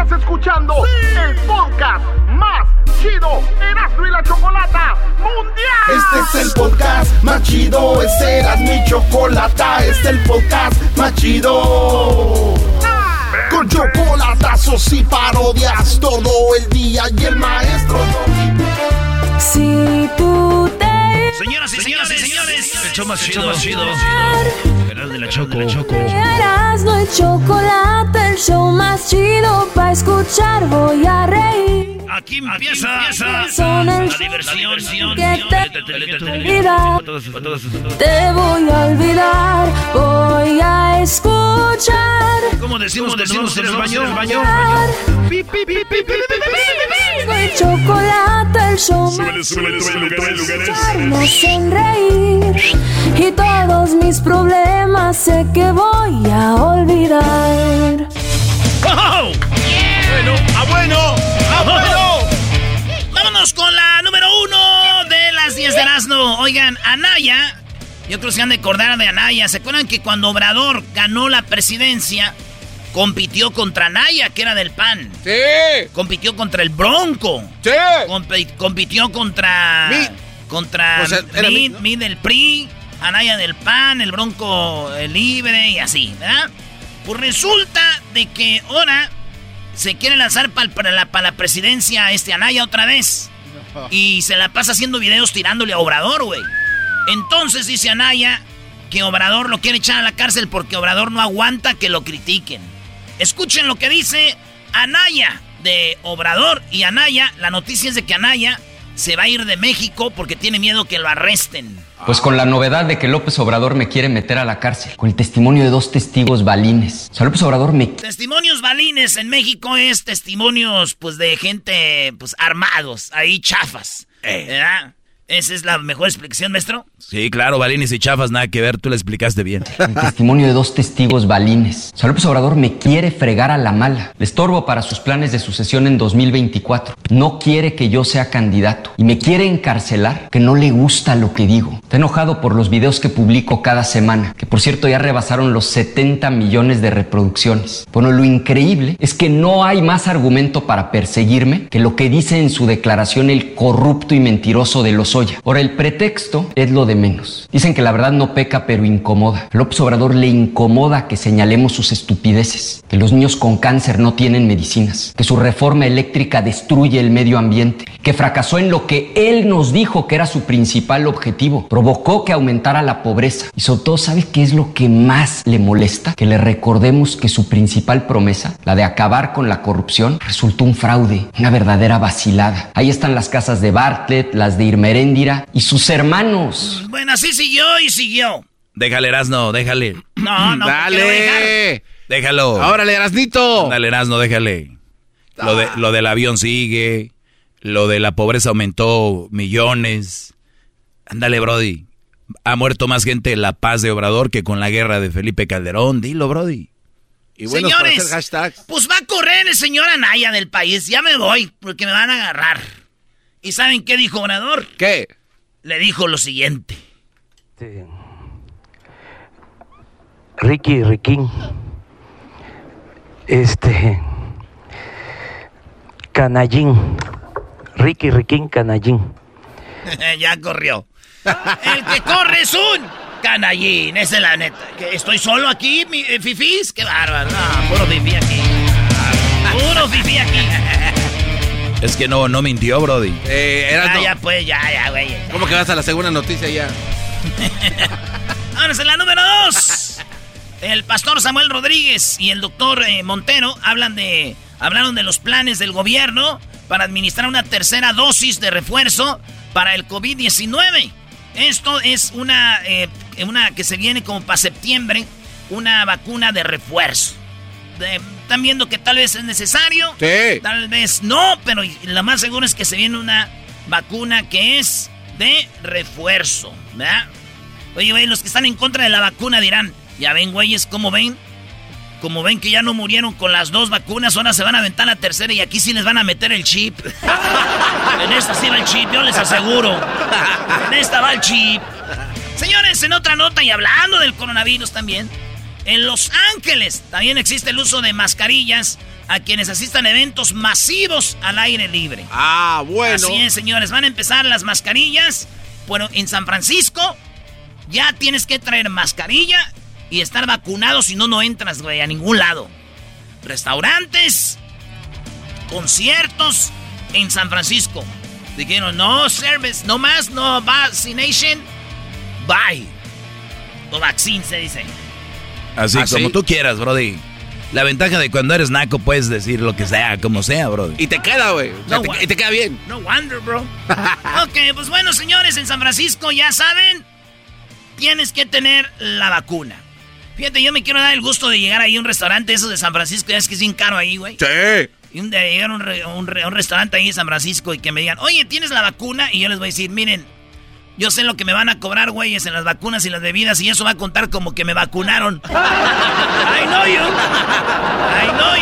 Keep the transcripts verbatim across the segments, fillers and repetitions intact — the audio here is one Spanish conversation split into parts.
Estás escuchando sí. el podcast más chido, Erasmo y la Chocolata Mundial. Este es el podcast más chido, este es Erasmo y Chocolata, este es el podcast más chido. Con chocolatazos y parodias todo el día y el maestro no. Si tú te... Señoras y señores, señores, señores, el show más el chido, show más chido. Erasmo de la Choco. Erasmo y Chocolata, el show más chido para escuchar, voy a reír. Aquí empieza, Aquí empieza Son el la diversión que te olvidar. Te voy a olvidar, voy a escuchar. ¿Cómo decimos, decimos en el baño? Erasmo y Chocolata, el show más chido para escucharnos sonreír. Y todos mis problemas sé que voy a olvidar. ¡Oh! Yeah. Bueno, ¡ah, bueno! ¡Ah, bueno! Vámonos con la número uno de las diez de Erasmo. Oigan, Anaya, yo creo que se han de acordar de Anaya. ¿Se acuerdan que cuando Obrador ganó la presidencia, compitió contra Anaya, que era del P A N? ¡Sí! Compitió contra el Bronco. ¡Sí! Comp- compitió contra... Mi. Contra O sea, era mi, mi, ¿no? mi del P R I, Anaya del P A N, el Bronco el Libre y así, ¿verdad? Pues resulta de que ahora se quiere lanzar para pa la, pa la presidencia este Anaya otra vez. No. Y se la pasa haciendo videos tirándole a Obrador, güey. Entonces dice Anaya que Obrador lo quiere echar a la cárcel porque Obrador no aguanta que lo critiquen. Escuchen lo que dice Anaya de Obrador. Y Anaya, la noticia es de que Anaya se va a ir de México porque tiene miedo que lo arresten. Pues con la novedad de que López Obrador me quiere meter a la cárcel, con el testimonio de dos testigos balines. O sea, López Obrador me... Testimonios balines en México es testimonios, pues, de gente, pues, armados, ahí chafas, eh. ¿verdad? ¿Esa es la mejor explicación, maestro? Sí, claro, balines y chafas, nada que ver, tú la explicaste bien. El testimonio de dos testigos balines. O sea, López Obrador me quiere fregar a la mala. Le estorbo para sus planes de sucesión en dos mil veinticuatro. No quiere que yo sea candidato. Y me quiere encarcelar, que no le gusta lo que digo. Está enojado por los videos que publico cada semana, que por cierto ya rebasaron los setenta millones de reproducciones. Bueno, lo increíble es que no hay más argumento para perseguirme que lo que dice en su declaración el corrupto y mentiroso de los Lozoya. Ahora, el pretexto es lo de menos. Dicen que la verdad no peca, pero incomoda. A López Obrador le incomoda que señalemos sus estupideces, que los niños con cáncer no tienen medicinas, que su reforma eléctrica destruye el medio ambiente, que fracasó en lo que él nos dijo que era su principal objetivo, provocó que aumentara la pobreza. Y sobre todo, ¿sabe qué es lo que más le molesta? Que le recordemos que su principal promesa, la de acabar con la corrupción, resultó un fraude, una verdadera vacilada. Ahí están las casas de Bartlett, las de Irma Heréndira y sus hermanos. Bueno, así siguió y siguió. Déjale, Erasno, déjale. No, no, dale. Déjalo. Órale, Erasnito. Dale, Erasno, déjale. Ah. Lo, de, lo del avión sigue. Lo de la pobreza aumentó millones. Ándale, Brody. Ha muerto más gente en la paz de Obrador que con la guerra de Felipe Calderón. Dilo, Brody. Y bueno, señores, pues va a correr el señor Anaya del país. Ya me voy, porque me van a agarrar. ¿Y saben qué dijo Obrador? ¿Qué? Le dijo lo siguiente. Sí. Ricky, Riquín. Este... Canallín. Ricky, Riquín, Canallín. Ya corrió. El que corre es un canallín, esa es la neta. ¿Que estoy solo aquí, mi, eh, fifís? Qué bárbaro. No, puro fifí aquí. Puro fifí aquí. Es que no, no mintió, Brody. Eh, era ah, no. ya pues, ya, ya, güey. ¿Cómo que vas a la segunda noticia ya? Vámonos en la número dos. El pastor Samuel Rodríguez y el doctor eh, Montero hablan de, hablaron de los planes del gobierno para administrar una tercera dosis de refuerzo para el covid diecinueve. Esto es una, eh, una que se viene como para septiembre, una vacuna de refuerzo. De, ¿Están viendo que tal vez es necesario? Sí. Tal vez no, pero lo más seguro es que se viene una vacuna que es de refuerzo, ¿verdad? Oye, güey, los que están en contra de la vacuna dirán, ya ven, güeyes, ¿cómo ven? Como ven que ya no murieron con las dos vacunas, ahora se van a aventar la tercera y aquí sí les van a meter el chip. En esta sí va el chip, yo les aseguro. En esta va el chip. Señores, en otra nota y hablando del coronavirus también, en Los Ángeles también existe el uso de mascarillas a quienes asistan a eventos masivos al aire libre. Ah, bueno. Así es, señores, van a empezar las mascarillas. Bueno, en San Francisco ya tienes que traer mascarilla y estar vacunado, si no, no entras, güey, a ningún lado. Restaurantes, conciertos en San Francisco. Dijeron, no service, no más, no vaccination, bye. O vaccine se dice. Así ¿Ah, como sí? tú quieras, brody. La ventaja de cuando eres naco puedes decir lo que sea, como sea, brody. Y te queda, güey. O sea, No, te- güey. y te queda bien. No wonder, bro. Ok, pues bueno, señores, en San Francisco ya saben, tienes que tener la vacuna. Fíjate, yo me quiero dar el gusto de llegar ahí a un restaurante, esos de San Francisco, ya es que es bien caro ahí, güey. Sí. Y un día llegar a un, re- un, re- un restaurante ahí en San Francisco y que me digan, oye, ¿tienes la vacuna? Y yo les voy a decir, miren, yo sé lo que me van a cobrar, güeyes, en las vacunas y las bebidas, y eso va a contar como que me vacunaron. I know you. I know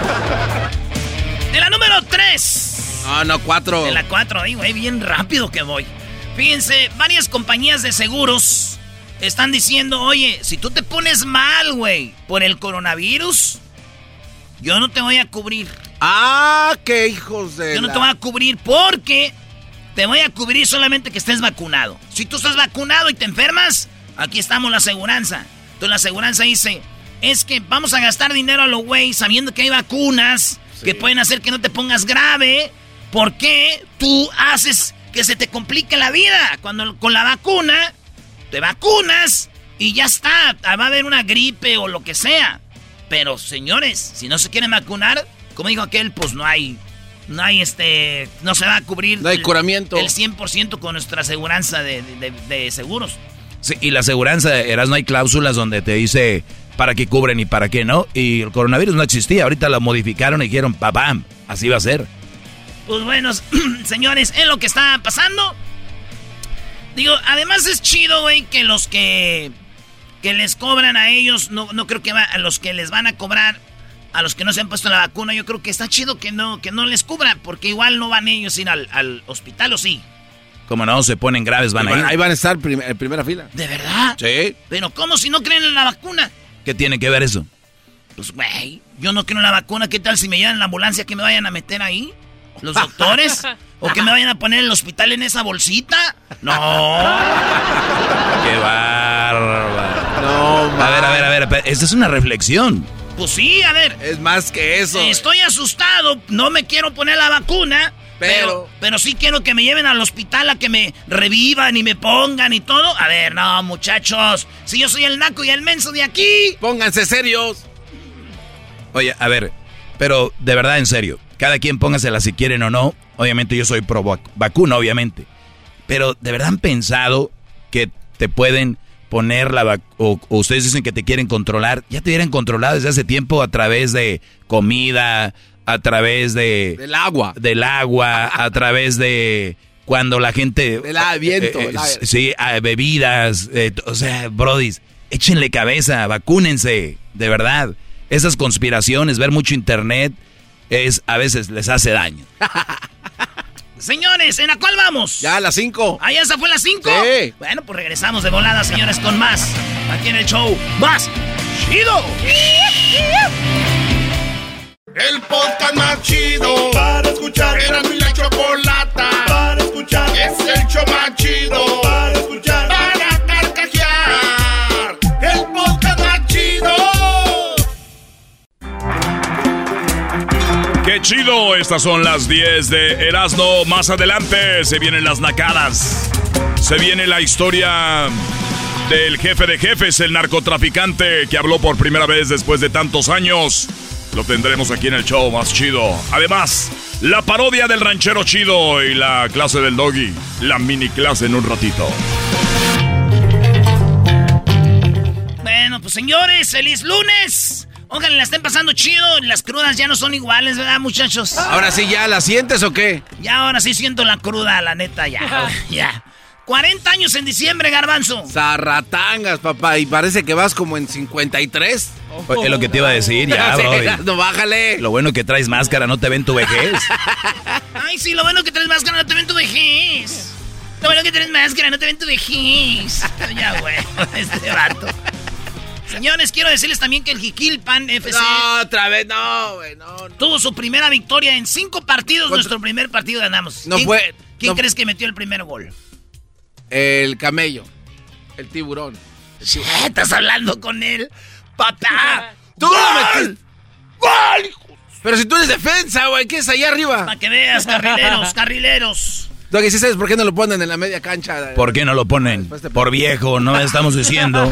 you. En la número tres. No, no, cuatro. En la cuatro, ahí, güey, bien rápido que voy. Fíjense, varias compañías de seguros están diciendo, oye, si tú te pones mal, güey, por el coronavirus, yo no te voy a cubrir. Ah, qué hijos de Yo no la- te voy a cubrir porque te voy a cubrir solamente que estés vacunado. Si tú estás vacunado y te enfermas, aquí estamos la aseguranza. Entonces la aseguranza dice, es que vamos a gastar dinero a los güey sabiendo que hay vacunas Sí. que pueden hacer que no te pongas grave. ¿Por qué tú haces que se te complique la vida? Cuando con la vacuna te vacunas y ya está. Va a haber una gripe o lo que sea. Pero señores, si no se quieren vacunar, como dijo aquel, pues no hay... No hay este... No se va a cubrir... No hay el- curamiento. El cien por ciento con nuestra aseguranza de, de- de seguros. Sí, y la aseguranza, Eras, no hay cláusulas donde te dice para qué cubren y para qué no. Y el coronavirus no existía. Ahorita lo modificaron y dijeron, papam, así va a ser. Pues bueno, señores, es lo que está pasando. Digo, además es chido, güey, que los que... Que les cobran a ellos, no, no creo que va, a los que les van a cobrar, a los que no se han puesto la vacuna, yo creo que está chido que no, que no les cubran, porque igual no van ellos a ir al, al hospital, ¿o sí? Como no, se ponen graves, van Ahí a ir. van, ahí van a estar prim- en primera fila. ¿De verdad? Sí. Pero ¿cómo si no creen en la vacuna? ¿Qué tiene que ver eso? Pues, güey, yo no creo en la vacuna. ¿Qué tal si me llevan en la ambulancia que me vayan a meter ahí? ¿Los doctores? ¿O que me vayan a poner en el hospital en esa bolsita? No. ¡Qué bárbaro! No, A ver, a ver, a ver, a ver, esta es una reflexión. Pues sí, a ver. Es más que eso. Estoy asustado, no me quiero poner la vacuna. Pero, Pero- pero sí quiero que me lleven al hospital a que me revivan y me pongan y todo. A ver, no, muchachos. Si yo soy el naco y el menso de aquí. Pónganse serios. Oye, a ver, pero de verdad, en serio, cada quien póngasela si quieren o no. Obviamente yo soy pro vac- vacuna, obviamente. Pero ¿de verdad han pensado que te pueden poner la vacuna, o, o ustedes dicen que te quieren controlar? Ya te hubieran controlado desde hace tiempo a través de comida, a través de... Del agua. Del agua, a través de... Cuando la gente... Del viento. eh, el aire. sí, a bebidas, eh, o sea, brodis, échenle cabeza, vacúnense, de verdad. Esas conspiraciones, ver mucho internet, es a veces les hace daño. Señores, ¿en la cuál vamos? Ya a las cinco. ¿Ah, ya esa fue la cinco? Sí. Bueno, pues regresamos de volada, señores, con más. Aquí en el show más chido. El podcast más chido para escuchar. Era mi la chocolata para escuchar. Es el show más chido para escuchar. Para carcajear. El podcast más chido. ¡Qué chido! Estas son las diez de Erasmo. Más adelante se vienen las nacadas. Se viene la historia del jefe de jefes, el narcotraficante que habló por primera vez después de tantos años. Lo tendremos aquí en el show más chido. Además, la parodia del ranchero chido y la clase del doggy. La mini clase en un ratito. Bueno, pues señores, feliz lunes. Ojalá la estén pasando chido. Las crudas ya no son iguales, ¿verdad, muchachos? Ahora sí, ¿ya la sientes o qué? Ya ahora sí siento la cruda, la neta, ya. Ya. cuarenta años en diciembre, Garbanzo. Zarratangas, papá. Y parece que vas como en cincuenta y tres. Es lo que te iba a decir, ya, bro. No, bájale. Lo bueno que traes máscara, no te ven tu vejez. Ay, sí, lo bueno que traes máscara, no te ven tu vejez. Lo bueno que traes máscara, no te ven tu vejez. Ya, güey, este vato. Señores, quiero decirles también que el Jiquilpan F C... No, otra vez, no, güey, no, no. Tuvo su primera victoria en cinco partidos. ¿Contra? Nuestro primer partido ganamos. No ¿Quién, fue... ¿Quién no, crees que metió el primer gol? El camello. El tiburón. El tiburón. Sí, estás hablando con él. ¡Papá! ¡Tú ¡Gol! Lo metiste! ¡Gol, hijo! Pero si tú eres defensa, güey, ¿qué es allá arriba? Para que veas, carrileros, carrileros. Doggy, ¿sí sabes por qué no lo ponen en la media cancha? ¿Por qué no lo ponen? Por viejo, no estamos diciendo.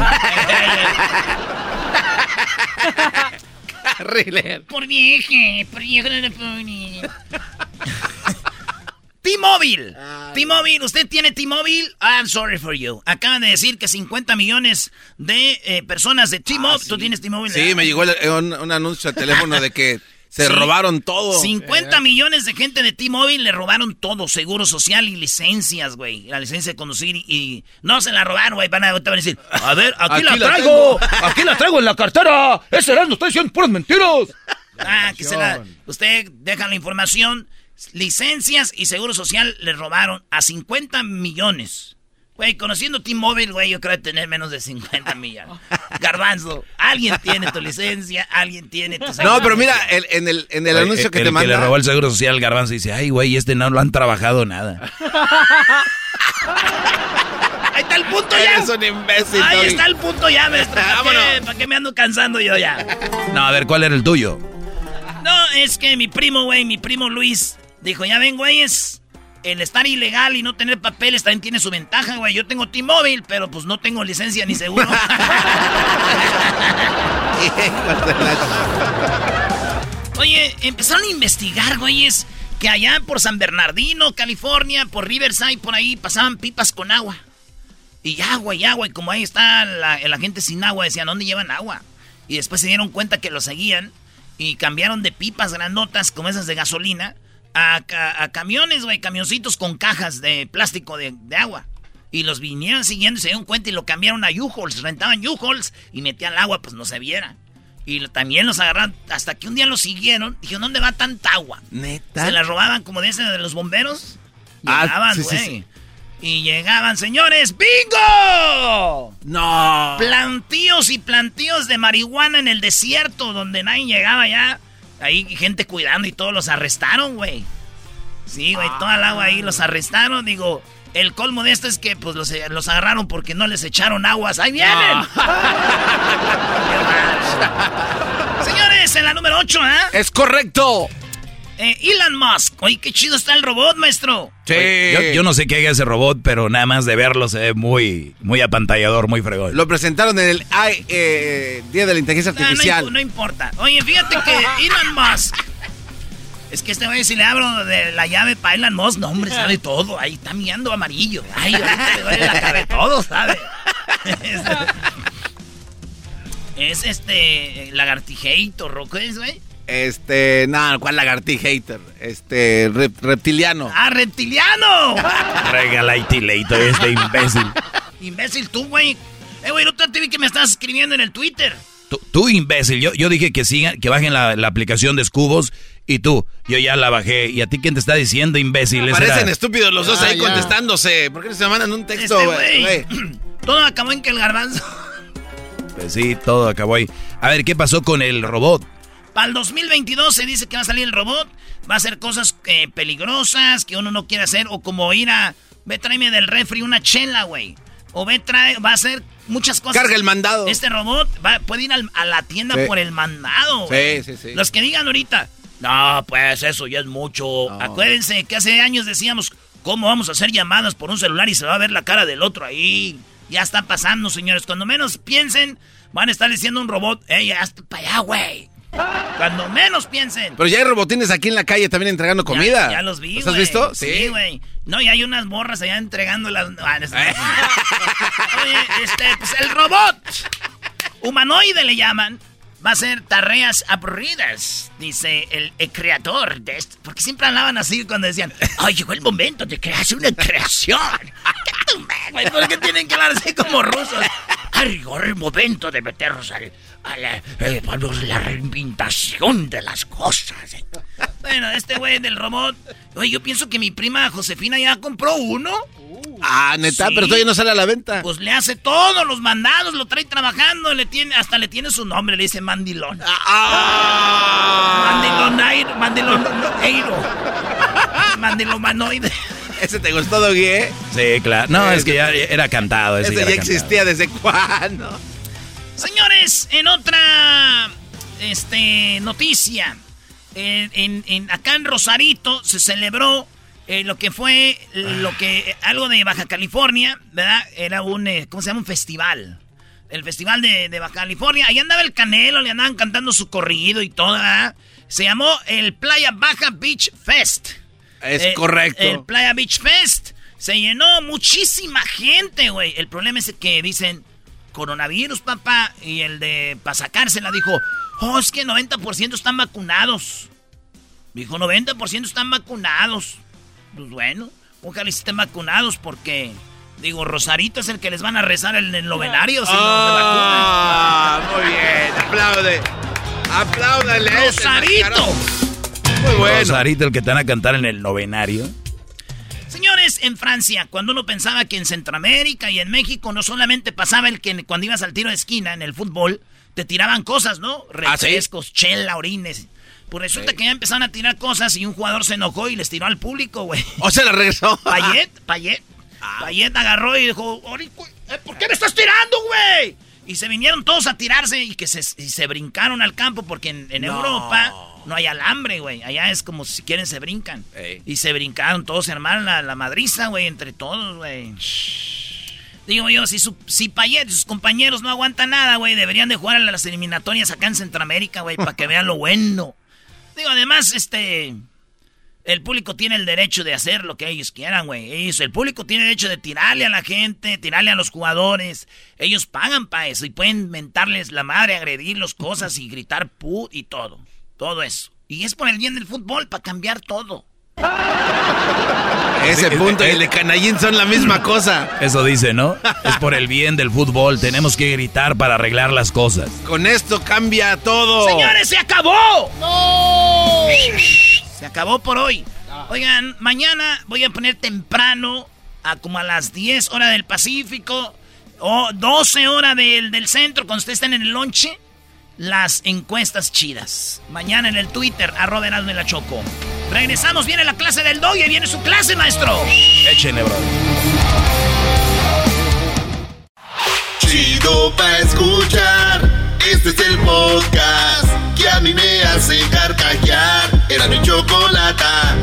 Carrilero. Por viejo, por viejo no lo ponen. T-Mobile. Ah, T-Mobile, ¿usted tiene T-Mobile? I'm sorry for you. Acaban de decir que cincuenta millones de eh, personas de T-Mobile. Ah, sí. ¿Tú tienes T-Mobile? Sí, ¿verdad? Me llegó el, un, un anuncio de teléfono de que se sí. robaron todo. cincuenta eh. millones de gente de T-Mobile le robaron todo. Seguro social y licencias, güey. La licencia de conducir y... y no se la robaron, güey. Van a, van a decir, a ver, aquí, aquí la, la traigo. Tengo. Aquí la traigo en la cartera. Ese era, no estoy diciendo puras mentiras. Ah, que se la... Usted deja la información... Licencias y seguro social le robaron a cincuenta millones. Güey, conociendo T-Mobile, güey, yo creo tener menos de cincuenta millones. Garbanzo, alguien tiene tu licencia, alguien tiene tu seguro. No, pero mira, el, en el, en el Oye, anuncio que el te manda... El que le robó el seguro social, Garbanzo, dice, ay, güey, este no lo han trabajado nada. Ahí está el punto ya. Eres un imbécil. Ahí Toby. Está el punto ya, maestro. ¿Para qué, ¿Para qué me ando cansando yo ya? No, a ver, ¿cuál era el tuyo? No, es que mi primo, güey, mi primo Luis... Dijo, ya ven, güeyes, el estar ilegal y no tener papeles también tiene su ventaja, güey. Yo tengo T-Mobile, pero pues no tengo licencia ni seguro. Oye, empezaron a investigar, güeyes, que allá por San Bernardino, California, por Riverside, por ahí, pasaban pipas con agua. Y agua, y agua, y como ahí está la, la gente sin agua, decían, ¿dónde llevan agua? Y después se dieron cuenta que lo seguían y cambiaron de pipas grandotas como esas de gasolina A, a, a camiones, güey, camioncitos con cajas de plástico de, de agua. Y los vinieron siguiendo y se dieron cuenta y lo cambiaron a U-Hauls. Rentaban U-Hauls y metían el agua, pues no se viera. Y lo, también los agarraron hasta que un día los siguieron. Dijeron, ¿dónde va tanta agua? ¿Neta? Se la robaban como de ese de los bomberos. Ah, llegaban, güey. Sí, sí, sí. Y llegaban, señores, ¡bingo! No. Plantíos y plantíos de marihuana en el desierto donde nadie llegaba ya. Ahí gente cuidando y todos los arrestaron, güey. Sí, güey, toda el agua ahí los arrestaron. Digo, el colmo de esto es que pues los, los agarraron porque no les echaron aguas. ¡Ahí vienen! No. Señores, en la número ocho, ¿eh? ¡Es correcto! Eh, Elon Musk. Oye, qué chido está el robot, maestro. Sí. Yo, yo no sé qué haga ese robot, pero nada más de verlo se ve muy, muy apantallador, muy fregón. Lo presentaron en el eh, Día de la Inteligencia Artificial. No, no, no importa. Oye, fíjate que Elon Musk... Es que este güey, si le abro de la llave para Elon Musk, no, hombre, sabe todo. Ahí está mirando amarillo. Ay, ahorita le duele la cabeza. Todo sabe. Es, es este... Lagartijator, ¿o qué es, güey? Este, no, ¿cuál lagartijator? Este, rep, reptiliano. ¡Ah, reptiliano! Regalaitilito este imbécil. Imbécil tú, güey. Eh, güey, no te vi que me estás escribiendo en el Twitter. Tú, tú imbécil, yo, yo dije que sigan, que bajen la, la aplicación de Scubos y tú, yo ya la bajé. ¿Y a ti quién te está diciendo, imbécil? Parecen era... estúpidos los dos ah, ahí ya. contestándose. ¿Por qué no se mandan un texto, güey? Este, todo acabó en que el garbanzo. Pues sí, todo acabó ahí. A ver, ¿qué pasó con el robot? Para el dos mil veintidós se dice que va a salir el robot. Va a hacer cosas eh, peligrosas que uno no quiere hacer. O como ir a... Ve, tráeme del refri una chela, güey. O ve, trae... Va a hacer muchas cosas. Carga el mandado. Este robot va, puede ir al, a la tienda sí. por el mandado, güey. Sí, sí, sí. Los que digan ahorita... No, pues eso ya es mucho. No. Acuérdense que hace años decíamos... ¿Cómo vamos a hacer llamadas por un celular y se va a ver la cara del otro ahí? Ya está pasando, señores. Cuando menos piensen... Van a estar diciendo a un robot... Ey, hazte para allá, güey. Cuando menos piensen. Pero ya hay robotines aquí en la calle también entregando comida. Ya, ya los vi, ¿Los has visto? Sí, güey. No, y hay unas morras allá entregando las... Ah, no, oye, este, pues el robot humanoide le llaman. Va a ser tareas aburridas, dice el, el creador de esto. Porque siempre hablaban así cuando decían, ay, llegó el momento de crearse una creación. ¿Qué ¿Por qué tienen que hablar así como rusos? Ay, llegó el momento de meternos al, a la, eh, la reinventación de las cosas. Bueno, este güey del robot, oye, yo pienso que mi prima Josefina ya compró uno. Ah, neta, Sí. pero todavía no sale a la venta. Pues le hace todos los mandados, lo trae trabajando, le tiene, hasta le tiene su nombre, le dice Mandilón. Ah. Mandilonairo, Mandiloneiro. Mandilomanoide. ¿Ese te gustó, Doggy, eh? Sí, claro. No, es que ya era cantado. Ese, Ese ya ya era existía, ¿desde cuándo? Señores, en otra este, noticia, en, en, en- acá en Rosarito se celebró eh, lo que fue lo que algo de Baja California, ¿verdad? Era un, eh, ¿cómo se llama? Un festival. El festival de, de Baja California. Ahí andaba el Canelo, le andaban cantando su corrido y todo, ¿verdad? Se llamó el Playa Baja Beach Fest. Es Eh, correcto. El Playa Beach Fest se llenó muchísima gente, güey. El problema es que dicen coronavirus, papá. Y el de para sacársela dijo, oh, es que noventa por ciento están vacunados. Dijo, noventa por ciento están vacunados. Pues bueno, ojalá estén vacunados porque, digo, Rosarito es el que les van a rezar en el novenario si Ah, no se muy bien. Aplaude. Apláudale. a ese Rosarito. mascarón. Muy bueno. Rosarito, el que te van a cantar en el novenario. Señores, en Francia, cuando uno pensaba que en Centroamérica y en México no solamente pasaba el que cuando ibas al tiro de esquina en el fútbol, te tiraban cosas, ¿no? ¿Ah, sí? Refrescos, chela, orines. Pues resulta Sí. que ya empezaron a tirar cosas y un jugador se enojó y les tiró al público, güey. ¿O se la regresó? Payet, Payet. Payet agarró y dijo, "Ori, güey, eh, ¿por qué me estás tirando, güey? Y se vinieron todos a tirarse y que se, y se brincaron al campo porque en, en No. Europa no hay alambre, güey. Allá es como si quieren se brincan. Ey. Y se brincaron, todos se armaron la, la madriza, güey, entre todos, güey. Digo yo, si, su, si Payet y sus compañeros no aguantan nada, güey, deberían de jugar a las eliminatorias acá en Centroamérica, güey, para que vean lo bueno. Digo, además, este... El público tiene el derecho de hacer lo que ellos quieran, güey. Ellos, el público tiene el derecho de tirarle a la gente, tirarle a los jugadores. Ellos pagan para eso y pueden mentarles la madre, agredirlos cosas y gritar put y todo. Todo eso. Y es por el bien del fútbol, para cambiar todo. Ese punto y el de Canallín son la misma cosa. Eso dice, ¿no? Es por el bien del fútbol. Tenemos que gritar para arreglar las cosas. Con esto cambia todo. ¡Señores, se acabó! ¡No! Se acabó por hoy. Oigan, mañana voy a poner temprano, a como a las diez horas del Pacífico, o doce horas del, del centro, cuando ustedes estén en el lonche, las encuestas chidas. Mañana en el Twitter, arroba Erasmo y la Choco. Regresamos, viene la clase del Doggy, viene su clase, maestro. Échenle, bro. Chido pa' escuchar. Este es el podcast que a mí me hace carcajear. Era mi chocolata.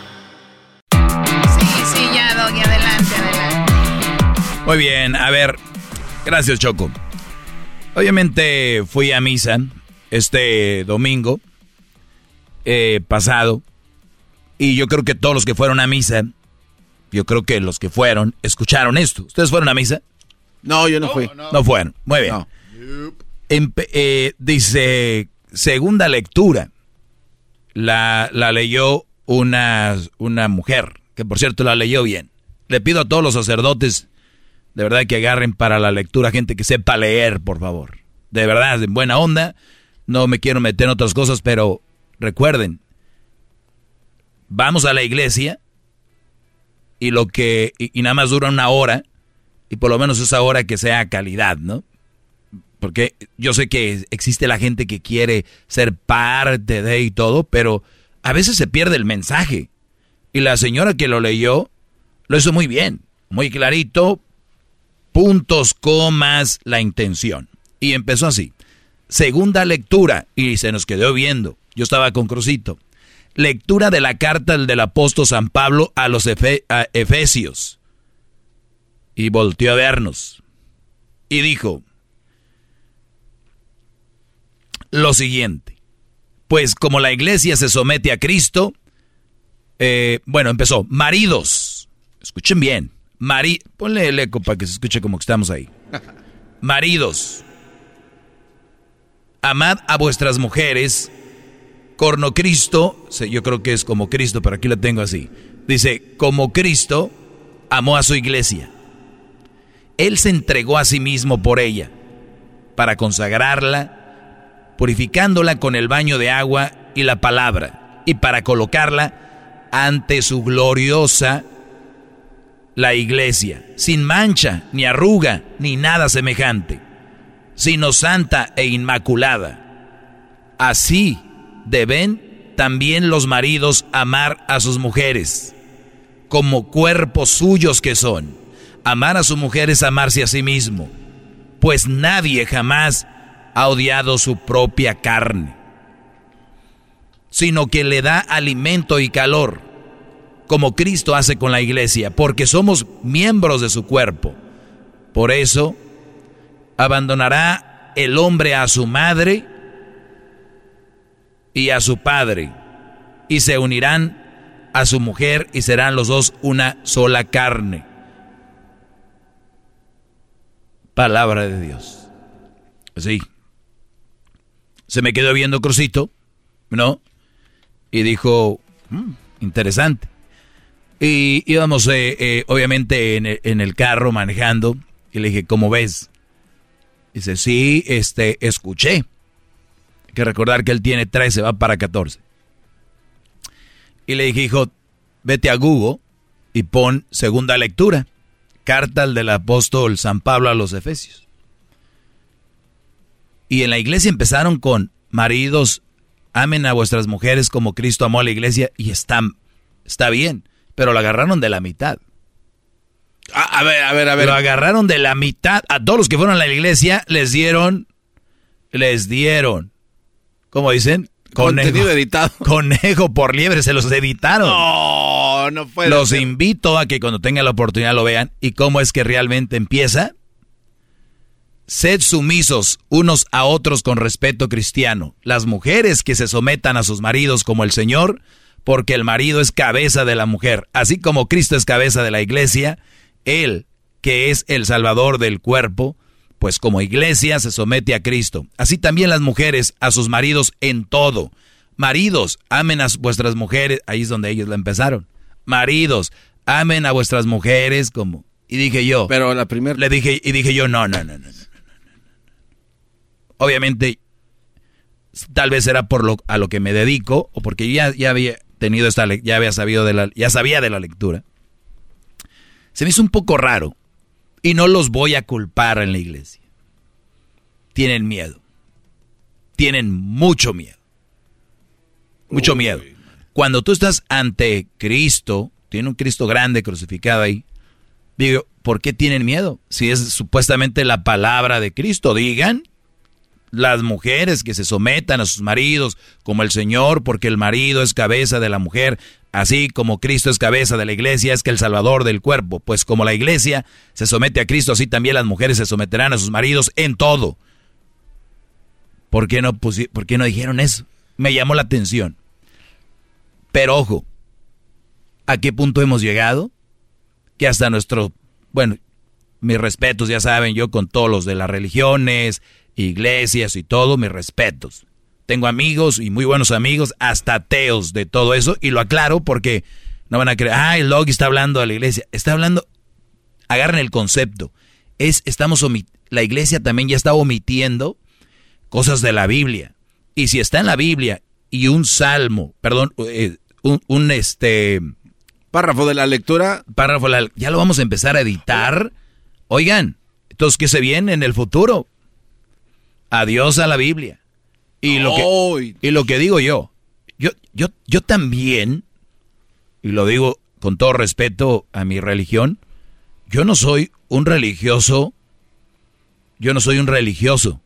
Sí, sí, ya, Doggy, adelante, adelante. Muy bien, a ver. Gracias, Choco. Obviamente fui a misa este domingo eh, pasado. Y yo creo que todos los que fueron a misa, yo creo que los que fueron, escucharon esto. ¿Ustedes fueron a misa? No, yo no fui. No, no fueron. Muy bien. No. Empe- eh, dice, segunda lectura, la, la leyó una, una mujer, que por cierto la leyó bien. Le pido a todos los sacerdotes, de verdad, que agarren para la lectura gente que sepa leer, por favor. De verdad, en buena onda, no me quiero meter en otras cosas, pero recuerden, vamos a la iglesia y lo que y, y nada más dura una hora, y por lo menos esa hora que sea calidad, ¿no? Porque yo sé que existe la gente que quiere ser parte de y todo, pero a veces se pierde el mensaje. Y la señora que lo leyó, lo hizo muy bien, muy clarito, puntos, comas, la intención. Y empezó así. Segunda lectura, y se nos quedó viendo. Yo estaba con Crucito. Lectura de la carta del apóstol San Pablo a los Efe- a Efesios. Y volteó a vernos. Y dijo lo siguiente. Pues como la iglesia se somete a Cristo, eh, bueno, empezó. Maridos, escuchen bien. Mari, ponle el eco para que se escuche como que estamos ahí. Maridos, amad a vuestras mujeres, corno Cristo, yo creo que es como Cristo, pero aquí lo tengo así. Dice, como Cristo amó a su iglesia. Él se entregó a sí mismo por ella, para consagrarla, purificándola con el baño de agua y la palabra, y para colocarla ante su gloriosa la iglesia, sin mancha, ni arruga, ni nada semejante, sino santa e inmaculada. Así deben también los maridos amar a sus mujeres, como cuerpos suyos que son. Amar a su mujer es amarse a sí mismo, pues nadie jamás ha odiado su propia carne, sino que le da alimento y calor, como Cristo hace con la iglesia, porque somos miembros de su cuerpo. Por eso, abandonará el hombre a su madre y a su padre, y se unirán a su mujer, y serán los dos una sola carne. Palabra de Dios. Sí. Se me quedó viendo Crucito, ¿no? Y dijo, mmm, interesante. Y íbamos, eh, eh, obviamente, en el, en el carro manejando. Y le dije, ¿cómo ves? Dice, sí, este, escuché. Hay que recordar que él tiene trece, va para catorce. Y le dije, hijo, vete a Google y pon segunda lectura. Carta del apóstol San Pablo a los Efesios. Y en la iglesia empezaron con, maridos, amen a vuestras mujeres como Cristo amó a la iglesia. Y está, está bien, pero lo agarraron de la mitad. A, a ver, a ver, a ver. Lo agarraron de la mitad. A todos los que fueron a la iglesia les dieron, les dieron, ¿cómo dicen? Conejo, contenido editado. Conejo por liebre, se los editaron. No, no puede Los ser. invito a que cuando tengan la oportunidad lo vean. ¿Y cómo es que realmente empieza? Sed sumisos unos a otros con respeto cristiano. Las mujeres que se sometan a sus maridos como el Señor, porque el marido es cabeza de la mujer. Así como Cristo es cabeza de la iglesia, Él, que es el Salvador del cuerpo, pues como iglesia se somete a Cristo. Así también las mujeres a sus maridos en todo. Maridos, amen a vuestras mujeres. Ahí es donde ellos la empezaron. Maridos, amen a vuestras mujeres como... Y dije yo... Pero la primera... Le dije, y dije yo, no, no, no, no, no, no, no. Obviamente, tal vez era por lo, a lo que me dedico, o porque ya, ya había tenido esta... Ya había sabido de la... Ya sabía de la lectura. Se me hizo un poco raro. Y no los voy a culpar en la iglesia. Tienen miedo. Tienen mucho miedo. Mucho Uy. miedo. Cuando tú estás ante Cristo, tiene un Cristo grande crucificado ahí, digo, ¿por qué tienen miedo? Si es supuestamente la palabra de Cristo, digan las mujeres que se sometan a sus maridos como el Señor, porque el marido es cabeza de la mujer, así como Cristo es cabeza de la iglesia, es que el Salvador del cuerpo. Pues como la iglesia se somete a Cristo, así también las mujeres se someterán a sus maridos en todo. ¿Por qué no, pusi- ¿por qué no dijeron eso? Me llamó la atención. Pero ojo, ¿a qué punto hemos llegado? Que hasta nuestro, bueno, mis respetos, ya saben, yo con todos los de las religiones, iglesias y todo, mis respetos. Tengo amigos y muy buenos amigos, hasta ateos de todo eso, y lo aclaro porque no van a creer, ah, el Logi está hablando de la iglesia. Está hablando, agarren el concepto, es, estamos omit- la iglesia también ya está omitiendo cosas de la Biblia. Y si está en la Biblia y un salmo, perdón, eh, un, un este... Párrafo de la lectura. Párrafo de la, ya lo vamos a empezar a editar. Oigan, entonces, ¿qué se viene en el futuro? Adiós a la Biblia. Y lo que, y lo que digo yo, yo, yo, yo también, y lo digo con todo respeto a mi religión, yo no soy un religioso, yo no soy un religioso.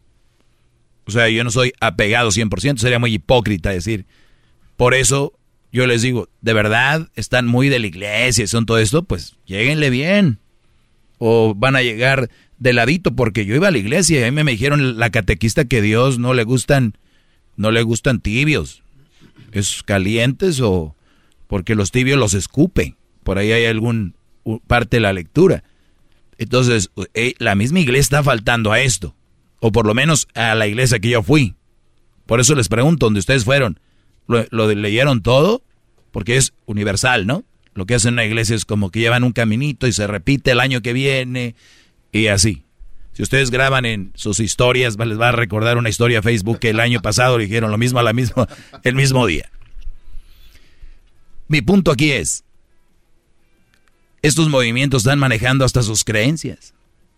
O sea, yo no soy apegado cien por ciento, sería muy hipócrita decir. Por eso yo les digo, de verdad, están muy de la iglesia y son todo esto, pues lléguenle bien. O van a llegar de ladito, porque yo iba a la iglesia y a mí me dijeron la catequista que Dios no le gustan, no le gustan tibios. ¿Es calientes o porque los tibios los escupe? Por ahí hay algún parte de la lectura. Entonces, eh, la misma iglesia está faltando a esto. O por lo menos a la iglesia que yo fui. Por eso les pregunto, ¿dónde ustedes fueron? ¿Lo, lo leyeron todo? Porque es universal, ¿no? Lo que hacen en una iglesia es como que llevan un caminito y se repite el año que viene y así. Si ustedes graban en sus historias, les va a recordar una historia a Facebook que el año pasado le dijeron lo mismo a la misma, el mismo día. Mi punto aquí es, estos movimientos están manejando hasta sus creencias.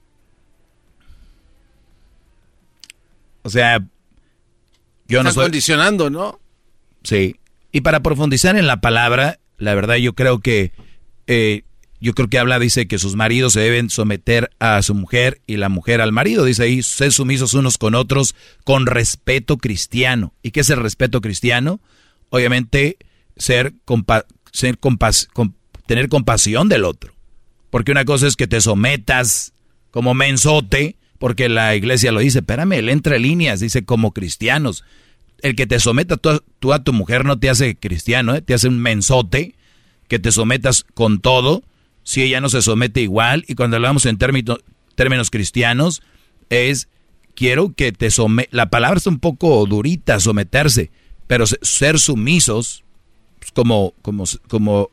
O sea, yo no Están soy... condicionando, ¿no? Sí. Y para profundizar en la palabra, la verdad yo creo que... Eh, yo creo que habla, dice que sus maridos se deben someter a su mujer y la mujer al marido. Dice ahí, ser sumisos unos con otros con respeto cristiano. ¿Y qué es el respeto cristiano? Obviamente, ser, compa ser compas com tener compasión del otro. Porque una cosa es que te sometas como mensote, porque la iglesia lo dice, espérame, él entre líneas, dice como cristianos. El que te someta tú a, tú a tu mujer no te hace cristiano, ¿eh? Te hace un mensote, que te sometas con todo, si ella no se somete igual. Y cuando hablamos en términos, términos cristianos, es, quiero que te sometas, la palabra está un poco durita, someterse, pero ser sumisos, pues como, como, como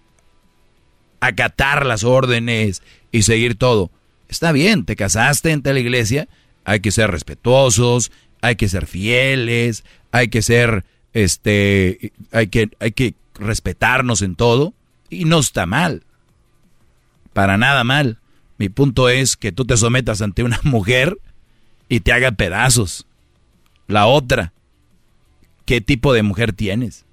acatar las órdenes y seguir todo. Está bien, te casaste entre la iglesia, hay que ser respetuosos, hay que ser fieles, hay que ser, este, hay que, hay que respetarnos en todo, y no está mal, para nada mal. Mi punto es que tú te sometas ante una mujer y te haga pedazos. La otra, ¿qué tipo de mujer tienes?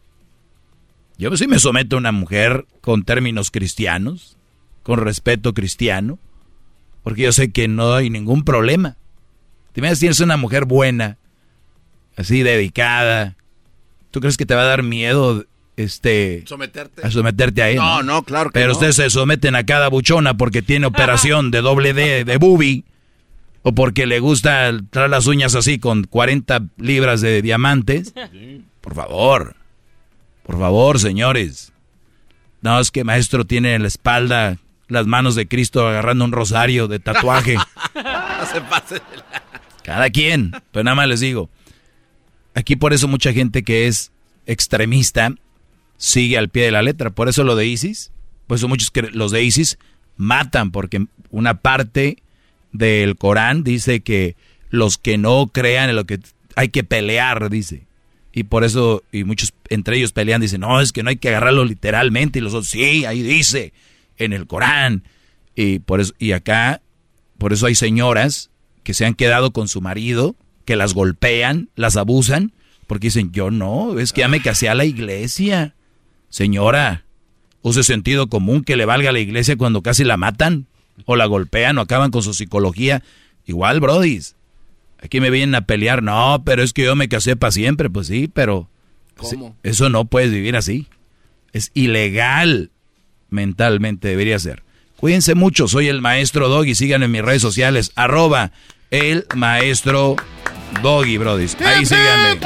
Yo sí me someto a una mujer con términos cristianos, con respeto cristiano, porque yo sé que no hay ningún problema. Te imaginas, tienes una mujer buena, así dedicada, ¿tú crees que te va a dar miedo este someterte a someterte a él? No, no, claro que Pero no. ustedes se someten a cada buchona porque tiene operación de doble D, de boobie, o porque le gusta traer las uñas así con cuarenta libras de diamantes. Sí. Por favor, por favor, señores. No, es que maestro tiene en la espalda las manos de Cristo agarrando un rosario de tatuaje. No se pase de la... Cada quien, pero nada más les digo, aquí por eso mucha gente que es extremista sigue al pie de la letra. Por eso lo de ISIS, por eso muchos que los de ISIS matan, porque una parte del Corán dice que los que no crean en lo que hay que pelear, dice. Y por eso, y muchos entre ellos pelean, dicen, no, es que no hay que agarrarlo literalmente. Y los otros, sí, ahí dice, en el Corán. Y por eso, y acá, por eso hay señoras que se han quedado con su marido, que las golpean, las abusan, porque dicen, yo no, es que ya me casé a la iglesia. Señora, use sentido común, que le valga a la iglesia cuando casi la matan, o la golpean, o acaban con su psicología. Igual, brodis, aquí me vienen a pelear, no, pero es que yo me casé para siempre. Pues sí, pero ¿cómo? Eso no puedes vivir así. Es ilegal, mentalmente debería ser. Cuídense mucho, soy el maestro Doggy, síganme en mis redes sociales, arroba el maestro Doggy, brodis. Ahí síganme.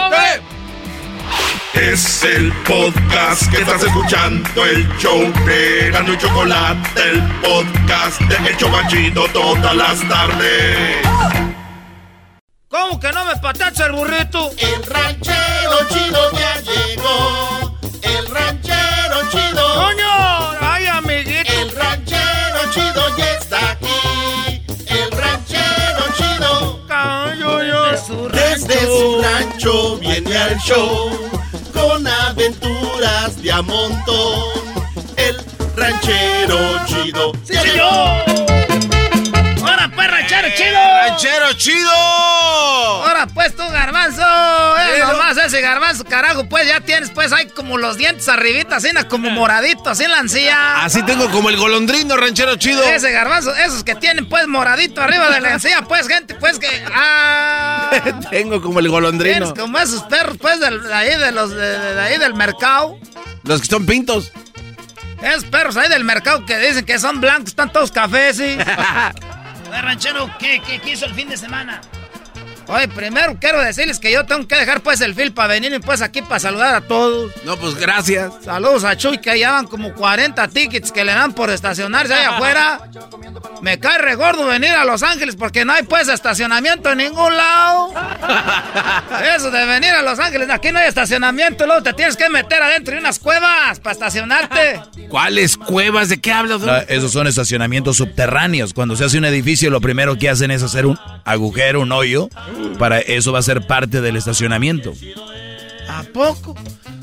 Es el podcast que estás escuchando, el show de Erasmo y Chocolate, el podcast de El Chobachito todas las tardes. ¿Cómo que no me patacha el burrito? El ranchero chido ya llegó. El ranchero chido. ¡Coño! ¡Ay, amiguito! El ranchero chido ya está aquí. El ranchero chido. ¡Cayo yo! Desde su rancho, Desde su rancho viene al show con aventuras de a montón. El ranchero chido. ¡Sí, señor! ¡Ahora pues, ranchero chido! ¡Ranchero chido! ¡Ahora pues, tú, garbanzo! Eh, nomás ese garbanzo, carajo, pues ya tienes, pues, hay como los dientes arribita, así, como moradito, así en la encía. Así tengo como el golondrino, ranchero chido. Ese garbanzo, esos que tienen, pues, moradito arriba de la encía, pues, gente, pues, que... ¡Ah! Tengo como el golondrino. Tienes como esos perros, pues, de, de ahí, de los, de, de ahí del mercado. Los que son pintos. Esos perros ahí del mercado que dicen que son blancos, están todos cafés, ¿sí? Oye, ranchero, ¿qué, qué, ¿qué hizo el fin de semana? Oye, primero quiero decirles que yo tengo que dejar pues el fil para venirme pues aquí para saludar a todos. No, pues gracias. Saludos a Chuy, que llevan como cuarenta tickets que le dan por estacionarse ahí afuera. Me cae re gordo venir a Los Ángeles porque no hay pues estacionamiento en ningún lado. Eso de venir a Los Ángeles, aquí no hay estacionamiento, luego te tienes que meter adentro de unas cuevas para estacionarte. ¿Cuáles cuevas? ¿De qué hablas? No, esos son estacionamientos subterráneos. Cuando se hace un edificio, lo primero que hacen es hacer un agujero, un hoyo. Para eso va a ser parte del estacionamiento. ¿A poco?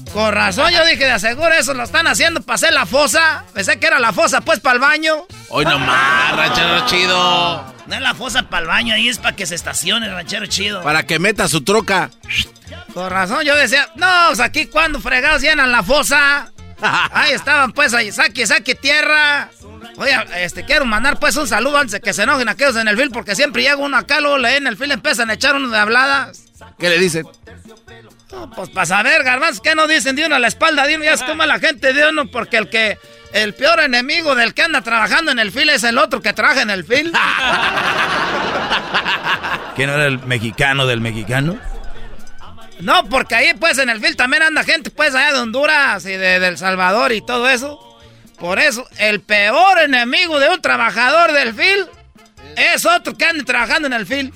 Con razón, yo dije, de aseguro eso lo están haciendo para hacer la fosa. Pensé que era la fosa, pues, para el baño. Hoy nomás, ranchero chido. No es la fosa para el baño, ahí es para que se estacione, ranchero chido. Para que meta su troca. Con razón, yo decía, no, pues aquí cuando fregados llenan la fosa. Ahí estaban, pues, ahí, saque, saque tierra. Oye, este, quiero mandar, pues, un saludo antes de que se enojen aquellos en el film, porque siempre llega uno acá, luego le en el film empiezan a echar uno de habladas. ¿Qué le dicen? No, pues, para saber, garbanzos, ¿qué no dicen de uno a la espalda de uno? Ya es como la gente de uno, porque el que, el peor enemigo del que anda trabajando en el film es el otro que trabaja en el film. ¿Quién era el mexicano del mexicano? No, porque ahí, pues, en el film también anda gente, pues, allá de Honduras y de, de El Salvador y todo eso. Por eso, el peor enemigo de un trabajador del film es otro que anda trabajando en el film.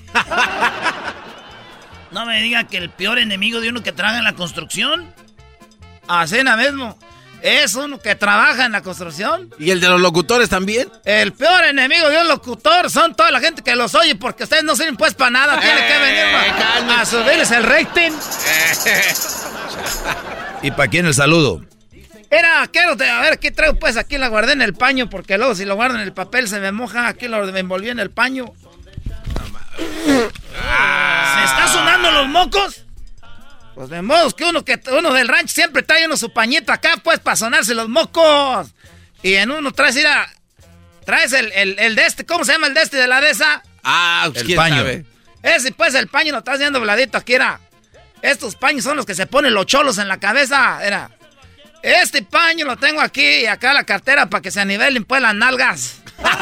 No me diga que el peor enemigo de uno que trabaja en la construcción. Así nada mismo. Es uno que trabaja en la construcción. ¿Y el de los locutores también? El peor enemigo de un locutor son toda la gente que los oye, porque ustedes no sirven pues para nada. Tiene que venir a, a subirles el rating. ¿Y para quién el saludo? Mira, quiero, a ver, ¿qué traigo? Pues aquí la guardé en el paño, porque luego si lo guardo en el papel se me moja. Aquí lo envolví en el paño. ¿Se está sonando los mocos? Pues de modo que uno, que uno del rancho siempre trae uno su pañito acá, pues, para sonarse los mocos. Y en uno traes, mira, traes el, el, el de este, ¿cómo se llama el de este de la de esa? Ah, el ¿quién paño. sabe? Ese, pues, el paño lo estás viendo dobladito aquí, era. Estos paños son los que se ponen los cholos en la cabeza, era. Este paño lo tengo aquí y acá la cartera para que se anivelen, pues, las nalgas.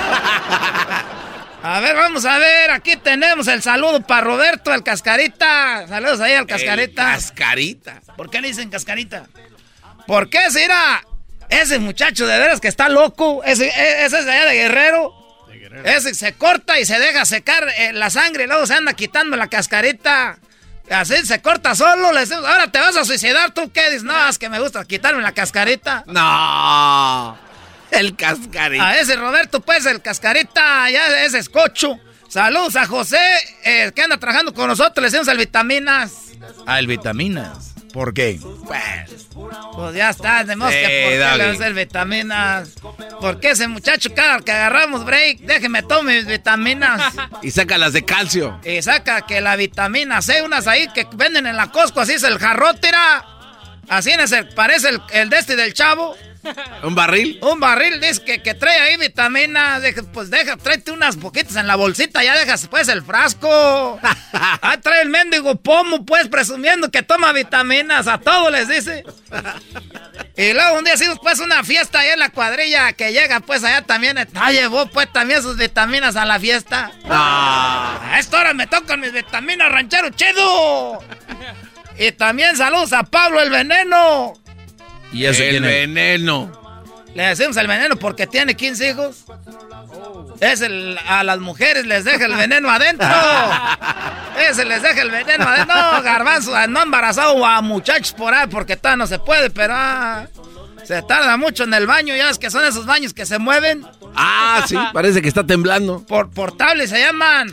A ver, vamos a ver, aquí tenemos el saludo para Roberto, el Cascarita. Saludos ahí al Cascarita. El Cascarita. ¿Por qué le dicen Cascarita? ¿Por qué será? Ese muchacho de veras que está loco, ese, ese es de allá de Guerrero. De Guerrero. Ese se corta y se deja secar eh, la sangre y luego se anda quitando la cascarita. Así se corta solo, le decimos, ahora te vas a suicidar, ¿tú qué dices? No, es que me gusta quitarme la cascarita. No, el Cascarita. A ese Roberto, pues, el Cascarita, ya ese es cocho. Saludos a José, eh, que anda trabajando con nosotros, le decimos el Vitaminas. Ah, el Vitaminas. ¿Por qué? Pues, pues ya está, tenemos Eh, que por qué David. le vamos a hacer vitaminas. Porque ese muchacho, cada que agarramos break, déjeme tomar mis vitaminas. Y saca las de calcio. Y saca que la vitamina C, unas ahí que venden en la Costco, así es el jarrótera. Así es el, parece el, el de este del chavo. ¿Un barril? Un barril, dice que, que trae ahí vitaminas. Deja, pues deja, tráete unas poquitas en la bolsita, ya dejas pues el frasco. Ah, trae el mendigo pomo, pues, presumiendo que toma vitaminas. A todos les dice. Y luego un día hicimos pues una fiesta allá en la cuadrilla que llega pues allá también. Ah, llevó pues también sus vitaminas a la fiesta. Ah. A esta hora me tocan mis vitaminas, ranchero chido. Y también saludos a Pablo el Veneno. ¿Y eso El quién es? veneno. Le decimos el veneno porque tiene quince hijos. Es el, a las mujeres les deja el veneno adentro. Ese les deja el veneno adentro. No, garbanzo, no embarazado a muchachos por ahí porque todavía no se puede, pero ah, se tarda mucho en el baño. Ya es que son esos baños que se mueven. Ah, sí, parece que está temblando. Por portables se llaman.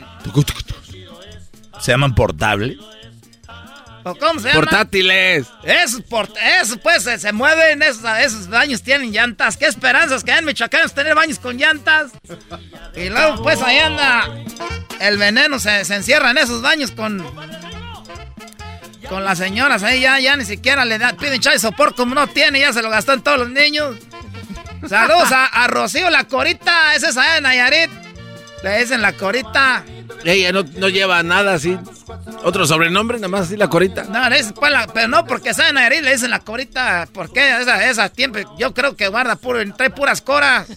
¿Se llaman portables? ¿O cómo se llaman? Portátiles. Esos, por, esos pues se, se mueven, esos, esos baños tienen llantas. ¿Qué esperanzas que hay en Michoacán tener baños con llantas? Y luego pues ahí anda el veneno, se, se encierra en esos baños con con las señoras ahí, ya, ya ni siquiera le da, piden chai sopor como no tiene, ya se lo gastó en todos los niños. Saludos a, a Rocío la Corita, esa es allá de Nayarit. Le dicen la Corita. Ella no, no lleva nada así. Otro sobrenombre, nada más así la Corita. No, le dicen, pues, la, pero no porque sabe Nayarit, le dicen la Corita. Porque esa, esa tiempo, yo creo que guarda puro, trae puras coras.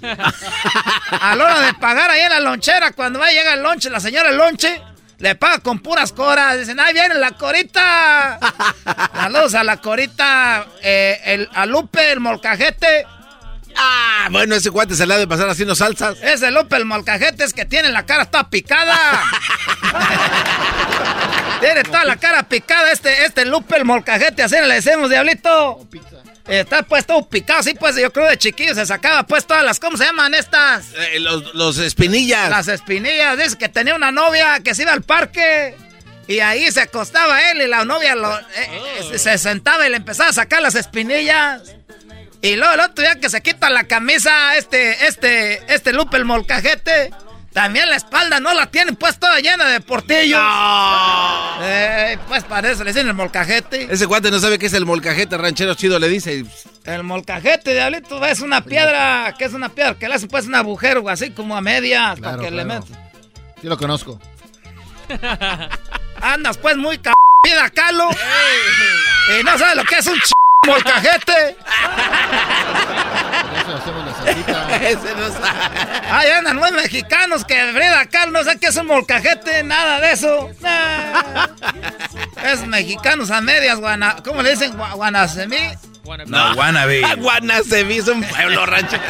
A la hora de pagar ahí en la lonchera, cuando va a llegar el lonche, la señora el lonche, le paga con puras coras. Dicen, ahí viene la Corita. Saludos a la Corita, eh, el, a Lupe, el molcajete. Ah, bueno, ese guante se le ha de pasar haciendo salsas. Ese Lupe, el molcajete, es que tiene la cara toda picada. Tiene toda la cara picada este, este Lupe, el molcajete, así le decimos, diablito. Está pues todo picado, sí, pues yo creo de chiquillo se sacaba pues todas las, ¿cómo se llaman estas? Eh, los, los espinillas. Las espinillas, dice que tenía una novia que se iba al parque Y ahí se acostaba él y la novia lo, eh, eh, se sentaba y le empezaba a sacar las espinillas. Y luego el otro día que se quita la camisa, este, este, este Lupe el molcajete, también la espalda no la tiene pues toda llena de portillos. No. Eh, pues parece, le dicen el molcajete. Ese cuate no sabe qué es el molcajete, Ranchero Chido le dice. El molcajete, diablito, es una piedra, que es una piedra, que le hace pues un agujero así como a media, claro, para que claro. le metas. Yo lo conozco. Andas pues muy c****** Calo. Y no sabes lo que es un ch... molcajete. Eso hacemos la salsita. Ese no sabe. Ay, andan muy mexicanos que Frida Kahlo no sé qué es un molcajete, nada de eso. Nah. Es mexicanos a medias, guana, ¿cómo le dicen? Gua- Guanasemí. No, wannabe. Guanasemí es un pueblo ranchero.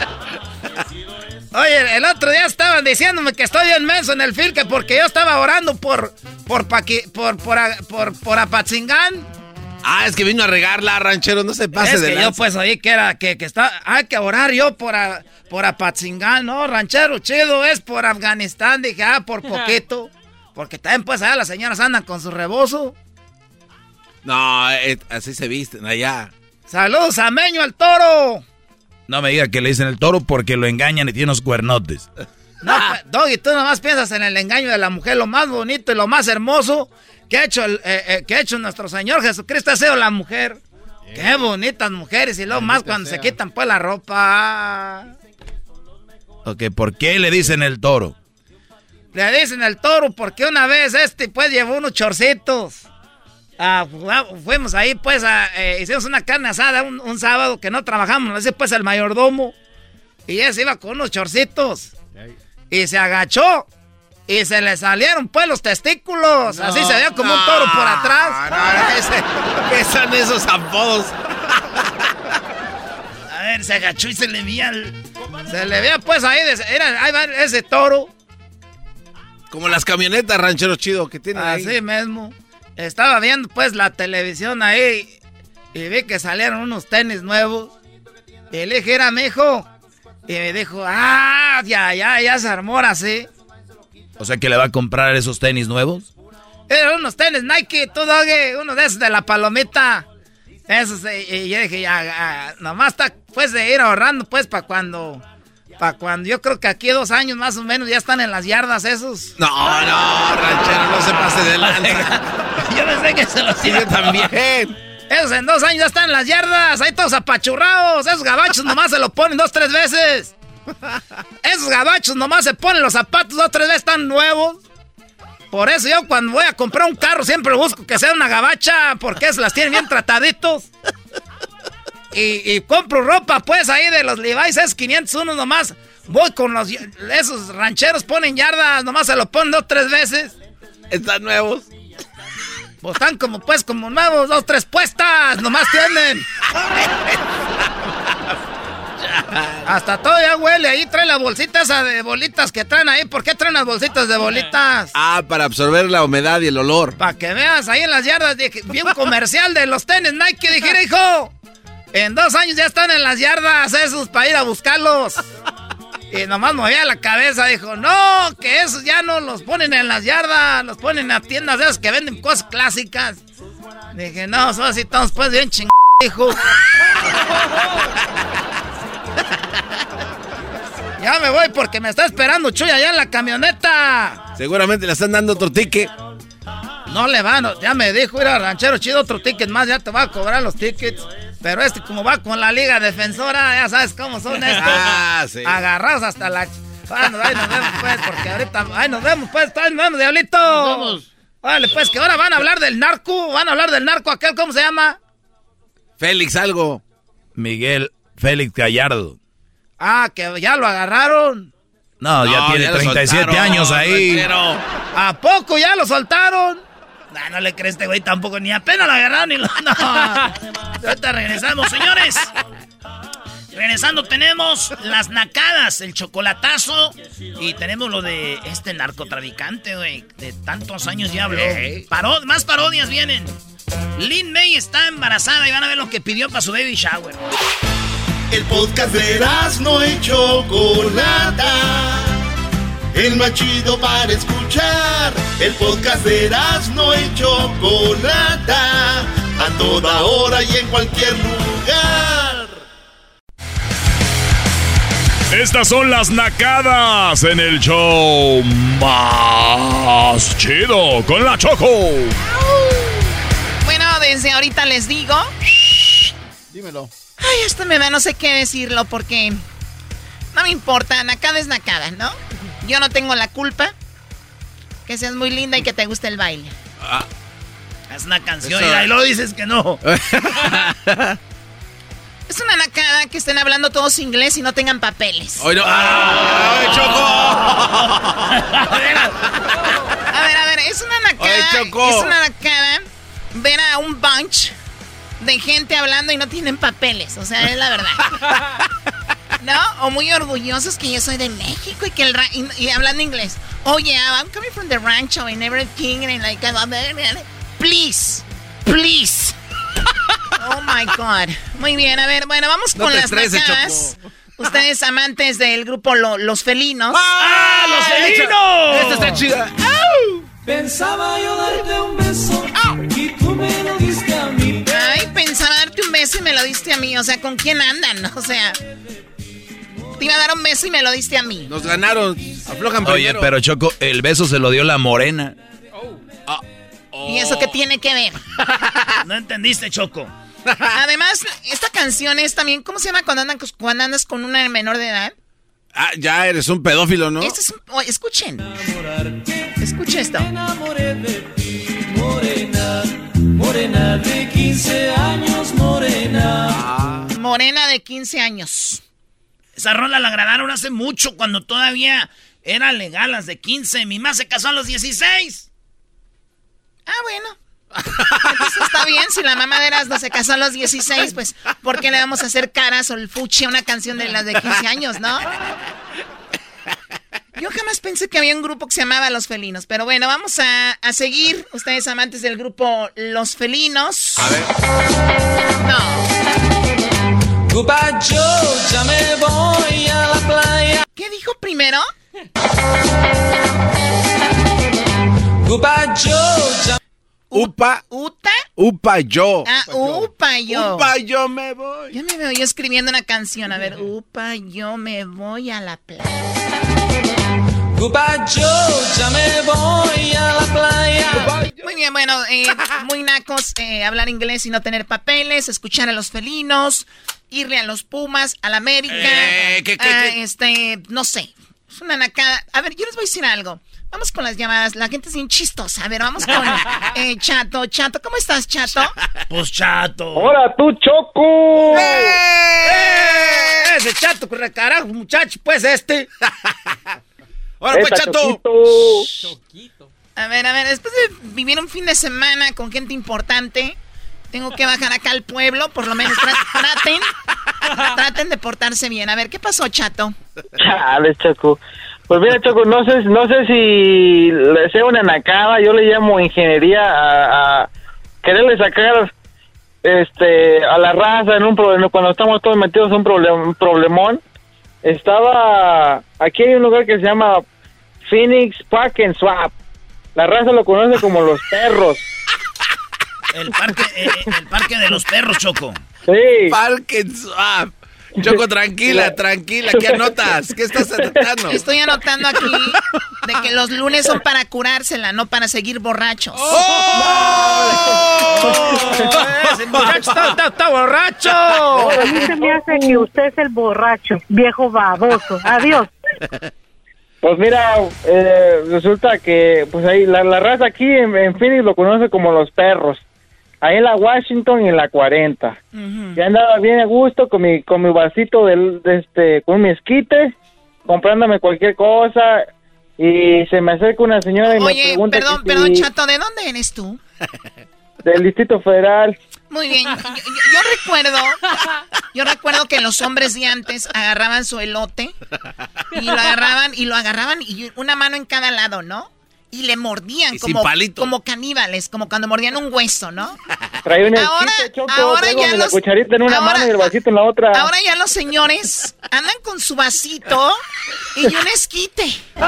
Oye, el otro día estaban diciéndome que estoy inmenso en el film, que porque yo estaba orando por por Paqui, por por por, por, por Apatzingán. Ah, es que vino a regarla, Ranchero, no se pase es de que lanza. yo pues oí que era que, que está, hay que orar yo por a, por Apatzingán, ¿no? Ranchero chido es por Afganistán, dije, ah, por poquito. Porque también pues allá las señoras andan con su rebozo. No, eh, así se visten allá. Saludos a Meño el Toro. No me diga que le dicen el toro porque lo engañan y tiene unos cuernotes. No, pues, Doggy, tú nomás piensas en el engaño de la mujer, lo más bonito y lo más hermoso que ha hecho, el, eh, eh, que ha hecho nuestro Señor Jesucristo ha sido la mujer. Yeah. Qué bonitas mujeres y luego más cuando sea. Se quitan pues la ropa. Ok, ¿por qué le dicen el toro? Le dicen el toro porque una vez este pues llevó unos chorcitos. Ah, fuimos ahí pues, a, eh, hicimos una carne asada un, un sábado que no trabajamos, así pues el mayordomo. Y ese iba con unos chorcitos. Y se agachó. Y se le salieron pues los testículos. No, así se veía como no, un toro por atrás. No, no, ese, ¿qué son esos apodos? A ver, se agachó y se le veía el, se le veía pues ahí, era, ahí va ese toro. Como las camionetas, Ranchero Chido, que tienen ahí. Así mismo. Estaba viendo pues la televisión ahí y vi que salieron unos tenis nuevos. Y le dije, era mijo. Y me dijo, ah, ya, ya, ya se armó así. O sea que le va a comprar esos tenis nuevos. Eran unos tenis Nike, tú, Doggy, uno de esos de la palomita. Esos, y, y yo dije, ya, ya, nomás está pues de ir ahorrando pues para cuando... Para cuando, yo creo que aquí dos años más o menos ya están en las yardas esos. No, no, Ranchero, no se pase de lanza. Yo pensé que se los iba también. Esos en dos años ya están en las yardas, ahí todos apachurrados. Esos gabachos nomás se lo ponen dos, tres veces. Esos gabachos nomás se ponen los zapatos dos, tres veces, están nuevos. Por eso yo cuando voy a comprar un carro siempre busco que sea una gabacha, porque esos las tienen bien trataditos. Y, y compro ropa, pues, ahí de los Levi's, es quinientos uno nomás. Voy con los... Esos rancheros ponen yardas, nomás se lo ponen dos, tres veces. Están nuevos. Pues están como, pues, como nuevos, dos, tres puestas, nomás tienen. Hasta todo ya huele, ahí trae la bolsita esa de bolitas que traen ahí. ¿Por qué traen las bolsitas de bolitas? Ah, para absorber la humedad y el olor. Para que veas, ahí en las yardas, dije, vi un comercial de los tenis Nike, dije, hijo... En dos años ya están en las yardas esos para ir a buscarlos. Y nomás movía la cabeza, dijo, no, que esos ya no los ponen en las yardas, los ponen a tiendas de esas que venden cosas clásicas. Dije, no, son así, estamos pues bien chingados, hijo. Ya me voy porque me está esperando Chuy allá en la camioneta. Seguramente le están dando otro ticket. No le van, ya me dijo, ir a Ranchero Chido, otro ticket más, ya te va a cobrar los tickets. Pero este, como va con la Liga Defensora, ya sabes cómo son estos. Ah, sí. Agarrados hasta la... Bueno, ahí nos vemos, pues, porque ahorita... Ahí nos vemos, pues, ahí nos vemos, diablito. Nos vemos. Vale, pues, que ahora van a hablar del narco, van a hablar del narco aquel, ¿cómo se llama? Félix algo. Miguel Félix Gallardo. Ah, que ya lo agarraron. No, no ya tiene ya treinta y siete años ahí. Ranchero. ¿A poco ya lo soltaron? No, no le crees este güey tampoco, ni apenas lo agarraron ni lo... No. Ahorita regresamos, señores. Regresando tenemos las nacadas, el chocolatazo. Y tenemos lo de este narcotraficante, güey. De tantos años ya habló. Parod- más parodias vienen. Lin May está embarazada y van a ver lo que pidió para su baby shower. El podcast de Erazno y Chocolata, el más chido para escuchar. El podcast de Erazno y Chocolata, a toda hora y en cualquier lugar. Estas son las nacadas en el show más chido con la Choco. Bueno, desde ahorita les digo. Dímelo. Ay, esto me da no sé qué decirlo porque no me importa, nacada es nacada, ¿no? Yo no tengo la culpa. Que seas muy linda y que te guste el baile. Ah, es una canción y ahí lo dices que no. Es una nacada que estén hablando todos inglés y no tengan papeles. ¡Ay, no! ¡Ay, Choco! A ver, a ver, es una nacada. Ay, Choco. Es una nacada ver a un bunch de gente hablando y no tienen papeles. O sea, es la verdad. ¿No? O muy orgullosos que yo soy de México y que el ra- y, y hablando inglés. Oh yeah, I'm coming from the rancho and everything and like please, please. Oh my God. Muy bien, a ver, bueno, vamos No con te las estreses, nacadas. Ustedes amantes del grupo Lo- Los Felinos. ¡Ah, Los Felinos! ¡Esta está chida! Pensaba yo darte un beso y tú me lo diste a mí. Ay, pensaba darte un beso y me lo diste a mí. O sea, ¿con quién andan? O sea, te iba a dar un beso y me lo diste a mí. Nos ganaron. Aflojan Oye, primero. pero Choco, el beso se lo dio la morena. Ah, oh. ¿Y eso qué tiene que ver? No entendiste, Choco. Además, esta canción es también, ¿cómo se llama cuando, andan, cuando andas con una menor de edad? Ah, ya eres un pedófilo, ¿no? Esto es un, oh, escuchen. Escuchen esto. Enamoré de ti, morena, morena de quince años, morena. Ah. Morena de quince años. Esa rola la grabaron hace mucho, cuando todavía era legal las de quince. Mi mamá se casó a los dieciséis. Ah, bueno. Entonces está bien, si la mamá de Erasmo se casó a los dieciséis, pues ¿por qué le vamos a hacer caras o el fuchi a una canción de las de quince años, no? Yo jamás pensé que había un grupo que se llamaba Los Felinos, pero bueno, vamos a, a seguir. Ustedes amantes del grupo Los Felinos. A ver. No. Goodbye, Joe, ya me voy a la playa. ¿Qué dijo primero? Goodbye, Joe, ya... Upa. ¿Uta? Upa yo. Ah, upa yo. Upa yo me voy. Ya me veo yo escribiendo una canción. A ver, upa yo me voy a la playa. Goodbye, Joe, ya me voy a la playa. Muy bien, bueno, eh, muy nacos eh, hablar inglés y no tener papeles, escuchar a Los Felinos, irle a los Pumas, a la América, Eh, ¿qué, qué, ah, qué? este, no sé, es una nacada. A ver, yo les voy a decir algo. Vamos con las llamadas, la gente es bien chistosa. A ver, vamos con eh, Chato. Chato, ¿cómo estás, Chato? Pues Chato. ¡Hola, tú, Choco! ¡Eh! Ese Chato, carajo, muchacho, pues este. ¡Ahora pues, Chato! Choquito. A ver, a ver, después de vivir un fin de semana con gente importante, tengo que bajar acá al pueblo, por lo menos tra- traten, traten de portarse bien. A ver, ¿qué pasó, Chato? Chale, Choco. Pues mira, Choco, no sé, no sé si le sea una nacada, yo le llamo ingeniería a, a quererle sacar este a la raza en un problema, cuando estamos todos metidos en un, problem, un problemón. Estaba, aquí hay un lugar que se llama Phoenix Park and Swap. La raza lo conoce como los perros. El parque, eh, el parque de los perros, Choco. Sí. Park and Swap. Choco, tranquila, tranquila. ¿Qué anotas? ¿Qué estás anotando? Estoy anotando aquí de que los lunes son para curársela, no para seguir borrachos. ¡Oh! ¡Ese muchacho está, está, está borracho! A mí se me hace que usted es el borracho, viejo baboso. Adiós. Pues mira, eh, resulta que pues ahí la, la raza aquí en, en Phoenix lo conoce como los perros. Ahí en la Washington y en la cuarenta. Uh-huh. Ya andaba bien a gusto con mi con mi vasito de, de este con mi esquite, comprándome cualquier cosa, y se me acerca una señora y Oye, me pregunta perdón, que perdón, si, Chato, ¿de dónde eres tú? Del Distrito Federal. Muy bien, yo, yo, yo recuerdo, yo recuerdo que los hombres de antes agarraban su elote y lo agarraban y lo agarraban y una mano en cada lado, ¿no? Y le mordían y como, como caníbales, como cuando mordían un hueso, ¿no? Trae una ahora, esquite, Choco, ahora traigo ya la los, cucharita en una ahora, mano y el vasito en la otra. Ahora ya los unos señores andan con su vasito y un esquite.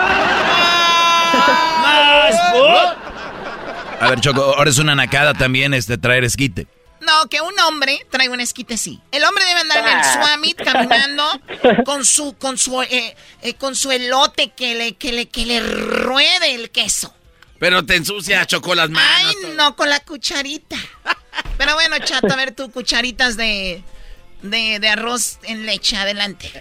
A ver, Choco, ahora es una nacada también este traer esquite. No, que un hombre traiga un esquite, sí. El hombre debe andar en el Swamit caminando con su con su eh, eh, con su elote que le que le que le ruede el queso. Pero te ensucia, Choco, las manos. Ay, no, con la cucharita. Pero bueno, Chato, a ver tú, cucharitas de de, de arroz en leche, adelante.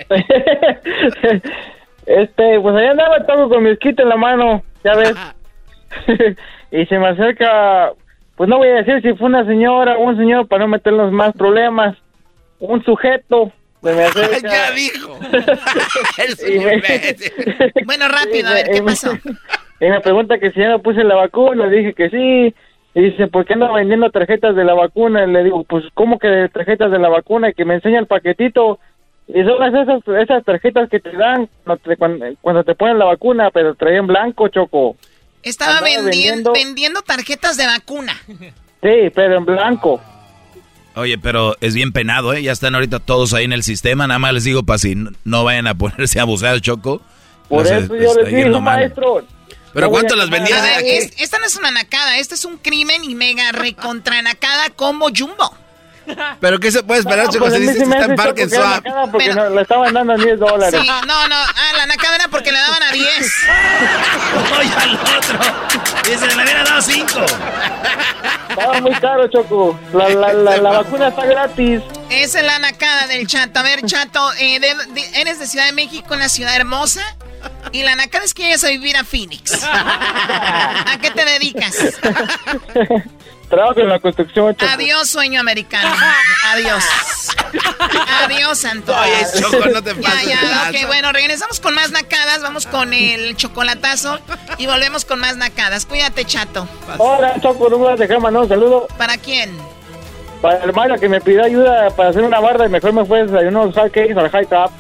Este, pues allá andaba todo con mi esquite en la mano, ya ves. Y se me acerca, pues no voy a decir si fue una señora o un señor para no meternos más problemas. Un sujeto se me acerca. Ya dijo. Y me- Bueno, rápido, a ver, ¿qué pasó? Y me pregunta que si ya me puse la vacuna, le dije que sí. Y dice, ¿por qué ando vendiendo tarjetas de la vacuna? Y le digo, pues, ¿cómo que tarjetas de la vacuna? Y que me enseña el paquetito. Y son esas, esas tarjetas que te dan cuando te, cuando, cuando te ponen la vacuna, pero traía en blanco, Choco. Estaba Andaba vendi- vendiendo- vendiendo tarjetas de vacuna. Sí, pero en blanco. Oye, pero es bien penado, ¿eh? Ya están ahorita todos ahí en el sistema. Nada más les digo para si no, no vayan a ponerse abusados, Choco. Por Los, eso eh, yo está les yendo digo, mal. maestro. ¿Pero no voy cuánto a las tomar vendías A de ver, aquí? es- esta no es una nacada, este es un crimen y mega recontra nacada combo jumbo. ¿Pero qué se puede esperar, No, Choco? pues Se a mí dice sí que me está en hace Park and Choco que era Swap. nacada porque Pero- no, le estaban dando diez dólares. Sí, no, no, ah, la nacada era porque le daban a diez. Oye, al otro. Dice, le hubiera dado cinco. Estaba muy caro, Choco. La, la, la, la vacuna está gratis. Esa es la nacada del Chato. A ver, Chato, eh, de- de- eres de Ciudad de México, en la ciudad hermosa. Y la nacada es que vayas a vivir a Phoenix. ¿A qué te dedicas? Trabajo en la construcción, Choco. Adiós, sueño americano. Adiós. Adiós, Antonio. Oye, Choco, no te Ya, pases. ya, de ok, bueno, regresamos con más nacadas. Vamos con el chocolatazo y volvemos con más nacadas. Cuídate, Chato. Hola, Choco, no me vas a dejar mandar un saludo ¿Para quién? para el Mario que me pidió ayuda para hacer una barra y mejor me fue a desayunar unos hot cakes al high top.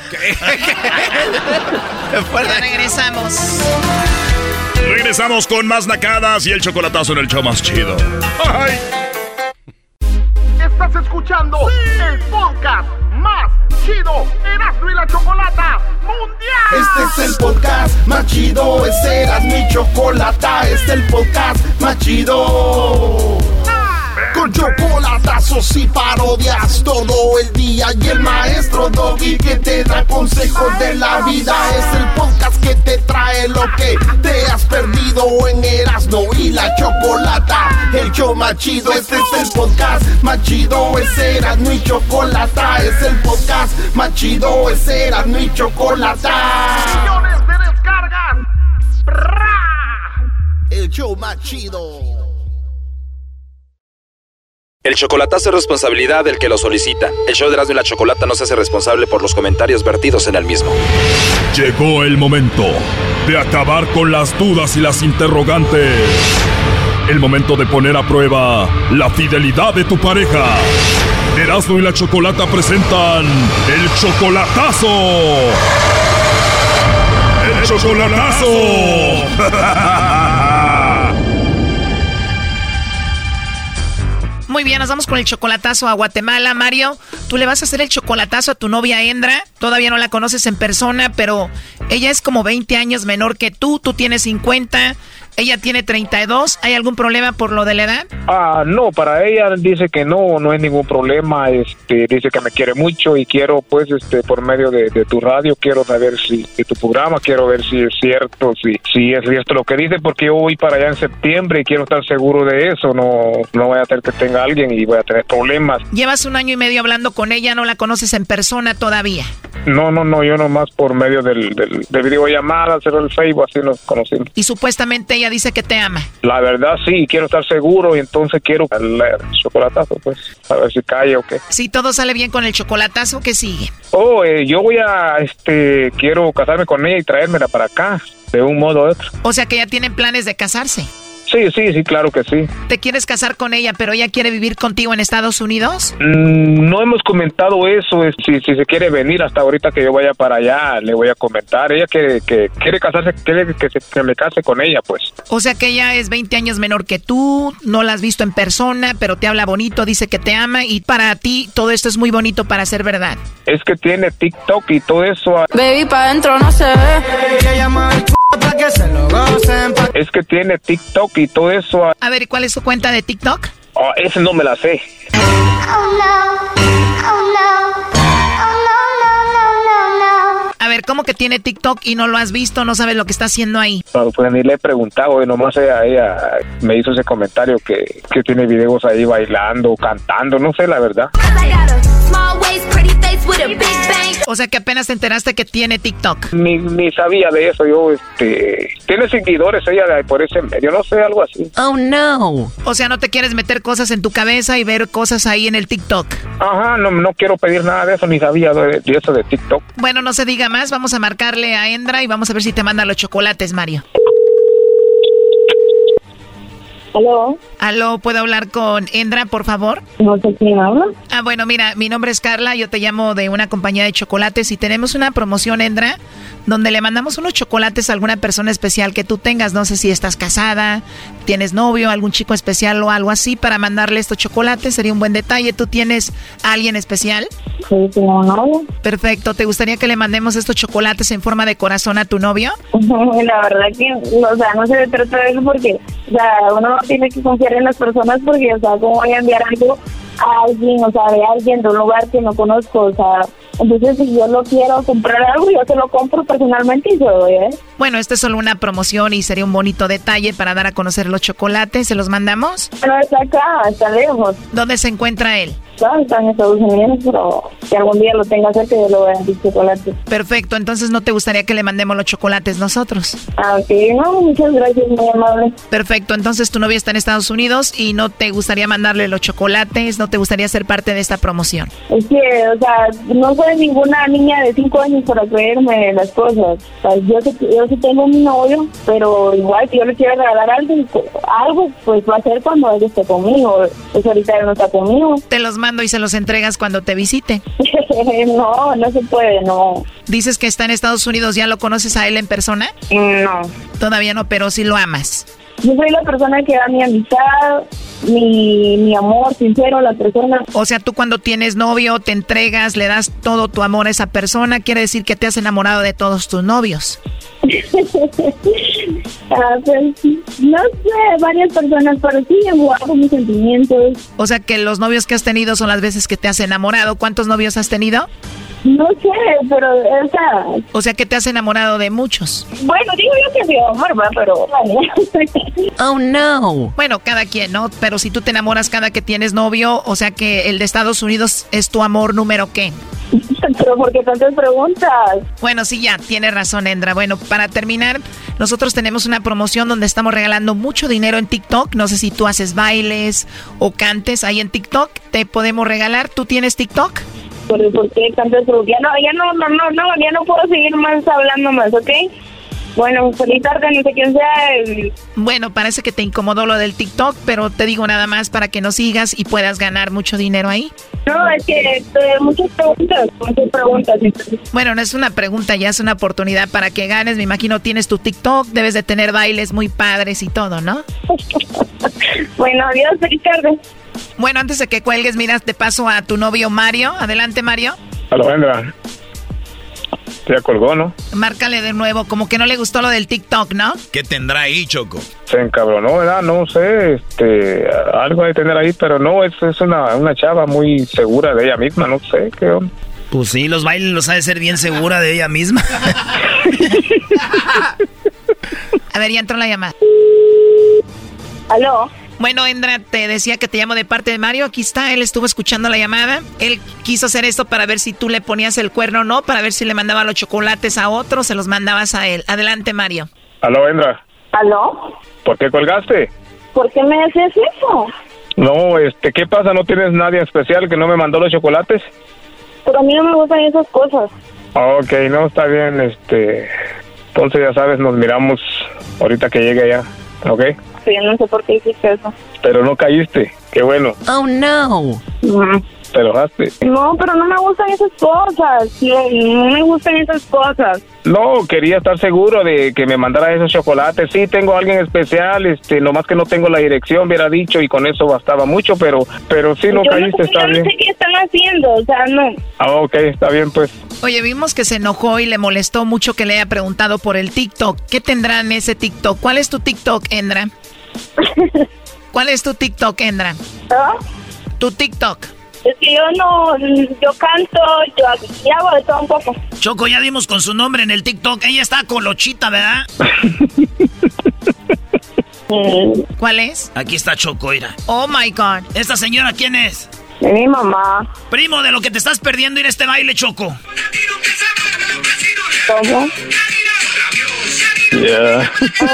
Ya regresamos. Regresamos con más nacadas y el chocolatazo en el show más chido. ¡Ay! Estás escuchando el podcast más chido, Erasmo y la Chocolata Mundial. Este es el podcast más chido, este era mi chocolata, este es el podcast más chido. Con chocolatazos y parodias todo el día y el maestro Doggy que te da consejos de la vida. Es el podcast que te trae lo que te has perdido en Erasmo y la Chocolata. El show más chido, este es el podcast más chido, es Erasmo y Chocolata. Es el podcast más chido, es Erasmo y Chocolata. Millones de descargas. ¡Bra! El show más chido. El chocolatazo es responsabilidad del que lo solicita. El show de Erasmo y la Chocolata no se hace responsable por los comentarios vertidos en el mismo. Llegó el momento de acabar con las dudas y las interrogantes. El momento de poner a prueba la fidelidad de tu pareja. Erasmo y la Chocolata presentan el chocolatazo. ¡El chocolatazo! Muy bien, nos vamos con el chocolatazo a Guatemala. Mario, tú le vas a hacer el chocolatazo a tu novia Endra. Todavía no la conoces en persona, pero ella es como veinte años menor que tú. Tú tienes cincuenta, ella tiene treinta y dos. ¿Hay algún problema por lo de la edad? Ah, no, para ella dice que no, no hay ningún problema, este, dice que me quiere mucho y quiero, pues, este, por medio de, de tu radio, quiero saber si, de tu programa, quiero ver si es cierto, si, si es cierto lo que dice, porque yo voy para allá en septiembre y quiero estar seguro de eso, no, no voy a tener que tenga alguien y voy a tener problemas. Llevas un año y medio hablando con ella, no la conoces en persona todavía. No, no, no, yo nomás por medio del, del, de videollamada, hacer el Facebook, así nos conocimos. Y supuestamente ella dice que te ama. La verdad sí, quiero estar seguro y entonces quiero el, el chocolatazo, pues, a ver si cae o qué. Si todo sale bien con el chocolatazo, ¿qué sigue? Oh, eh, yo voy a, este, quiero casarme con ella y traérmela para acá, de un modo u otro. O sea que ya tienen planes de casarse. Sí, sí, sí, claro que sí. ¿Te quieres casar con ella, pero ella quiere vivir contigo en Estados Unidos? Mm, no hemos comentado eso. Es, si, si se quiere venir hasta ahorita que yo vaya para allá, le voy a comentar. Ella quiere, que, quiere casarse, quiere que, se, que me case con ella, pues. O sea que ella es veinte años menor que tú, no la has visto en persona, pero te habla bonito, dice que te ama y para ti todo esto es muy bonito para ser verdad. Es que tiene TikTok y todo eso. Baby, pa' dentro no se ve. Es que tiene TikTok y todo eso. A ver, ¿cuál es su cuenta de TikTok? Oh, ese no me la sé. Oh, no. Oh, no. A ver, ¿cómo que tiene TikTok y no lo has visto? No sabes lo que está haciendo ahí. No, pues ni le he preguntado, y nomás ella, ella me hizo ese comentario que, que tiene videos ahí bailando, cantando, no sé la verdad. O sea que apenas te enteraste que tiene TikTok. Ni, ni sabía de eso, yo, este... Tiene seguidores ella de por ese medio, no sé, algo así. Oh, no. O sea, ¿no te quieres meter cosas en tu cabeza y ver cosas ahí en el TikTok? Ajá, no, no quiero pedir nada de eso, ni sabía de, de eso de TikTok. Bueno, no se diga más, vamos a marcarle a Endra y vamos a ver si te manda los chocolates, Mario. ¿Aló? ¿Aló? ¿Puedo hablar con Endra, por favor? No sé quién habla. Ah, bueno, mira, mi nombre es Carla, yo te llamo de una compañía de chocolates y tenemos una promoción, Endra, donde le mandamos unos chocolates a alguna persona especial que tú tengas. No sé si estás casada, tienes novio, algún chico especial o algo así, para mandarle estos chocolates, sería un buen detalle. ¿Tú tienes a alguien especial? Sí, tengo un novio. Perfecto, ¿te gustaría que le mandemos estos chocolates en forma de corazón a tu novio? La verdad que, o sea, no se trata de eso porque, o sea, uno tiene que confiar en las personas porque, o sea, ¿cómo voy a enviar algo a alguien, o sea, de alguien de un lugar que no conozco? O sea, entonces si yo lo quiero comprar algo, yo se lo compro personalmente y se lo doy, ¿eh? Bueno, esta es solo una promoción y sería un bonito detalle para dar a conocer los chocolates. ¿Se los mandamos? No, está acá, está lejos. ¿Dónde se encuentra él? Está, está en Estados Unidos, pero si algún día lo tenga cerca, yo le voy a dar chocolates. Perfecto, entonces ¿no te gustaría que le mandemos los chocolates nosotros? Ah, ok, no, muchas gracias, muy amable. Perfecto, entonces tu novia está en Estados Unidos y no te gustaría mandarle los chocolates, no te gustaría ser parte de esta promoción. Es que, o sea, no soy ninguna niña de cinco años para creerme las cosas. O sea, yo, sé, yo sí tengo mi novio, pero igual si yo le quiero regalar algo, algo, pues va a ser cuando él esté conmigo. Pues ahorita él no está conmigo. Te los mando y se los entregas cuando te visite. No, no se puede, no. Dices que está en Estados Unidos, ¿ya lo conoces a él en persona? No. Todavía no, pero sí lo amas. Yo soy la persona que da mi amistad, mi, mi amor sincero a la persona. O sea, tú cuando tienes novio te entregas, le das todo tu amor a esa persona, quiere decir que te has enamorado de todos tus novios. Ah, pues, no sé, varias personas, pero sí guardo mis sentimientos. O sea que los novios que has tenido son las veces que te has enamorado. ¿Cuántos novios has tenido? No sé, pero, o sea... O sea que te has enamorado de muchos. Bueno, digo yo que sí, amor, ¿va? Pero... Oh, no. Bueno, cada quien, ¿no? Pero si tú te enamoras cada que tienes novio, o sea que el de Estados Unidos es tu amor número ¿qué? Pero ¿por qué tantas preguntas? Bueno, sí, ya, tienes razón, Endra. Bueno, para terminar, nosotros tenemos una promoción donde estamos regalando mucho dinero en TikTok. No sé si tú haces bailes o cantes ahí en TikTok. Te podemos regalar. ¿Tú tienes TikTok? ¿Por, ¿por qué tantas preguntas? Ya no, ya no, no, no, no, ya no puedo seguir más hablando más, ¿ok? Bueno, feliz tarde, no sé quién sea. Bueno, parece que te incomodó lo del TikTok, pero te digo nada más para que nos sigas y puedas ganar mucho dinero ahí. No, es que eh, muchas preguntas, muchas preguntas. Bueno, no es una pregunta, ya es una oportunidad para que ganes. Me imagino tienes tu TikTok, debes de tener bailes muy padres y todo, ¿no? Bueno, adiós, feliz tarde. Bueno, antes de que cuelgues, mira, te paso a tu novio Mario. Adelante, Mario. Aló, Endra. Ya colgó, ¿no? Márcale de nuevo, como que no le gustó lo del TikTok, ¿no? ¿Qué tendrá ahí, Choco? Se encabronó, ¿verdad? No sé, este, algo hay que tener ahí, pero no, es, es una, una chava muy segura de ella misma, no sé, ¿qué onda? Pues sí, los bailes los ha de ser bien segura de ella misma. A ver, ya entró la llamada. ¿Aló? Bueno, Endra, te decía que te llamo de parte de Mario. Aquí está, él estuvo escuchando la llamada. Él quiso hacer esto para ver si tú le ponías el cuerno o no, para ver si le mandaba los chocolates a otro, se los mandabas a él. Adelante, Mario. Aló, Endra. ¿Aló? ¿Por qué colgaste? ¿Por qué me haces eso? No, este, ¿qué pasa? ¿No tienes nadie especial que no me mandó los chocolates? Pero a mí no me gustan esas cosas. Ok, no, está bien, este... Entonces, ya sabes, nos miramos ahorita que llegue allá, ¿ok? cierto, yo no sé por qué hiciste eso. Pero no caíste, qué bueno. Oh, no. No. Te enojaste. No, pero no me gustan esas cosas. No, no me gustan esas cosas. No, quería estar seguro de que me mandara esos chocolates. Sí, tengo a alguien especial, este, nomás que no tengo la dirección, hubiera dicho, y con eso bastaba mucho, pero pero sí, no yo caíste, no, está yo bien. no sé qué están haciendo, o sea, no. Ah, ok, está bien, pues. Oye, vimos que se enojó y le molestó mucho que le haya preguntado por el TikTok. ¿Qué tendrá en ese TikTok? ¿Cuál es tu TikTok, Endra? ¿Cuál es tu TikTok, Endra? ¿Ah? Tu TikTok. Es que yo no, yo canto, yo, yo hago de todo un poco. Choco, ya dimos con su nombre en el TikTok. Ella está colochita, ¿verdad? ¿Cuál es? Aquí está Choco, mira. Oh, my God. ¿Esta señora quién es? Es mi mamá. Primo, de lo que te estás perdiendo ir a este baile, Choco. ¿Cómo? Yeah.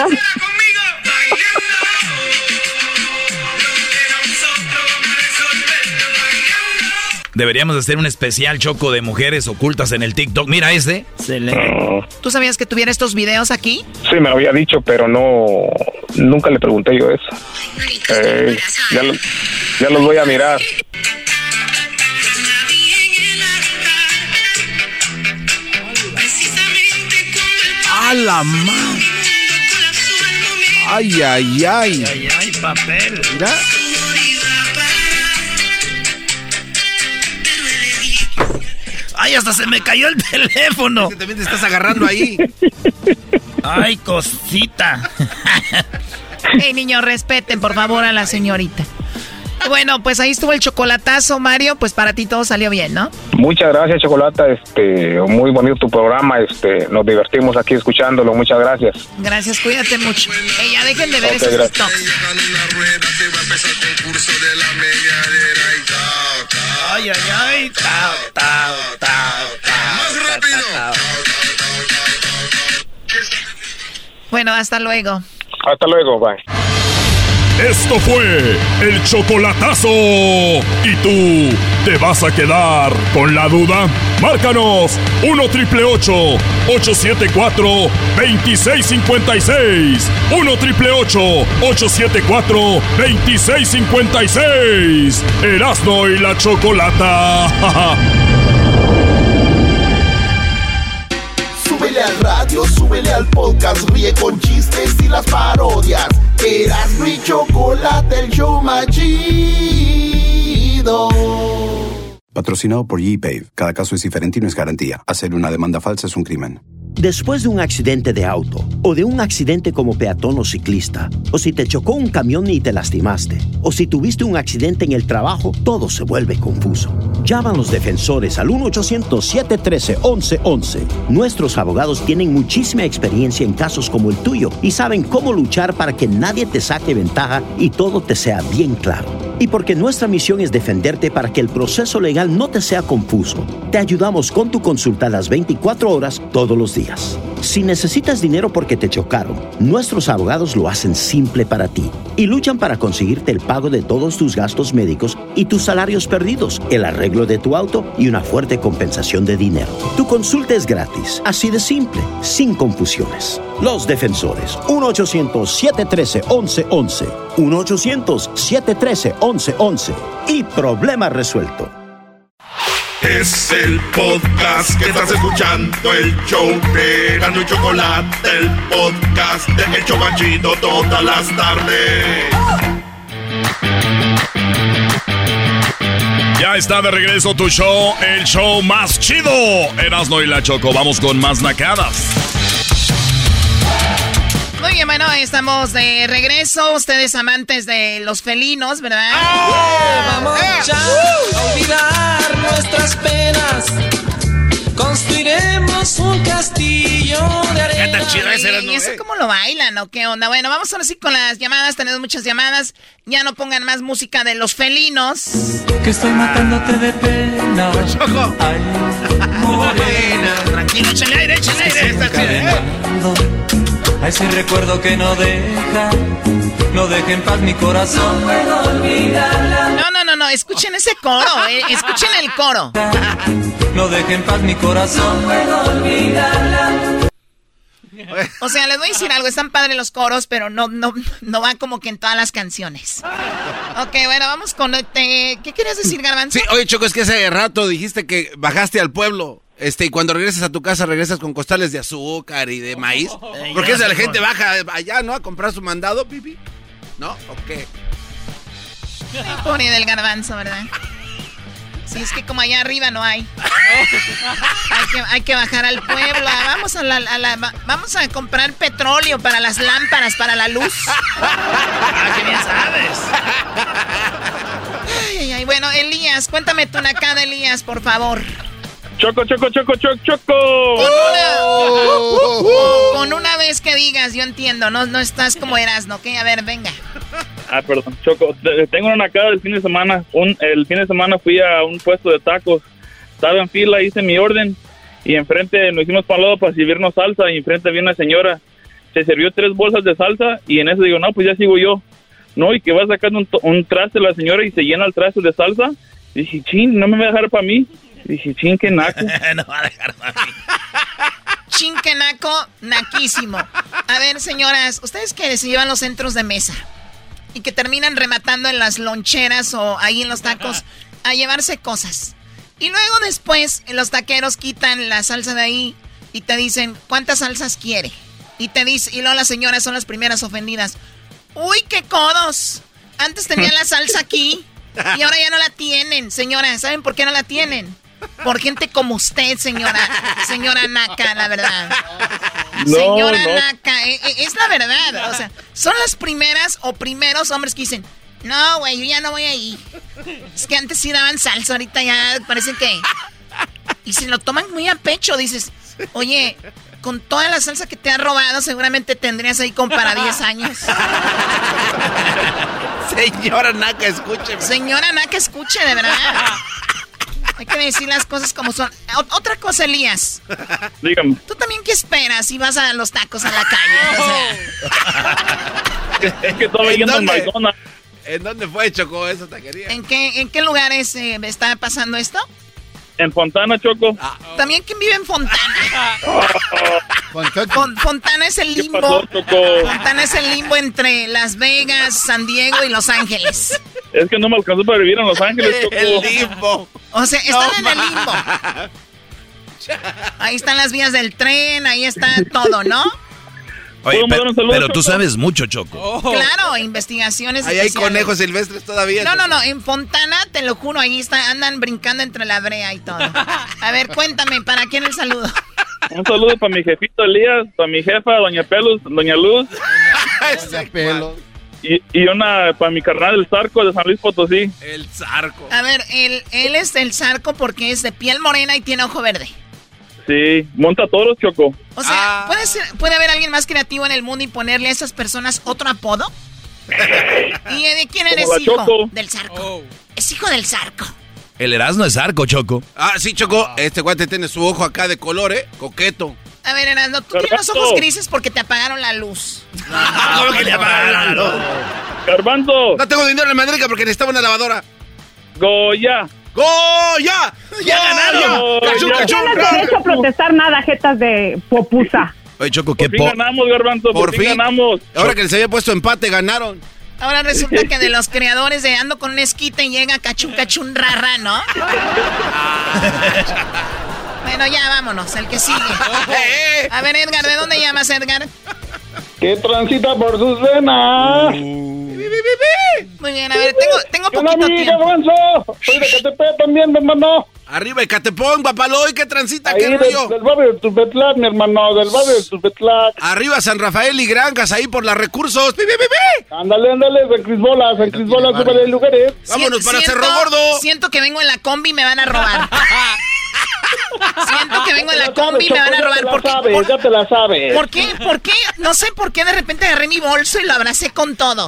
Deberíamos hacer un especial, Choco, de mujeres ocultas en el TikTok. Mira este. Se le... Uh, ¿Tú sabías que tuviera estos videos aquí? sí, me lo había dicho, pero no, nunca le pregunté yo eso. Eh, ya, lo, ya los voy a mirar. ¡A la madre! ¡Ay, ay, ay! ¡Ay, ay, papel! Mira. ¡Ay, hasta se me cayó el teléfono! Es que también te estás agarrando ahí. ¡Ay, cosita! Hey, niños, respeten, por favor, a la señorita. Bueno, pues ahí estuvo el chocolatazo, Mario. Pues para ti todo salió bien, ¿no? Muchas gracias, Chocolata. Este, muy bonito tu programa. Este, nos divertimos aquí escuchándolo. Muchas gracias. Gracias, cuídate mucho. Hey, ya dejen de ver Okay, esos gracias. TikToks. ¡Ay, ay, ay! ¡Tao, tao, tao, tao! ¡Más rápido! Bueno, hasta luego. Hasta luego, bye. Esto fue el chocolatazo. ¿Y tú te vas a quedar con la duda? Márcanos uno triple ocho, ocho siete cuatro, dos seis cinco seis. uno triple ocho, ocho siete cuatro, dos seis cinco seis. Erasno y la Chocolata. Súbele al radio, súbele al podcast, ríe con chistes y las parodias. Erasmo y Chocolate, el show más chido. Patrocinado por G-Pave. Cada caso es diferente y no es garantía. Hacer una demanda falsa es un crimen. Después de un accidente de auto, o de un accidente como peatón o ciclista, o si te chocó un camión y te lastimaste, o si tuviste un accidente en el trabajo, todo se vuelve confuso. Llama a los defensores al uno ochocientos, siete uno tres, once once. Nuestros abogados tienen muchísima experiencia en casos como el tuyo y saben cómo luchar para que nadie te saque ventaja y todo te sea bien claro. Y porque nuestra misión es defenderte para que el proceso legal no te sea confuso, te ayudamos con tu consulta a las veinticuatro horas todos los días. Si necesitas dinero porque te chocaron, nuestros abogados lo hacen simple para ti y luchan para conseguirte el pago de todos tus gastos médicos y tus salarios perdidos, el arreglo de tu auto y una fuerte compensación de dinero. Tu consulta es gratis, así de simple, sin confusiones. Los defensores, uno ochocientos, siete uno tres, once once. uno ochocientos, siete uno tres, once once. Y problema resuelto. Es el podcast que estás escuchando, el show de Erasmo y Chocolate, el podcast de El Chobachito todas las tardes. Ya está de regreso tu show, el show más chido. Erasmo y la Choco, vamos con más nacadas. Muy bien, bueno, estamos de regreso. Ustedes amantes de los felinos, ¿verdad? ¡Oh! Vamos ya a olvidar nuestras penas. Construiremos un castillo de arena. ¿Qué tan chido ese era, no? ¿Y eso cómo lo bailan o qué onda? Bueno, vamos ahora sí con las llamadas. Tenemos muchas llamadas. Ya no pongan más música de los felinos. Que estoy matándote de pena. ¡Choco! Ay, morena. Tranquilo, échale aire, échale aire. Está chido, ¿eh? A ese recuerdo que no deja, no deja en paz mi corazón. No puedo olvidarla. No, no, no, no, escuchen ese coro, eh. Escuchen el coro. No deja en paz mi corazón. No puedo olvidarla. O sea, les voy a decir algo, están padres los coros, pero no, no, no van como que en todas las canciones. Ok, bueno, vamos con... Este, ¿qué querías decir, Garbanzo? Sí, oye, Choco, es que hace rato dijiste que bajaste al pueblo. Este, y cuando regresas a tu casa, regresas con costales de azúcar y de maíz. Porque esa la gente baja allá, ¿no? A comprar su mandado, pipi. ¿No? Ok. Pobre del Garbanzo, ¿verdad? Sí, es que como allá arriba no hay. Hay que, hay que bajar al pueblo. Vamos a la, a la vamos a comprar petróleo para las lámparas, para la luz. Ah, que bien sabes. Ay, ay, ay. Bueno, Elías, cuéntame tu nacada, Elías, por favor. Choco, choco, choco, choco, choco. Con una, oh. con una vez que digas, yo entiendo, no, no estás como Erasmo, ¿ok? A ver, venga. Ah, perdón, Choco, tengo una nacada del fin de semana. Un, el fin de semana fui a un puesto de tacos. Estaba en fila, hice mi orden. Y enfrente nos hicimos para un lado para servirnos salsa. Y enfrente había una señora. Se sirvió tres bolsas de salsa. Y en eso digo, no, pues ya sigo yo. No, y que va sacando un, un traste la señora y se llena el traste de salsa. Y dije, chin, no me va a dejar para mí. Y dije, chin, qué naco. No va a dejar para mí. Chin, qué naco, naquísimo. A ver, señoras, ¿ustedes qué se llevan los centros de mesa? Y que terminan rematando en las loncheras o ahí en los tacos a llevarse cosas. Y luego después los taqueros quitan la salsa de ahí y te dicen, ¿cuántas salsas quiere? Y te dice, y luego las señoras son las primeras ofendidas. ¡Uy, qué codos! Antes tenían la salsa aquí y ahora ya no la tienen. Señora, ¿saben por qué no la tienen? Por gente como usted, señora. Señora naca, la verdad. No, señora no. naca, eh, eh, es la verdad. O sea, son las primeras o primeros hombres que dicen, no, güey, yo ya no voy ahí. Es que antes sí daban salsa, ahorita ya parece que... Y se lo toman muy a pecho, dices, oye, con toda la salsa que te han robado, seguramente tendrías ahí como para diez años. Señora naca, escúcheme. Señora naca, escuche, de verdad. Hay que decir las cosas como son. O- otra cosa, Elías. Dígame. ¿Tú también qué esperas si vas a los tacos a la calle? O sea, es que estaba yendo en McDonald's. ¿En dónde fue, Choco, esa taquería? ¿En qué, en qué lugares eh, está pasando esto? En Fontana, Choco. Ah. ¿También quién vive en Fontana? Fon- Fontana es el limbo. pasó, Choco? Fontana es el limbo entre Las Vegas, San Diego y Los Ángeles. Es que no me alcanzó para vivir en Los Ángeles, Choco. El limbo. O sea, están No, en el limbo. Ahí están las vías del tren, ahí está todo, ¿no? Oye, pero, pero tú sabes mucho, Choco. Oh. Claro, investigaciones. Ahí hay especiales. conejos silvestres todavía. No, no, no, en Fontana, te lo juro, ahí está, andan brincando entre la brea y todo. A ver, cuéntame, ¿para quién el saludo? Un saludo para mi jefito Elías, para mi jefa, Doña Pelus, Doña Luz. Doña Pelus. Y, y una para mi carnal, el Zarco de San Luis Potosí. El Zarco. A ver, él, él es del Zarco porque es de piel morena y tiene ojo verde. Sí, monta toros, Choco. O sea, ¿puede, ser, ¿puede haber alguien más creativo en el mundo y ponerle a esas personas otro apodo? ¿Y de quién eres Como la hijo? Choco. Del Zarco. Oh. Es hijo del Zarco. El Erasmo es Zarco, Choco. Ah, sí, Choco. Este guante tiene su ojo acá de color, ¿eh? Coqueto. A ver, Erasmo, tú tienes los ojos grises porque te apagaron la luz. ¿Cómo que le apagaron la luz? Garbanzo. No tengo dinero en la madriga porque necesitaba una lavadora. Goya. ¡Goya! ¡Ya ganaron! ¡Cachú, No cachú! tienes derecho a protestar nada, jetas de popusa. Oye, Choco, qué Por fin po... ganamos, Garbanzo, por, Por fin fin. ganamos. Ahora que les había puesto empate, ganaron. Ahora resulta que de los creadores de Ando con un esquite llega Cachun Cachun Rara, ¿no? Bueno, ya vámonos, el que sigue. A ver, Edgar, ¿de dónde llamas, Edgar? Que transita por sus venas. Muy bien, a ver, tengo, tengo ¿Qué onda, poquito mi tiempo. Garbanzo? Soy de Catepec también, mi hermano. Arriba, Ecatepón, Papaloy, ¿qué transita? Ahí ¿Qué del, rollo? del barrio de Tupetlac, mi hermano, del barrio de Tupetlac. Arriba, San Rafael y Granjas, ahí por los recursos. ¡Pi, pi, pi, pi! Ándale, ándale, San Crisbola, San Crisbola, súbale lugares. Vámonos para Siento- Cerro Gordo. Siento que vengo en la combi y me van a robar. Siento que vengo en la Ya sabes, combi y me van a Choco, robar. ya te la ¿Por qué? sabes, ¿Por, ya te la sabes. ¿Por qué? ¿Por qué? No sé por qué de repente agarré mi bolso y lo abracé con todo.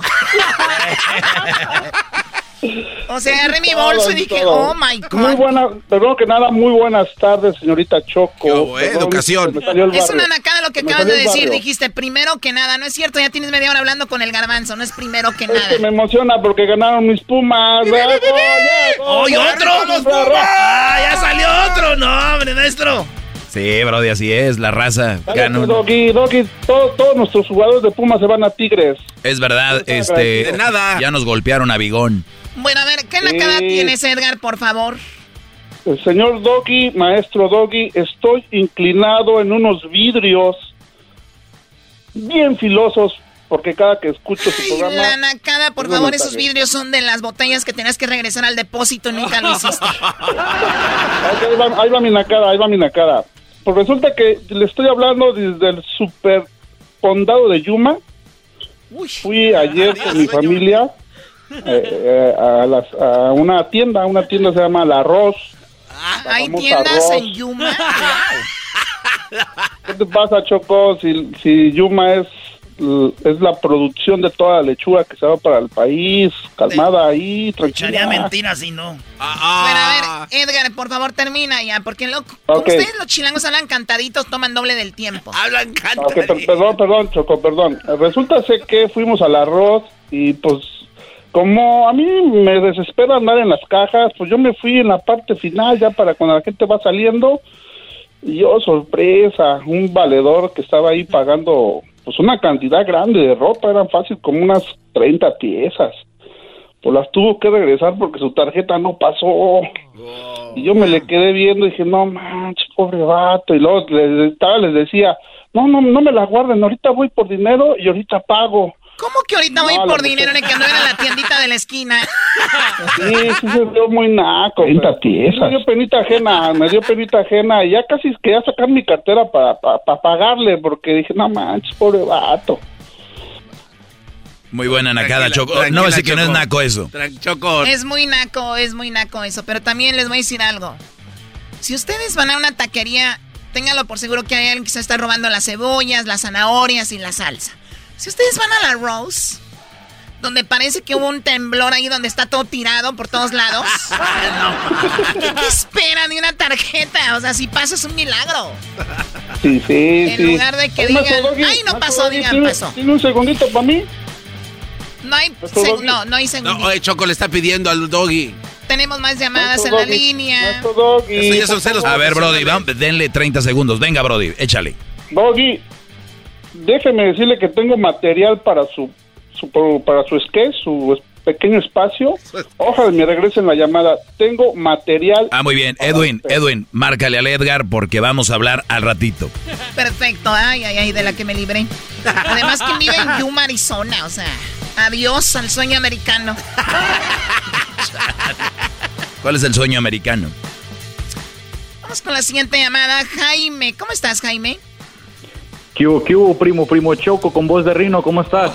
O sea, agarré mi bolso y dije, Todo. oh my God. Muy buena, perdón que nada, muy buenas tardes, señorita Choco. eh, Perdón, educación. me salió el Es barrio. una nacada lo que Me acabas de salió el decir. barrio. Dijiste primero que nada. No es cierto, ya tienes media hora hablando con el garbanzo. No es primero que Es que nada. me emociona porque ganaron mis Pumas. ¿verdad? ¡Gol, ya, gol! ¡Oye, otro! ¡Vamos, Rara! ¡Ah, ya salió otro! No, hombre, maestro. Sí, Brody, así es, la raza. Gana un... Doggy, Doggy, todo, todos nuestros jugadores de Pumas se van a Tigres. Es verdad, este, de nada. Ya nos golpearon a Bigón. Bueno, a ver, ¿qué nacada Sí. tienes, Edgar, por favor? El señor Doggy, maestro Doggy, estoy inclinado en unos vidrios bien filosos porque cada que escucho su programa... La nacada, por tengo favor, mensajes. esos vidrios son de las botellas que tenías que regresar al depósito y nunca lo hiciste. Ok, ahí, va, ahí va mi nacada, ahí va mi nacada. Pues resulta que le estoy hablando desde el super condado de Yuma. Fui ayer con mi familia eh, eh, a, las, a una tienda, una tienda se llama La Arroz. ¿Hay famosa tiendas Arroz. en Yuma? ¿Qué te pasa, Choco? Si, si Yuma es, es la producción de toda la lechuga que se va para el país, calmada ahí, tranquila. Echaría mentiras si no. Bueno, a ver, Edgar, por favor, termina ya, porque lo, como Ok. ustedes los chilangos hablan cantaditos, toman doble del tiempo. Hablan Ok, per- perdón, perdón, Choco, perdón. Resulta ser que fuimos al Arroz y pues como a mí me desespera andar en las cajas, pues yo me fui en la parte final ya para cuando la gente va saliendo. Y yo, sorpresa, un valedor que estaba ahí pagando pues una cantidad grande de ropa, eran fácil como unas treinta piezas. Pues las tuvo que regresar porque su tarjeta no pasó. Y yo me le quedé viendo y dije, no manches, pobre vato. Y luego les, les decía, no, no, no me la guarden, ahorita voy por dinero y ahorita pago. ¿Cómo que ahorita No, voy la por mujer- dinero en el que no era la tiendita de la esquina? Sí, sí se vio muy naco. treinta piezas. Me dio penita ajena, me dio penita ajena. Y ya casi quería sacar mi cartera para pa, pa pagarle porque dije, no manches, pobre vato. Muy buena nacada, Tranquila, Choco. tranquila, No, decir que no es Choco. naco eso. Choco. Es muy naco, es muy naco eso. Pero también les voy a decir algo. Si ustedes van a una taquería, ténganlo por seguro que hay alguien que se está robando las cebollas, las zanahorias y la salsa. Si ustedes van a la Rose, donde parece que hubo un temblor ahí donde está todo tirado por todos lados, ¿qué, qué esperan de una tarjeta? O sea, si pasa es un milagro. Sí, sí, En sí. lugar de que Ay, digan, maestro Doggy, ay, no maestro pasó, Doggy, digan, ¿tiene- pasó. ¿Tiene un segundito para mí? No hay, Maestro seg- Doggy. no, no hay No, segundito. oye, Choco le está pidiendo al Doggy. Tenemos más llamadas Maestro en la Doggy, línea. Maestro Doggy, Eso ya son celos. A ver, Brody, vamos, denle treinta segundos. Venga, Brody, échale. Doggy, déjeme decirle que tengo material para su, su para su sketch, su pequeño espacio. Ojalá me regresen la llamada. Tengo material. Ah, muy bien. Edwin, Edwin, márcale al Edgar porque vamos a hablar al ratito. Perfecto, ay, ay, ay, de la que me libré. Además que vive en Yuma, Arizona, o sea, adiós al sueño americano. ¿Cuál es el sueño americano? Vamos con la siguiente llamada. Jaime, ¿cómo estás, Jaime? ¿Qué hubo, qué hubo, primo, primo Choco, con voz de Rino? ¿Cómo estás?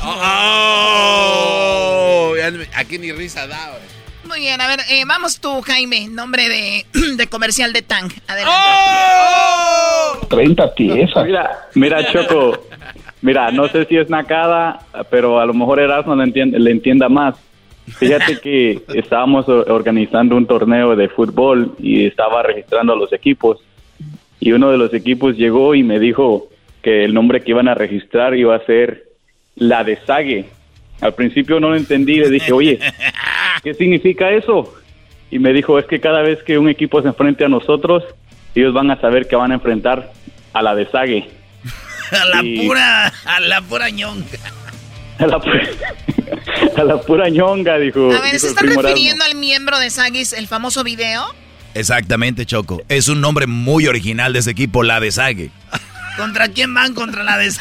Oh, ya no- aquí ni risa da, güey. Muy bien, a ver, eh, vamos tú, Jaime, nombre de, de comercial de Tang. Adelante. treinta piezas. Mira, mira, Choco, mira, no sé si es nacada, pero a lo mejor Erasmo le entiende, le entienda más. Fíjate que estábamos o- organizando un torneo de fútbol y estaba registrando a los equipos. Y uno de los equipos llegó y me dijo que el nombre que iban a registrar iba a ser La de Sague. Al principio no lo entendí y le dije, oye, ¿qué significa eso? Y me dijo, es que cada vez que un equipo se enfrente a nosotros, ellos van a saber que van a enfrentar a La de Sague. A la Y- pura, a la pura ñonga. A la, pu- a la pura ñonga, dijo. A ver, dijo ¿se el está primo refiriendo al miembro de Sagis, el famoso video? Exactamente, Choco. Es un nombre muy original de ese equipo, la de Sague. ¿Contra quién van? Contra la de...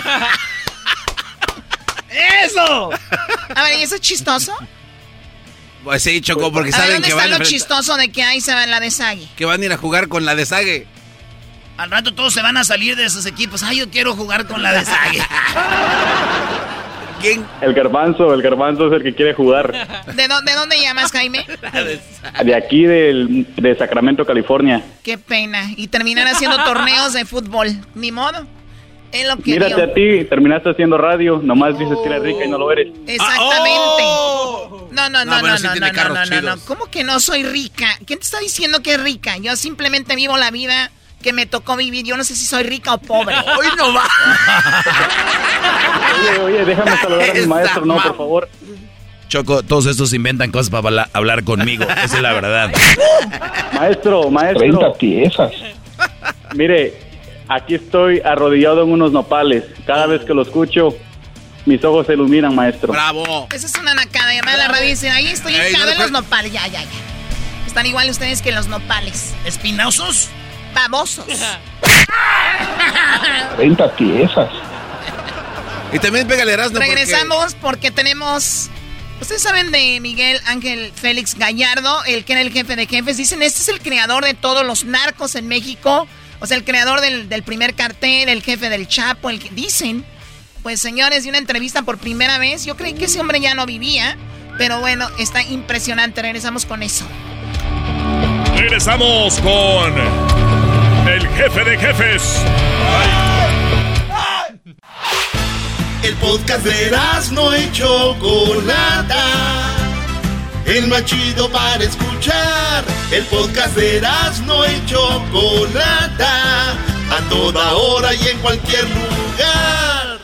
¡Eso! A ver, ¿y eso es chistoso? Pues sí, Choco, porque A ver, saben ¿dónde que está van, a lo enfrentar- chistoso de que ahí se va la de Sagi? que van a ir a jugar con la de Sague. Al rato todos se van a salir de esos equipos. Ay, yo quiero jugar con la de Sague. ¿Quién? El garbanzo, el garbanzo es el que quiere jugar. ¿De, dó- de dónde llamas, Jaime? De aquí del, de Sacramento, California. Qué pena. Y terminar haciendo torneos de fútbol. Ni modo. Es lo que Mírate dio. a ti, terminaste haciendo radio, nomás dices que eres rica y no lo eres. Exactamente. No, no, no, No, no, pero no, sí no, tiene no, carros no, no, no. chidos. ¿Cómo que no soy rica? ¿Quién te está diciendo que es rica? Yo simplemente vivo la vida que me tocó vivir. Yo no sé si soy rica o pobre. Hoy no va. Oye, oye, déjame saludar a mi maestro, no, por favor. Choco, todos estos inventan cosas para habla- hablar conmigo. Esa es la verdad. Maestro, maestro. treinta piezas. Mire, aquí estoy arrodillado en unos nopales. Cada vez que lo escucho, mis ojos se iluminan, maestro. ¡Bravo! Esa es una nacada. Llamar a la radio y dicen, ahí estoy hincado en los nopales. Ya, ya, ya. Están igual ustedes que los nopales. ¿Espinosos? Babosos. treinta piezas. Y también pégale Erasmo. Regresamos porque... porque tenemos... Ustedes saben de Miguel Ángel Félix Gallardo, el que era el jefe de jefes. Dicen, este es el creador de todos los narcos en México. O sea, el creador del, del primer cartel, el jefe del Chapo, el que dicen. Pues señores, de una entrevista por primera vez. Yo creí que ese hombre ya no vivía. Pero bueno, está impresionante. Regresamos con eso. Regresamos con el jefe de jefes. El podcast de Erasmo y Chocolata, el más chido para escuchar. El podcast de Erasmo y Chocolata, a toda hora y en cualquier lugar.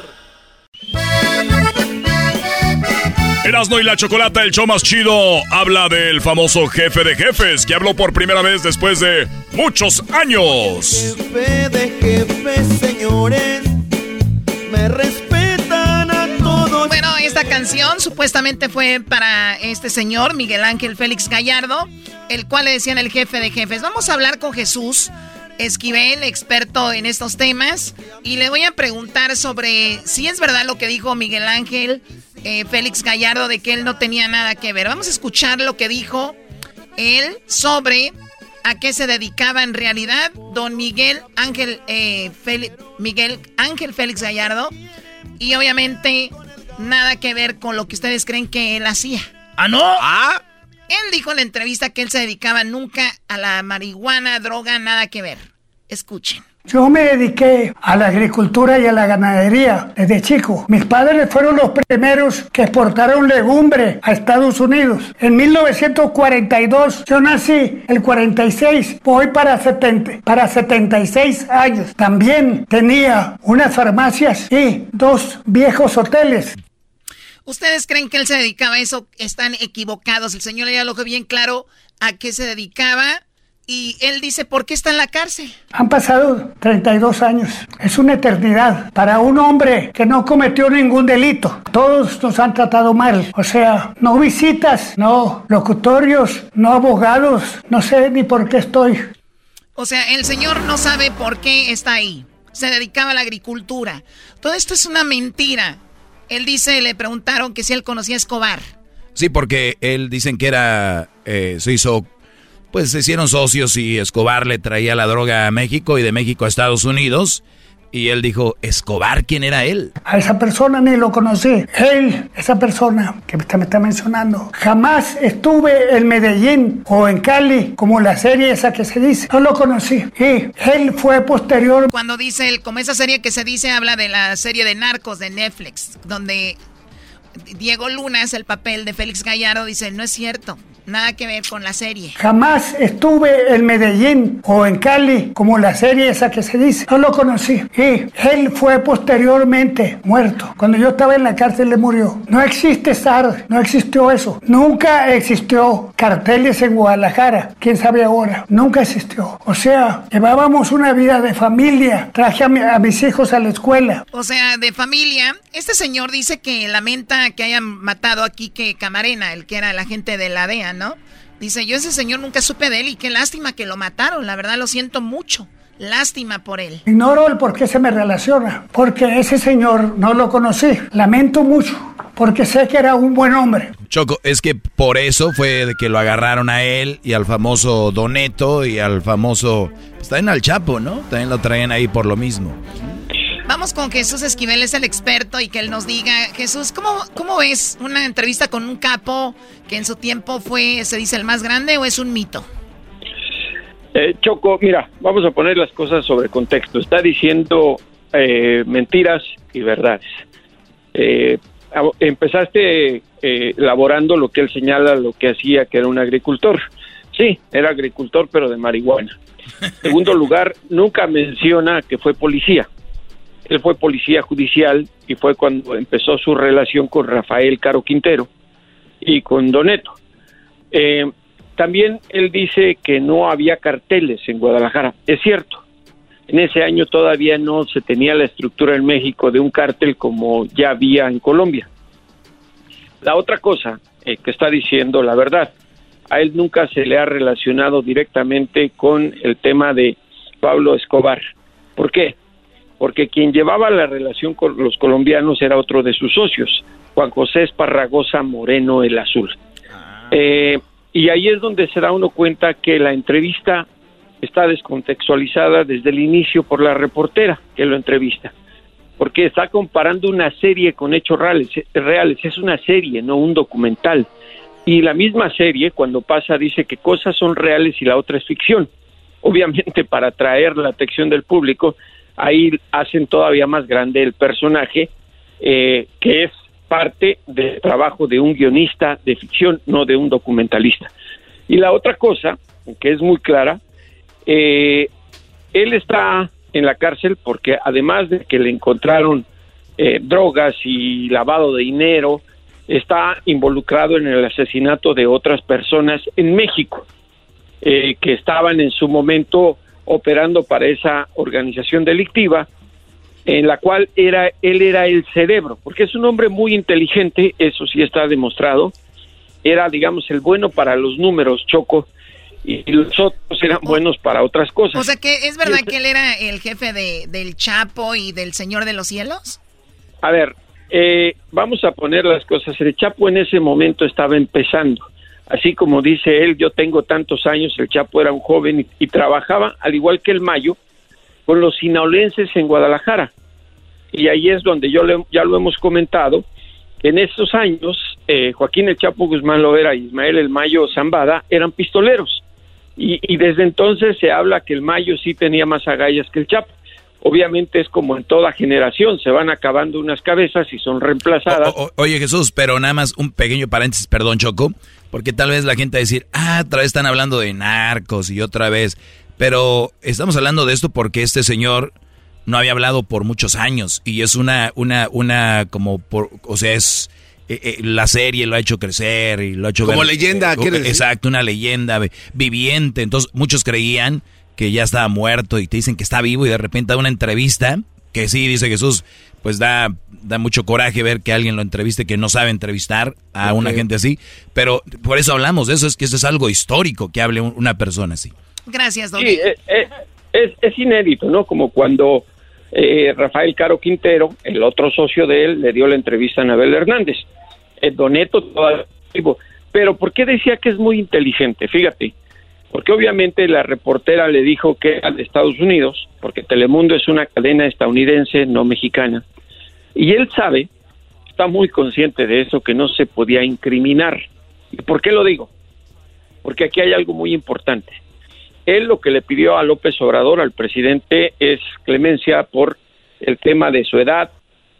Erasmo y la Chocolata, el show más chido, habla del famoso jefe de jefes que habló por primera vez después de muchos años. Jefe de jefes, señores, me respetan a todos. Bueno, esta canción supuestamente fue para este señor, Miguel Ángel Félix Gallardo, el cual le decían el jefe de jefes. Vamos a hablar con Jesús Esquivel, experto en estos temas, y le voy a preguntar sobre si es verdad lo que dijo Miguel Ángel eh, Félix Gallardo de que él no tenía nada que ver. Vamos a escuchar lo que dijo él sobre a qué se dedicaba en realidad don Miguel Ángel eh, Félix, Miguel Ángel Félix Gallardo, y obviamente nada que ver con lo que ustedes creen que él hacía. ¿Ah, no? ¿Ah? Él dijo en la entrevista que él se dedicaba nunca a la marihuana, droga, nada que ver. Escuchen. Yo me dediqué a la agricultura y a la ganadería desde chico. Mis padres fueron los primeros que exportaron legumbre a Estados Unidos. En mil novecientos cuarenta y dos, yo nací el cuarenta y seis, voy para, setenta, para setenta y seis años. También tenía unas farmacias y dos viejos hoteles. ¿Ustedes creen que él se dedicaba a eso? Están equivocados. El señor ya lo dejó bien claro a qué se dedicaba. Y él dice, ¿por qué está en la cárcel? Han pasado treinta y dos años. Es una eternidad para un hombre que no cometió ningún delito. Todos nos han tratado mal. O sea, no visitas, no locutorios, no abogados. No sé ni por qué estoy. O sea, el señor no sabe por qué está ahí. Se dedicaba a la agricultura. Todo esto es una mentira. Él dice, le preguntaron que si él conocía a Escobar. Sí, porque él dicen que era, eh, se hizo, pues se hicieron socios y Escobar le traía la droga a México y de México a Estados Unidos. Y él dijo, ¿Escobar quién era él? A esa persona ni lo conocí. Él, esa persona que usted me está mencionando, jamás estuve en Medellín o en Cali, como la serie esa que se dice. No lo conocí. Y él fue posterior. Cuando dice, él, como esa serie que se dice, habla de la serie de Narcos de Netflix, donde Diego Luna es el papel de Félix Gallardo, dice, no es cierto. Nada que ver con la serie. Jamás estuve en Medellín o en Cali, como la serie esa que se dice. No lo conocí. Y él fue posteriormente muerto. Cuando yo estaba en la cárcel, le murió. No existe S A R, no existió eso. Nunca existió carteles en Guadalajara. ¿Quién sabe ahora? Nunca existió. O sea, llevábamos una vida de familia. Traje a, mi, a mis hijos a la escuela. O sea, de familia. Este señor dice que lamenta que hayan matado a Quique Camarena, el que era el agente de la D E A, ¿no? Dice, yo ese señor nunca supe de él y qué lástima que lo mataron, la verdad lo siento mucho, lástima por él. Ignoro el por qué se me relaciona, porque ese señor no lo conocí, lamento mucho, porque sé que era un buen hombre. Choco, es que por eso fue de que lo agarraron a él y al famoso Doneto y al famoso, pues también al Chapo, ¿no? También lo traían ahí por lo mismo. Vamos con Jesús Esquivel, es el experto, y que él nos diga, Jesús, ¿cómo, cómo ves una entrevista con un capo que en su tiempo fue, se dice, el más grande, o es un mito? Eh, Choco, mira, vamos a poner las cosas sobre contexto. Está diciendo eh, mentiras y verdades. Eh, empezaste eh, elaborando lo que él señala, lo que hacía, que era un agricultor. Sí, era agricultor, pero de marihuana. En segundo lugar, nunca menciona que fue policía. Él fue policía judicial y fue cuando empezó su relación con Rafael Caro Quintero y con Doneto. Eh, también él dice que no había carteles en Guadalajara. Es cierto, En ese año todavía no se tenía la estructura en México de un cártel como ya había en Colombia. La otra cosa eh, que está diciendo la verdad, a él nunca se le ha relacionado directamente con el tema de Pablo Escobar. ¿Por qué? Porque quien llevaba la relación con los colombianos era otro de sus socios, Juan José Esparragosa Moreno el Azul. Eh, y ahí es donde se da uno cuenta que la entrevista está descontextualizada desde el inicio por la reportera que lo entrevista, porque está comparando una serie con hechos reales, reales, es una serie, no un documental, y la misma serie cuando pasa dice que cosas son reales y la otra es ficción. Obviamente para atraer la atención del público, ahí hacen todavía más grande el personaje, eh, que es parte del trabajo de un guionista de ficción, no de un documentalista. Y la otra cosa, que es muy clara, Eh, él está en la cárcel porque además de que le encontraron eh, drogas y lavado de dinero, está involucrado en el asesinato de otras personas en México, eh, que estaban en su momento operando para esa organización delictiva, en la cual era él era el cerebro, porque es un hombre muy inteligente, eso sí está demostrado, era, digamos, el bueno para los números, Choco, y los otros eran buenos para otras cosas. O sea, que ¿es verdad que él era el jefe de, del Chapo y del Señor de los Cielos? A ver, eh, vamos a poner las cosas. El Chapo en ese momento estaba empezando. Así como dice él, yo tengo tantos años, el Chapo era un joven y, y trabajaba, al igual que el Mayo, con los sinaloenses en Guadalajara. Y ahí es donde yo le, ya lo hemos comentado, en esos años, eh, Joaquín el Chapo Guzmán Loera y Ismael el Mayo Zambada eran pistoleros. Y, y desde entonces se habla que el Mayo sí tenía más agallas que el Chapo. Obviamente es como en toda generación, se van acabando unas cabezas y son reemplazadas. O, o, oye Jesús, pero nada más un pequeño paréntesis, perdón Choco, porque tal vez la gente va a decir, ah, otra vez están hablando de narcos y otra vez, pero estamos hablando de esto porque este señor no había hablado por muchos años y es una, una, una como, por, o sea, es... Eh, eh, la serie lo ha hecho crecer y lo ha hecho como ver, leyenda, eh, ¿quieres decir? Exacto, una leyenda viviente. Entonces muchos creían que ya estaba muerto y te dicen que está vivo y de repente da una entrevista que sí, dice Jesús, pues da, da mucho coraje ver que alguien lo entreviste que no sabe entrevistar a okay. una gente así, pero por eso hablamos de eso, es que eso es algo histórico que hable una persona así. Gracias, don. Sí, es, es, es inédito, ¿no? Como cuando eh, Rafael Caro Quintero, el otro socio de él, le dio la entrevista a Anabel Hernández. Eh, Doneto todavía vivo. Pero ¿por qué decía que es muy inteligente? Fíjate, porque obviamente la reportera le dijo que era de Estados Unidos, porque Telemundo es una cadena estadounidense, no mexicana, y él sabe, está muy consciente de eso, que no se podía incriminar. ¿Y por qué lo digo? Porque aquí hay algo muy importante. Él lo que le pidió a López Obrador, al presidente, es clemencia por el tema de su edad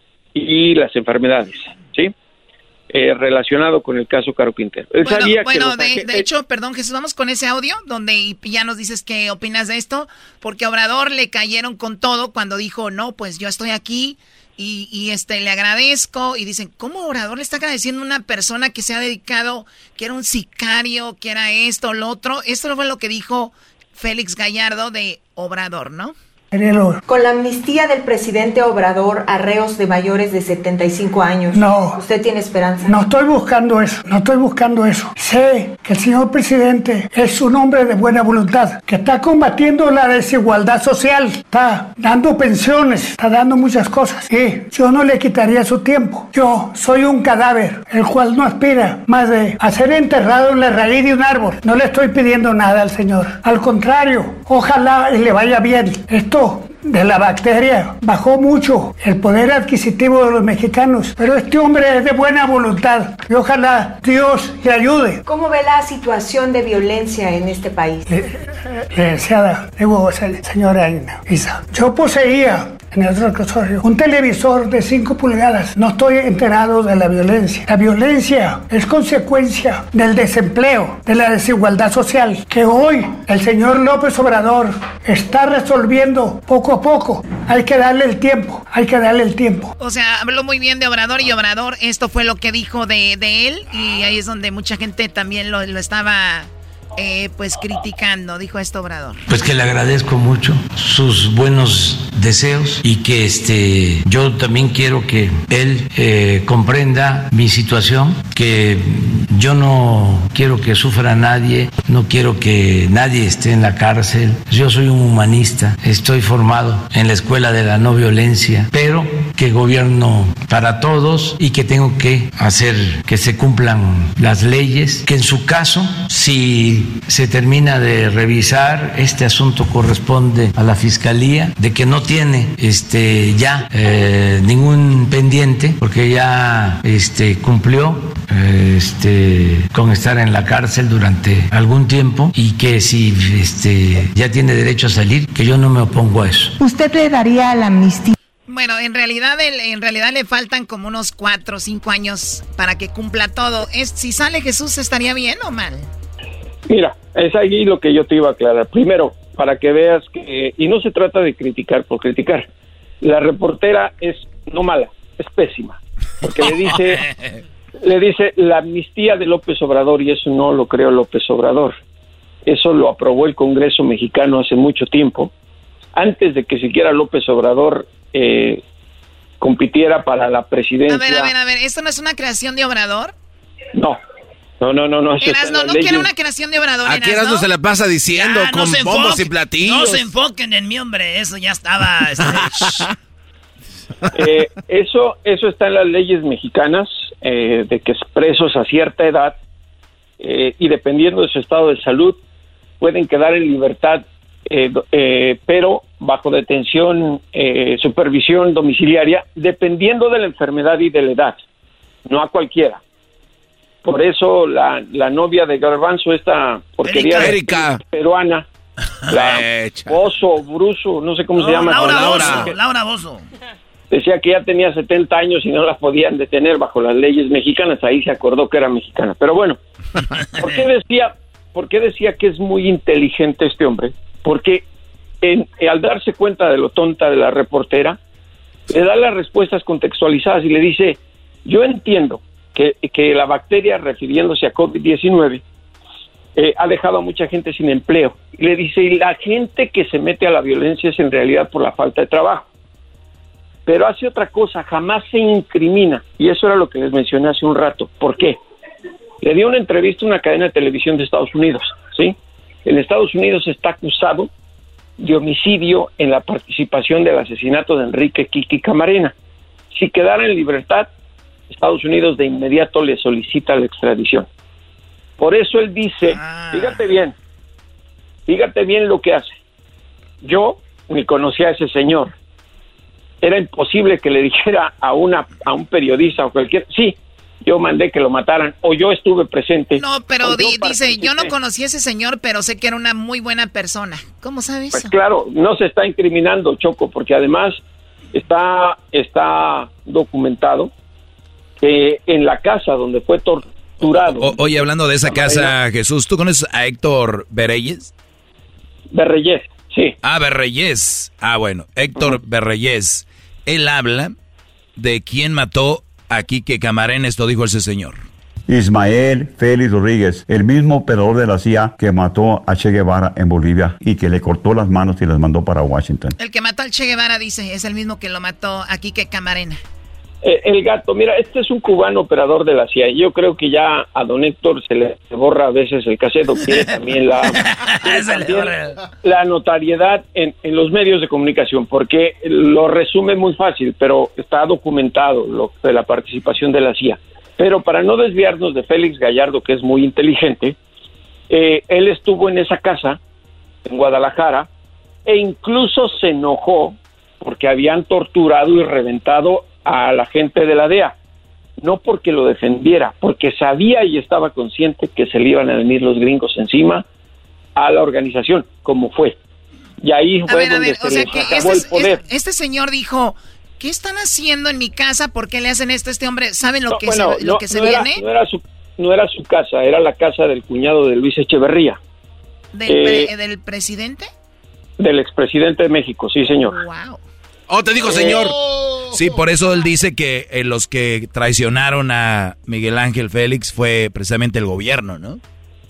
y las enfermedades, ¿sí? Eh, relacionado con el caso Caro Quintero. Él bueno, sabía bueno que de, de hecho, perdón Jesús, vamos con ese audio donde ya nos dices qué opinas de esto, porque a Obrador le cayeron con todo cuando dijo, no, pues yo estoy aquí y, y este le agradezco, y dicen, ¿cómo Obrador le está agradeciendo a una persona que se ha dedicado, que era un sicario, que era esto, lo otro? Esto fue lo que dijo Félix Gallardo de Obrador, ¿no? Con la amnistía del presidente Obrador a reos de mayores de setenta y cinco años, no, ¿usted tiene esperanza? No estoy buscando eso, no estoy buscando eso. Sé que el señor presidente es un hombre de buena voluntad, que está combatiendo la desigualdad social, está dando pensiones, está dando muchas cosas. Y yo no le quitaría su tiempo. Yo soy un cadáver, el cual no aspira más de a ser enterrado en la raíz de un árbol. No le estoy pidiendo nada al señor. Al contrario, ojalá le vaya bien. Esto de la bacteria bajó mucho el poder adquisitivo de los mexicanos, pero este hombre es de buena voluntad y ojalá Dios le ayude. ¿Cómo ve la situación de violencia en este país? Licenciada, digo, señora Isa, yo poseía en el reclusorio un televisor de cinco pulgadas. No estoy enterado de la violencia. La violencia es consecuencia del desempleo, de la desigualdad social, que hoy el señor López Obrador está resolviendo poco a poco. Hay que darle el tiempo, hay que darle el tiempo. O sea, habló muy bien de Obrador, y Obrador, esto fue lo que dijo de, de él, y ahí es donde mucha gente también lo, lo estaba eh, pues criticando, dijo esto Obrador. Pues que le agradezco mucho sus buenos deseos y que este yo también quiero que él eh, comprenda mi situación, que yo no quiero que sufra nadie, no quiero que nadie esté en la cárcel. Yo soy un humanista, estoy formado en la escuela de la no violencia, pero que gobierno para todos y que tengo que hacer que se cumplan las leyes, que en su caso, si se termina de revisar, este asunto corresponde a la Fiscalía, de que no tiene este ya eh, ningún pendiente, porque ya este cumplió eh, este con estar en la cárcel durante algún tiempo, y que si este ya tiene derecho a salir, que yo no me opongo a eso. ¿Usted le daría la amnistía? Bueno, en realidad, en realidad le faltan como unos cuatro o cinco años para que cumpla todo. Es, si sale Jesús, ¿estaría bien o mal? Mira, es ahí lo que yo te iba a aclarar. Primero, para que veas que, y no se trata de criticar por criticar, la reportera es no mala, es pésima, porque le dice, le dice la amnistía de López Obrador, y eso no lo creó López Obrador. Eso lo aprobó el Congreso mexicano hace mucho tiempo, antes de que siquiera López Obrador eh, compitiera para la presidencia. A ver, a ver, a ver, ¿esto no es una creación de Obrador? No, no, no, no. no Erasno, no, que era una creación de Obrador. Aquí Erasno se la pasa diciendo ya, con no bombos enfoque, y platillos. No se enfoquen en mí, hombre, eso ya estaba... Este, eh, eso, eso está en las leyes mexicanas, eh, de que presos a cierta edad eh, y dependiendo de su estado de salud pueden quedar en libertad, eh, eh, pero bajo detención, eh, supervisión domiciliaria, dependiendo de la enfermedad y de la edad, no a cualquiera. Por eso la, la novia de Garbanzo, esta porquería Erika. peruana, la Bozo, Bruso, no sé cómo no, se llama. Laura Laura. Bozo, Laura Bozo. Decía que ya tenía setenta años y no la podían detener bajo las leyes mexicanas, ahí se acordó que era mexicana. Pero bueno, ¿por qué decía, por qué decía que es muy inteligente este hombre? Porque en, al darse cuenta de lo tonta de la reportera, le da las respuestas contextualizadas y le dice, yo entiendo que, que la bacteria, refiriéndose a COVID diecinueve, eh, ha dejado a mucha gente sin empleo. Y le dice, y la gente que se mete a la violencia es en realidad por la falta de trabajo. Pero hace otra cosa, jamás se incrimina, y eso era lo que les mencioné hace un rato. ¿Por qué? Le dio una entrevista a una cadena de televisión de Estados Unidos, ¿sí? En Estados Unidos está acusado de homicidio en la participación del asesinato de Enrique Kiki Camarena. Si quedara en libertad, Estados Unidos de inmediato le solicita la extradición. Por eso él dice, ah. fíjate bien, fíjate bien lo que hace. Yo ni conocía a ese señor. Era imposible que le dijera a una a un periodista o cualquier, sí, yo mandé que lo mataran, o yo estuve presente. No, pero di, yo dice, yo no conocí a ese señor, pero sé que era una muy buena persona. ¿Cómo sabes? Pues claro, no se está incriminando, Choco, porque además está, está documentado que en la casa donde fue torturado... O, oye, hablando de esa casa, Jesús, ¿tú conoces a Héctor Berreyes? Berreyes, sí. Ah, Berreyes. Ah, bueno, Héctor uh-huh. Berreyes. Él habla de quién mató a Quique Camarena, esto dijo ese señor. Ismael Félix Rodríguez, el mismo operador de la C I A que mató a Che Guevara en Bolivia y que le cortó las manos y las mandó para Washington. El que mató al Che Guevara, dice, es el mismo que lo mató a Quique Camarena. Eh, el gato, mira, este es un cubano operador de la C I A. Yo creo que ya a don Héctor se le borra a veces el cassette, quiere también la, también la notariedad en, en los medios de comunicación, porque lo resume muy fácil, pero está documentado lo de la participación de la C I A. Pero para no desviarnos de Félix Gallardo, que es muy inteligente, eh, él estuvo en esa casa, en Guadalajara, e incluso se enojó porque habían torturado y reventado a la gente de la D E A, no porque lo defendiera, porque sabía y estaba consciente que se le iban a venir los gringos encima a la organización, como fue. Y ahí fue ver, donde ver, se o sea les que acabó este, el poder. Este, este señor dijo, ¿qué están haciendo en mi casa? ¿Por qué le hacen esto a este hombre? ¿Saben lo no, que bueno, se, lo no, que se no viene? Era, no, era su, no era su casa, era la casa del cuñado de Luis Echeverría. ¿Del, eh, pre, ¿Del presidente? Del expresidente de México, sí, señor. Wow. Oh, te digo, señor. Sí, por eso él dice que eh, los que traicionaron a Miguel Ángel Félix fue precisamente el gobierno, ¿no?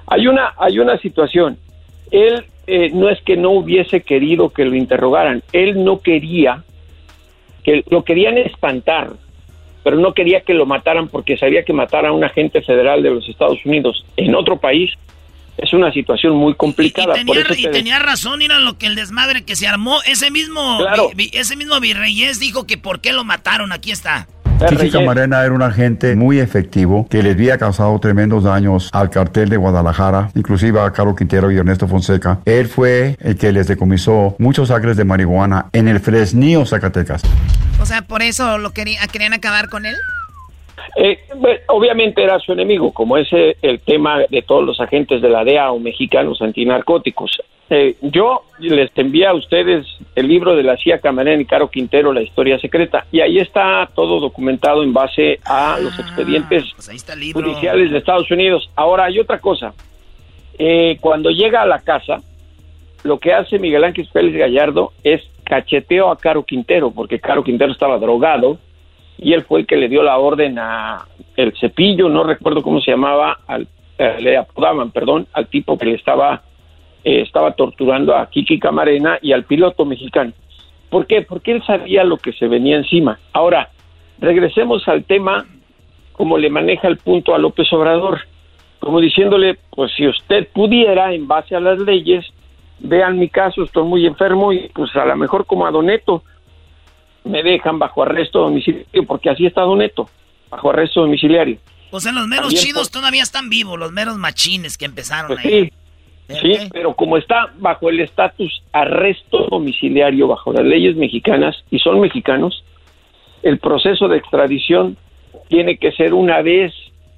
Hay una, hay una situación. Él eh, no es que no hubiese querido que lo interrogaran, él no quería, que lo querían espantar, pero no quería que lo mataran porque sabía que matar a un agente federal de los Estados Unidos en otro país es una situación muy complicada. Y, y tenía, Por eso y tenía razón, mira lo que el desmadre que se armó. Ese mismo, claro. vi, ese mismo Virreyes dijo que por qué lo mataron. Aquí está. Kiki Camarena era un agente muy efectivo que les había causado tremendos daños al cartel de Guadalajara, inclusive a Caro Quintero y Ernesto Fonseca. Él fue el que les decomisó muchos acres de marihuana en el Fresnillo, Zacatecas. O sea, ¿por eso lo quería, querían acabar con él? Eh, obviamente era su enemigo, como es el tema de todos los agentes de la D E A o mexicanos antinarcóticos. Eh, yo les envié a ustedes el libro de la C I A Camarena y Caro Quintero, La Historia Secreta, y ahí está todo documentado en base a ah, los expedientes pues ahí está el libro. judiciales de Estados Unidos. Ahora, hay otra cosa. Eh, cuando llega a la casa, lo que hace Miguel Ángel Félix Gallardo es cacheteo a Caro Quintero, porque Caro Quintero estaba drogado, y él fue el que le dio la orden a el Cepillo, no recuerdo cómo se llamaba, al, eh, le apodaban, perdón, al tipo que le estaba eh, estaba torturando a Kiki Camarena y al piloto mexicano. ¿Por qué? Porque él sabía lo que se venía encima. Ahora, regresemos al tema, como le maneja el punto a López Obrador, como diciéndole, pues si usted pudiera, en base a las leyes, vean mi caso, estoy muy enfermo y pues a lo mejor como a Don Neto, me dejan bajo arresto domiciliario, porque así está Don Neto, bajo arresto domiciliario. O sea, los meros También chidos por... todavía están vivos, los meros machines que empezaron pues ahí. Sí, sí, pero como está bajo el estatus arresto domiciliario, bajo las leyes mexicanas, y son mexicanos, el proceso de extradición tiene que ser una vez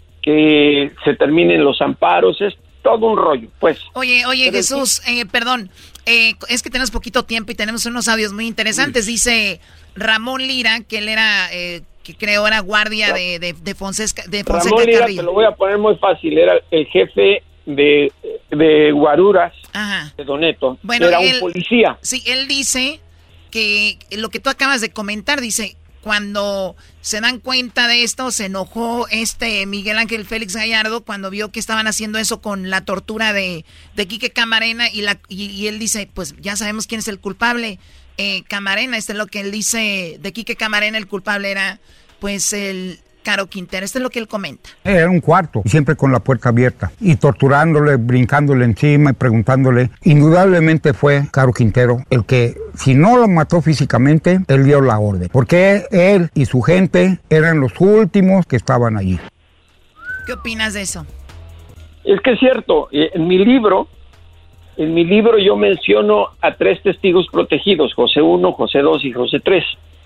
que se terminen los amparos, es todo un rollo, pues. Oye, oye, pero Jesús, eh, perdón, eh, es que tenemos poquito tiempo y tenemos unos audios muy interesantes. Sí. Dice Ramón Lira, que él era, eh, que creo era guardia de, de, de Fonseca, de Fonseca Ramón Lira, Carrillo. te lo voy a poner muy fácil, era el jefe de, de Guaruras, Ajá. de Don Neto, bueno, era él, un policía. Sí, él dice que lo que tú acabas de comentar, dice, cuando se dan cuenta de esto, se enojó este Miguel Ángel Félix Gallardo cuando vio que estaban haciendo eso con la tortura de, de Quique Camarena y, la, y, y él dice, pues ya sabemos quién es el culpable, eh, Camarena, esto es lo que él dice de Quique Camarena, el culpable era pues el Caro Quintero, esto es lo que él comenta. Era un cuarto, siempre con la puerta abierta, y torturándole, brincándole encima y preguntándole. Indudablemente fue Caro Quintero el que, si no lo mató físicamente, él dio la orden, porque él y su gente eran los últimos que estaban allí. ¿Qué opinas de eso? Es que es cierto, en mi libro, en mi libro yo menciono a tres testigos protegidos, José uno, José dos y José tres.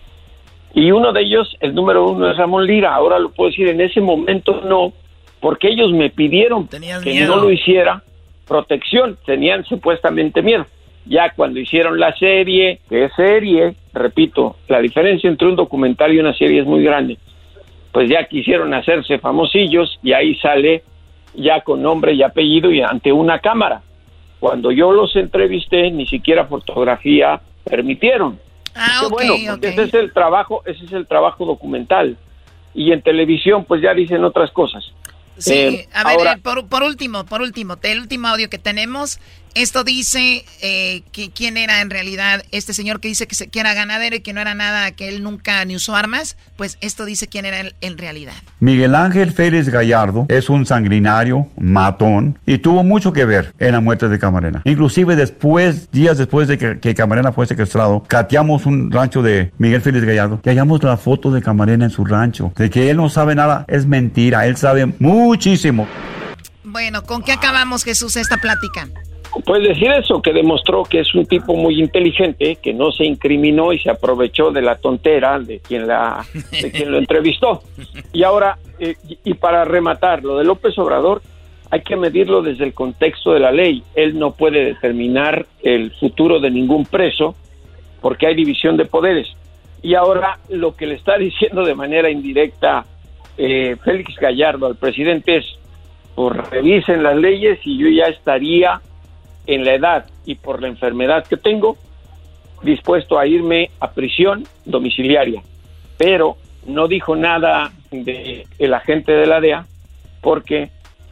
Y uno de ellos, el número uno, es Ramón Lira. Ahora lo puedo decir, en ese momento no, porque ellos me pidieron Tenías que miedo. no lo hiciera, protección, tenían supuestamente miedo. Ya cuando hicieron la serie, que es serie, repito, la diferencia entre un documental y una serie es muy grande, pues ya quisieron hacerse famosillos y ahí sale ya con nombre y apellido y ante una cámara. Cuando yo los entrevisté, ni siquiera fotografía permitieron. Ah, ok, bueno, porque ok. ese es el trabajo, ese es el trabajo documental. Y en televisión, pues ya dicen otras cosas. Sí, eh, a ver, ahora, eh, por, por último, por último, el último audio que tenemos, esto dice eh, que quién era en realidad este señor que dice que, se, que era ganadero y que no era nada, que él nunca ni usó armas, pues esto dice quién era él en realidad. Miguel Ángel Félix Gallardo es un sanguinario, matón, y tuvo mucho que ver en la muerte de Camarena. Inclusive después, días después de que, que Camarena fue secuestrado, cateamos un rancho de Miguel Félix Gallardo y hallamos la foto de Camarena en su rancho. De que él no sabe nada es mentira, él sabe muchísimo. Bueno, ¿con qué acabamos, Jesús, esta plática? pues decir eso, que demostró que es un tipo muy inteligente, que no se incriminó y se aprovechó de la tontera de quien la de quien lo entrevistó. Y ahora, eh, y para rematar, lo de López Obrador, hay que medirlo desde el contexto de la ley. Él no puede determinar el futuro de ningún preso porque hay división de poderes. Y ahora lo que le está diciendo de manera indirecta eh, Félix Gallardo al presidente es, pues revisen las leyes y yo ya estaría en la edad y por la enfermedad que tengo dispuesto a irme a prisión domiciliaria. Pero no dijo nada de el agente de la D E A porque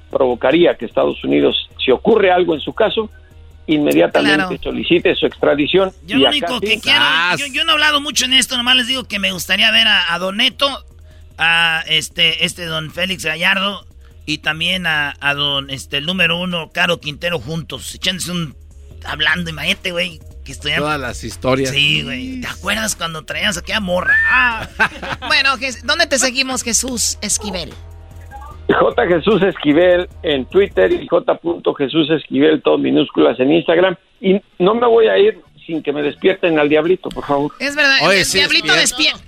provocaría que Estados Unidos, si ocurre algo en su caso, inmediatamente Claro. solicite su extradición. Yo y lo acá único sí- que quiero, yo, yo no he hablado mucho en esto, nomás les digo que me gustaría ver a, a Don Neto, a este, este Don Félix Gallardo y también a, a Don, este, el número uno, Caro Quintero juntos, echándose un, hablando, imagínate, güey, que estuvieran... Todas las historias. Sí, güey, ¿te acuerdas cuando traías aquella morra? Ah. Bueno, Jes- ¿dónde te seguimos, Jesús Esquivel? J. Jesús Esquivel en Twitter y J. Jesús Esquivel, todo minúsculas en Instagram. Y no me voy a ir sin que me despierten al diablito, por favor. Es verdad, Oye, el sí, diablito despierta.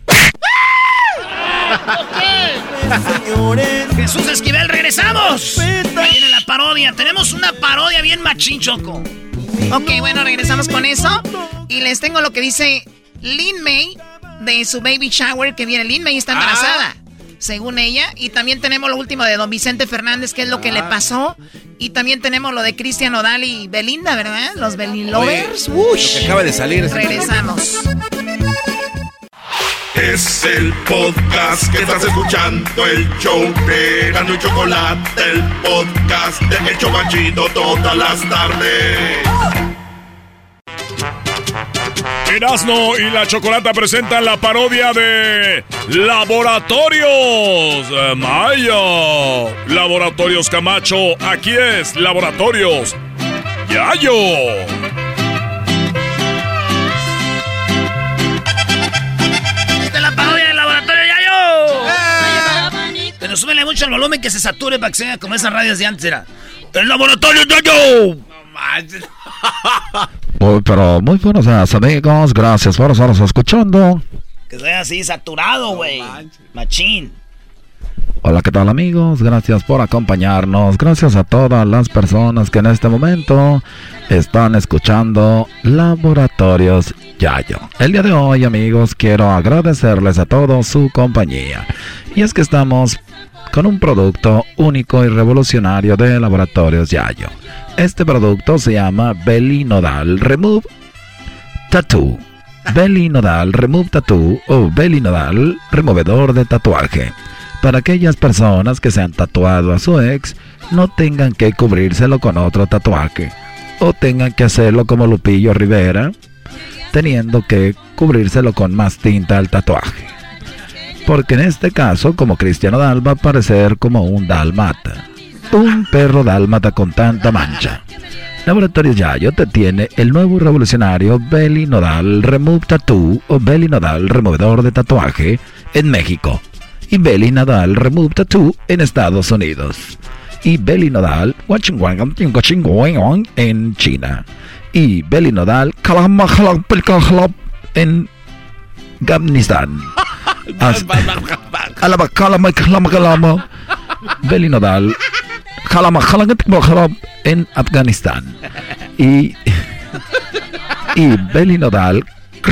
despierta. Jesús Esquivel, regresamos. Ahí viene la parodia. Tenemos una parodia bien machín, Choco. Ok, bueno, regresamos con eso. Y les tengo lo que dice Lin May de su baby shower que viene. Lin May está embarazada, según ella. Y también tenemos lo último de don Vicente Fernández, que es lo que le pasó. Y también tenemos lo de Cristian Nodal y Belinda, ¿verdad? Los Belin Lovers. Oye, lo que acaba de salir es- Regresamos. Es el podcast que estás escuchando, el show de Erasmo y Chocolate, el podcast de El Chobachito todas las tardes. Erasmo y la Chocolata presentan la parodia de Laboratorios eh, Mayo. Laboratorios Camacho, aquí es Laboratorios Yayo. Esta es la parodia del Laboratorio Yayo. Pero súbele mucho el volumen que se sature para que sea como esas radios de antes era. ¡El Laboratorio Yayo! No manches. Muy, pero muy buenos días, amigos. Gracias por estarnos escuchando. Que sea así saturado, güey. Machín. Hola, ¿qué tal, amigos? Gracias por acompañarnos. Gracias a todas las personas que en este momento están escuchando Laboratorios Yayo. El día de hoy, amigos, quiero agradecerles a todos su compañía. Y es que estamos con un producto único y revolucionario de Laboratorios Yayo. Este producto se llama Belly Nodal Remove Tattoo. Belly Nodal Remove Tattoo o Belly Nodal Removedor de Tatuaje. Para aquellas personas que se han tatuado a su ex, no tengan que cubrírselo con otro tatuaje. O tengan que hacerlo como Lupillo Rivera, teniendo que cubrírselo con más tinta al tatuaje. Porque en este caso, como Cristian Nodal, va a parecer como un dálmata. Un perro dálmata con tanta mancha. Laboratorios Yayo te tiene el nuevo y revolucionario Belly Nodal Remove Tattoo o Belly Nodal Removedor de Tatuaje en México. Y Belly Nodal Remove Tattoo en Estados Unidos. Y Belly Nodal en China. Y Belly Nodal en Afganistán. Belly Nodal en Afganistán. Y y Belly Nodal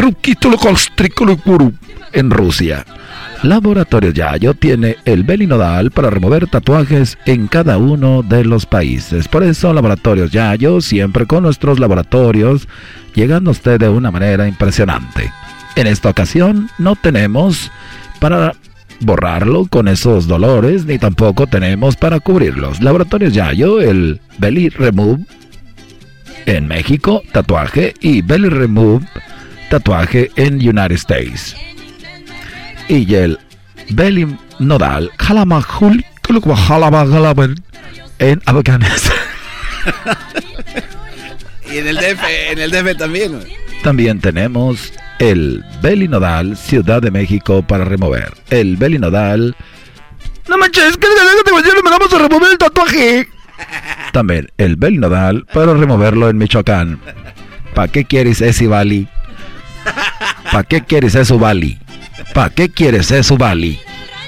en Rusia. Laboratorios Yayo tiene el Belly Nodal para remover tatuajes en cada uno de los países. Por eso Laboratorios Yayo, siempre con nuestros laboratorios, llegando a usted de una manera impresionante. En esta ocasión no tenemos para borrarlo con esos dolores, ni tampoco tenemos para cubrirlos. Laboratorios Yayo, el Belly Remove en México, tatuaje, y Belly Remove, tatuaje en United States. Y el Belly Nodal Jalamajul en Afganistán. Y en el D F, en el D F también, güey. También tenemos el Belly Nodal Ciudad de México para remover. El Belly Nodal. No manches, que me vamos a remover el tatuaje. También el Belly Nodal para removerlo en Michoacán. ¿Para qué quieres ese Bali? ¿Para qué quieres eso Bali? ¿Para qué quieres eso, Bali?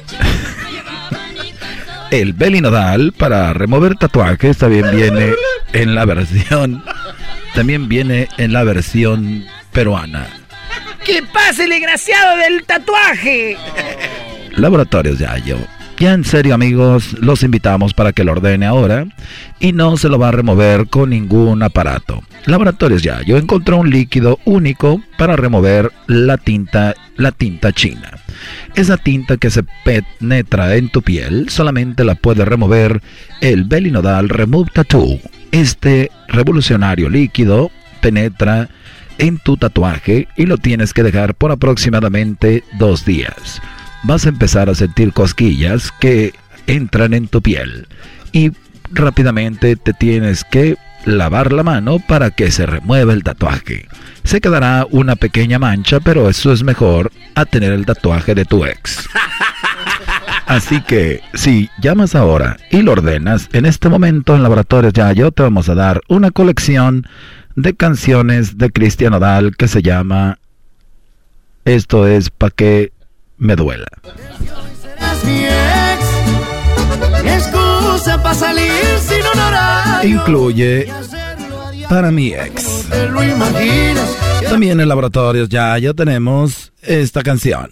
El Belly Nodal para remover tatuajes también viene en la versión, también viene en la versión peruana. ¿Qué pasa, el desgraciado del tatuaje? Laboratorios Yayo. Ya en serio, amigos, los invitamos para que lo ordene ahora y no se lo va a remover con ningún aparato. Laboratorios Yayo encontró un líquido único para remover la tinta, la tinta china. Esa tinta que se penetra en tu piel solamente la puede remover el Belly Nodal Remove Tattoo. Este revolucionario líquido penetra en tu tatuaje y lo tienes que dejar por aproximadamente dos días. Vas a empezar a sentir cosquillas que entran en tu piel y rápidamente te tienes que lavar la mano para que se remueva el tatuaje. Se quedará una pequeña mancha, pero eso es mejor a tener el tatuaje de tu ex. Así que, si llamas ahora y lo ordenas, en este momento en Laboratorios Yayo te vamos a dar una colección de canciones de Cristian Nodal que se llama Esto es pa' que me duela. Mi ex, mi excusa para salir sin un horario. Incluye Para mi ex. Te lo imaginas. También en Laboratorios Yayo tenemos esta canción.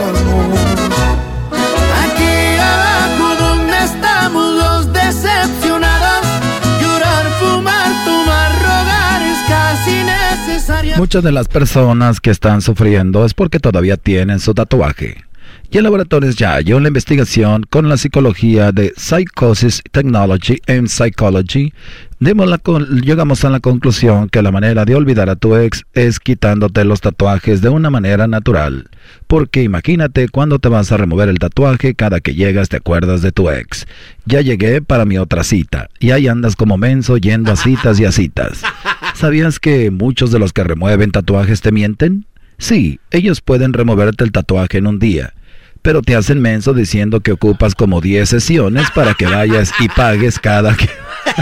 Aquí abajo donde estamos los decepcionados, llorar, fumar, tomar, rogar es casi necesario. Muchas de las personas que están sufriendo es porque todavía tienen su tatuaje. Y en Laboratorios Yayo, en la investigación con la psicología de Psychosis Technology and Psychology, la con, llegamos a la conclusión que la manera de olvidar a tu ex es quitándote los tatuajes de una manera natural. Porque imagínate cuando te vas a remover el tatuaje, cada que llegas te acuerdas de tu ex. Ya llegué para mi otra cita, y ahí andas como menso yendo a citas y a citas. ¿Sabías que muchos de los que remueven tatuajes te mienten? Sí, ellos pueden removerte el tatuaje en un día, pero te hacen menso diciendo que ocupas como diez sesiones para que vayas y pagues cada que...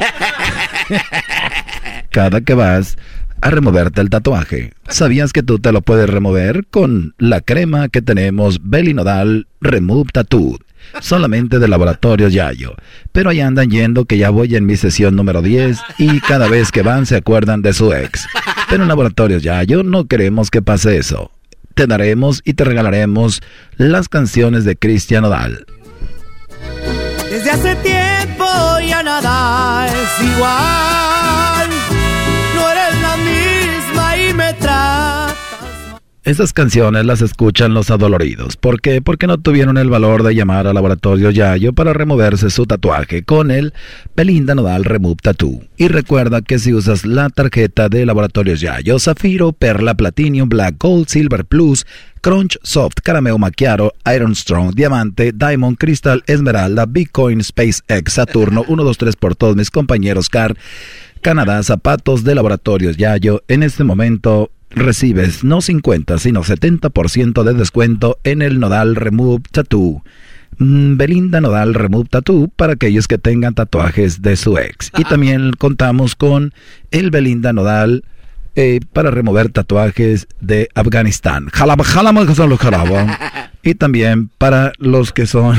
cada que vas a removerte el tatuaje. ¿Sabías que tú te lo puedes remover con la crema que tenemos Belly Nodal Remove Tattoo? Solamente de Laboratorios Yayo. Pero ahí andan yendo que ya voy en mi sesión número diez y cada vez que van se acuerdan de su ex. Pero en Laboratorios Yayo no queremos que pase eso. Te daremos y te regalaremos las canciones de Cristian Nodal. Desde hace tiempo ya nada es igual. No eres la misma y me tratas. Estas canciones las escuchan los adoloridos. ¿Por qué? Porque no tuvieron el valor de llamar al Laboratorio Yayo para removerse su tatuaje con el Belinda Nodal Remove Tattoo. Y recuerda que si usas la tarjeta de Laboratorios Yayo, Zafiro, Perla, Platinum, Black, Gold, Silver Plus, Crunch, Soft, Carameo Macchiato, Iron Strong, Diamante, Diamond, Crystal, Esmeralda, Bitcoin, SpaceX, Saturno, uno, dos, tres por todos mis compañeros Car, Canadá, zapatos de Laboratorios Yayo, en este momento recibes no cincuenta sino setenta por ciento de descuento en el Nodal Remove Tattoo. Belinda Nodal Remove Tattoo para aquellos que tengan tatuajes de su ex. Y también contamos con el Belinda Nodal eh, para remover tatuajes de Afganistán. Jalaba, jalaba, jalaba, jalaba. Y también para los que son...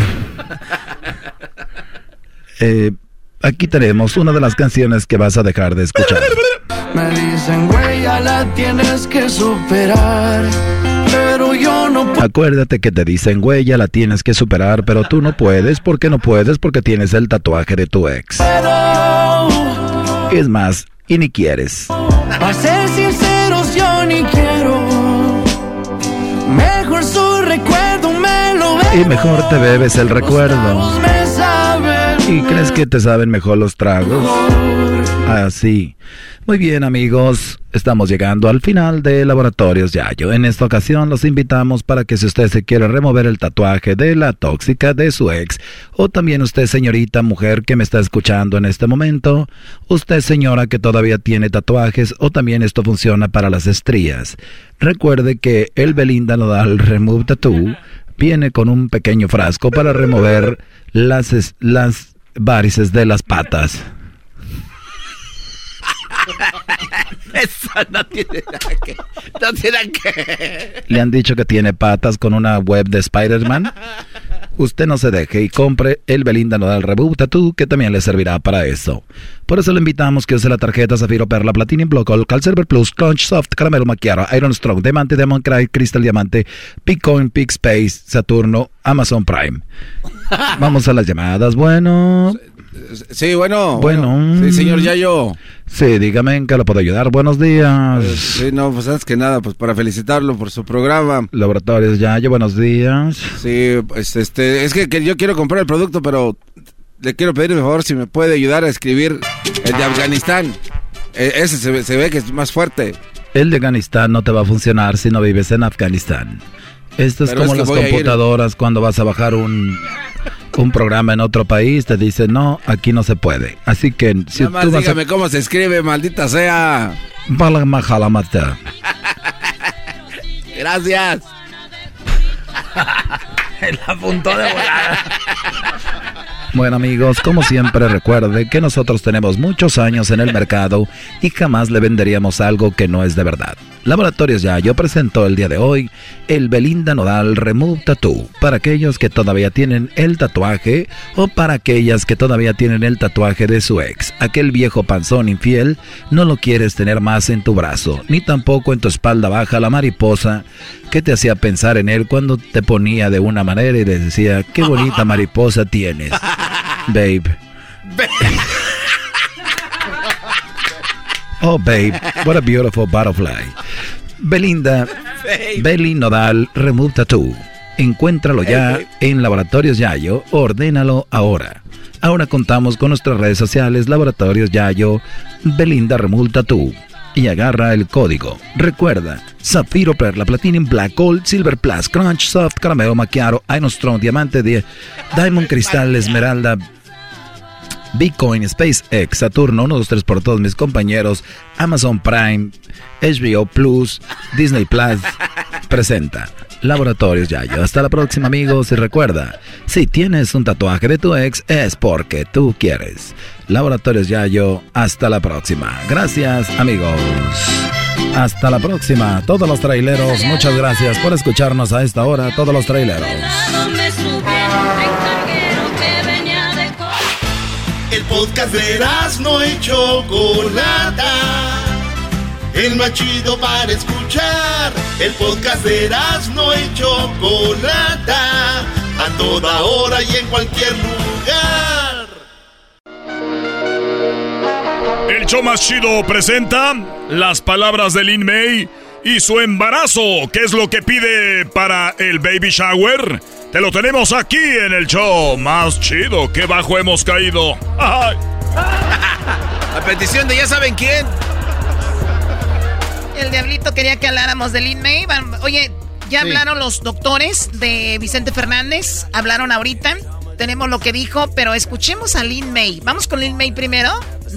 eh, aquí tenemos una de las canciones que vas a dejar de escuchar. Me dicen, güey, ya la tienes que superar, pero yo no puedo. Acuérdate que te dicen, güey, ya la tienes que superar, pero tú no puedes. ¿Por qué no puedes? Porque tienes el tatuaje de tu ex. Es más, y ni quieres. A ser sinceros, yo ni quiero. Mejor su recuerdo me lo bebo. Y mejor te bebes el recuerdo. ¿Y crees que te saben mejor los tragos? Así. Muy bien, amigos, estamos llegando al final de Laboratorios Yayo. En esta ocasión los invitamos para que si usted se quiere remover el tatuaje de la tóxica de su ex, o también usted, señorita mujer que me está escuchando en este momento, usted, señora que todavía tiene tatuajes, o también esto funciona para las estrías. Recuerde que el Belinda Nodal Remove Tattoo viene con un pequeño frasco para remover las, las varices de las patas. Eso no tiene nada que... No tiene que... ¿Le han dicho que tiene patas con una web de Spider-Man? Usted no se deje y compre el Belinda Nodal Remove Tattoo, que también le servirá para eso. Por eso le invitamos que use la tarjeta Zafiro, Perla, Platinum, Block, Gold, Cal, Silver Plus, Crunch, Soft, Caramelo Macchiato, Iron Strong, Diamante, Diamond, Cry, Crystal Diamante, Bitcoin, Space, Saturno, Amazon Prime. Vamos a las llamadas. Bueno, Sí, bueno. Bueno. bueno. Sí, señor Yayo. Sí, dígame en qué lo puedo ayudar. Buenos días. Eh, sí, no, pues antes que nada, pues para felicitarlo por su programa. Laboratorios Yayo, buenos días. Sí, pues este, es que, que yo quiero comprar el producto, pero le quiero pedir por favor si me puede ayudar a escribir el de Afganistán. Eh, ese se, se ve que es más fuerte. El de Afganistán no te va a funcionar si no vives en Afganistán. Esto es pero como es las computadoras cuando vas a bajar un, un programa en otro país, te dicen, no, aquí no se puede. Así que si Nada más tú vas dígame a... cómo se escribe, maldita sea. Gracias. El apuntó de volada. Bueno amigos, como siempre recuerde que nosotros tenemos muchos años en el mercado y jamás le venderíamos algo que no es de verdad. Laboratorios Yayo presentó el día de hoy el Belinda Nodal Remove Tattoo para aquellos que todavía tienen el tatuaje o para aquellas que todavía tienen el tatuaje de su ex. Aquel viejo panzón infiel no lo quieres tener más en tu brazo, ni tampoco en tu espalda baja la mariposa que te hacía pensar en él cuando te ponía de una manera y le decía, qué bonita mariposa tienes, babe. Oh, babe, what a beautiful butterfly. Belinda, Beli Nodal Remove Tattoo. Encuéntralo ya en Laboratorios Yayo, ordénalo ahora. Ahora contamos con nuestras redes sociales, Laboratorios Yayo, Belinda Remove Tattoo. Y agarra el código. Recuerda, Zafiro, Perla, Platinum, Black Gold, Silver Plus, Crunch, Soft, Caramelo, Macchiato, Iron Strong, Diamante, Die, Diamond, Cristal, Esmeralda, Bitcoin, SpaceX, Saturno, uno, dos, tres por todos mis compañeros, Amazon Prime, H B O Plus, Disney Plus, presenta Laboratorios Yayo. Hasta la próxima amigos y recuerda, si tienes un tatuaje de tu ex es porque tú quieres. Laboratorios Yayo, hasta la próxima. Gracias amigos. Hasta la próxima. Todos los traileros, muchas gracias por escucharnos a esta hora, todos los traileros. El podcast de Erazno y Chocolata, el más chido para escuchar. El podcast de Erazno y Chocolata, a toda hora y en cualquier lugar. El show más chido presenta las palabras de Lin May y su embarazo. ¿Qué es lo que pide para el baby shower? Te lo tenemos aquí en el show más chido. ¡Qué bajo hemos caído! ¡Ay! A petición de ya saben quién. El diablito quería que habláramos de Lin May. Oye, ya sí. Hablaron los doctores de Vicente Fernández. Hablaron ahorita. Tenemos lo que dijo, pero escuchemos a Lin May. ¿Vamos con Lin May primero?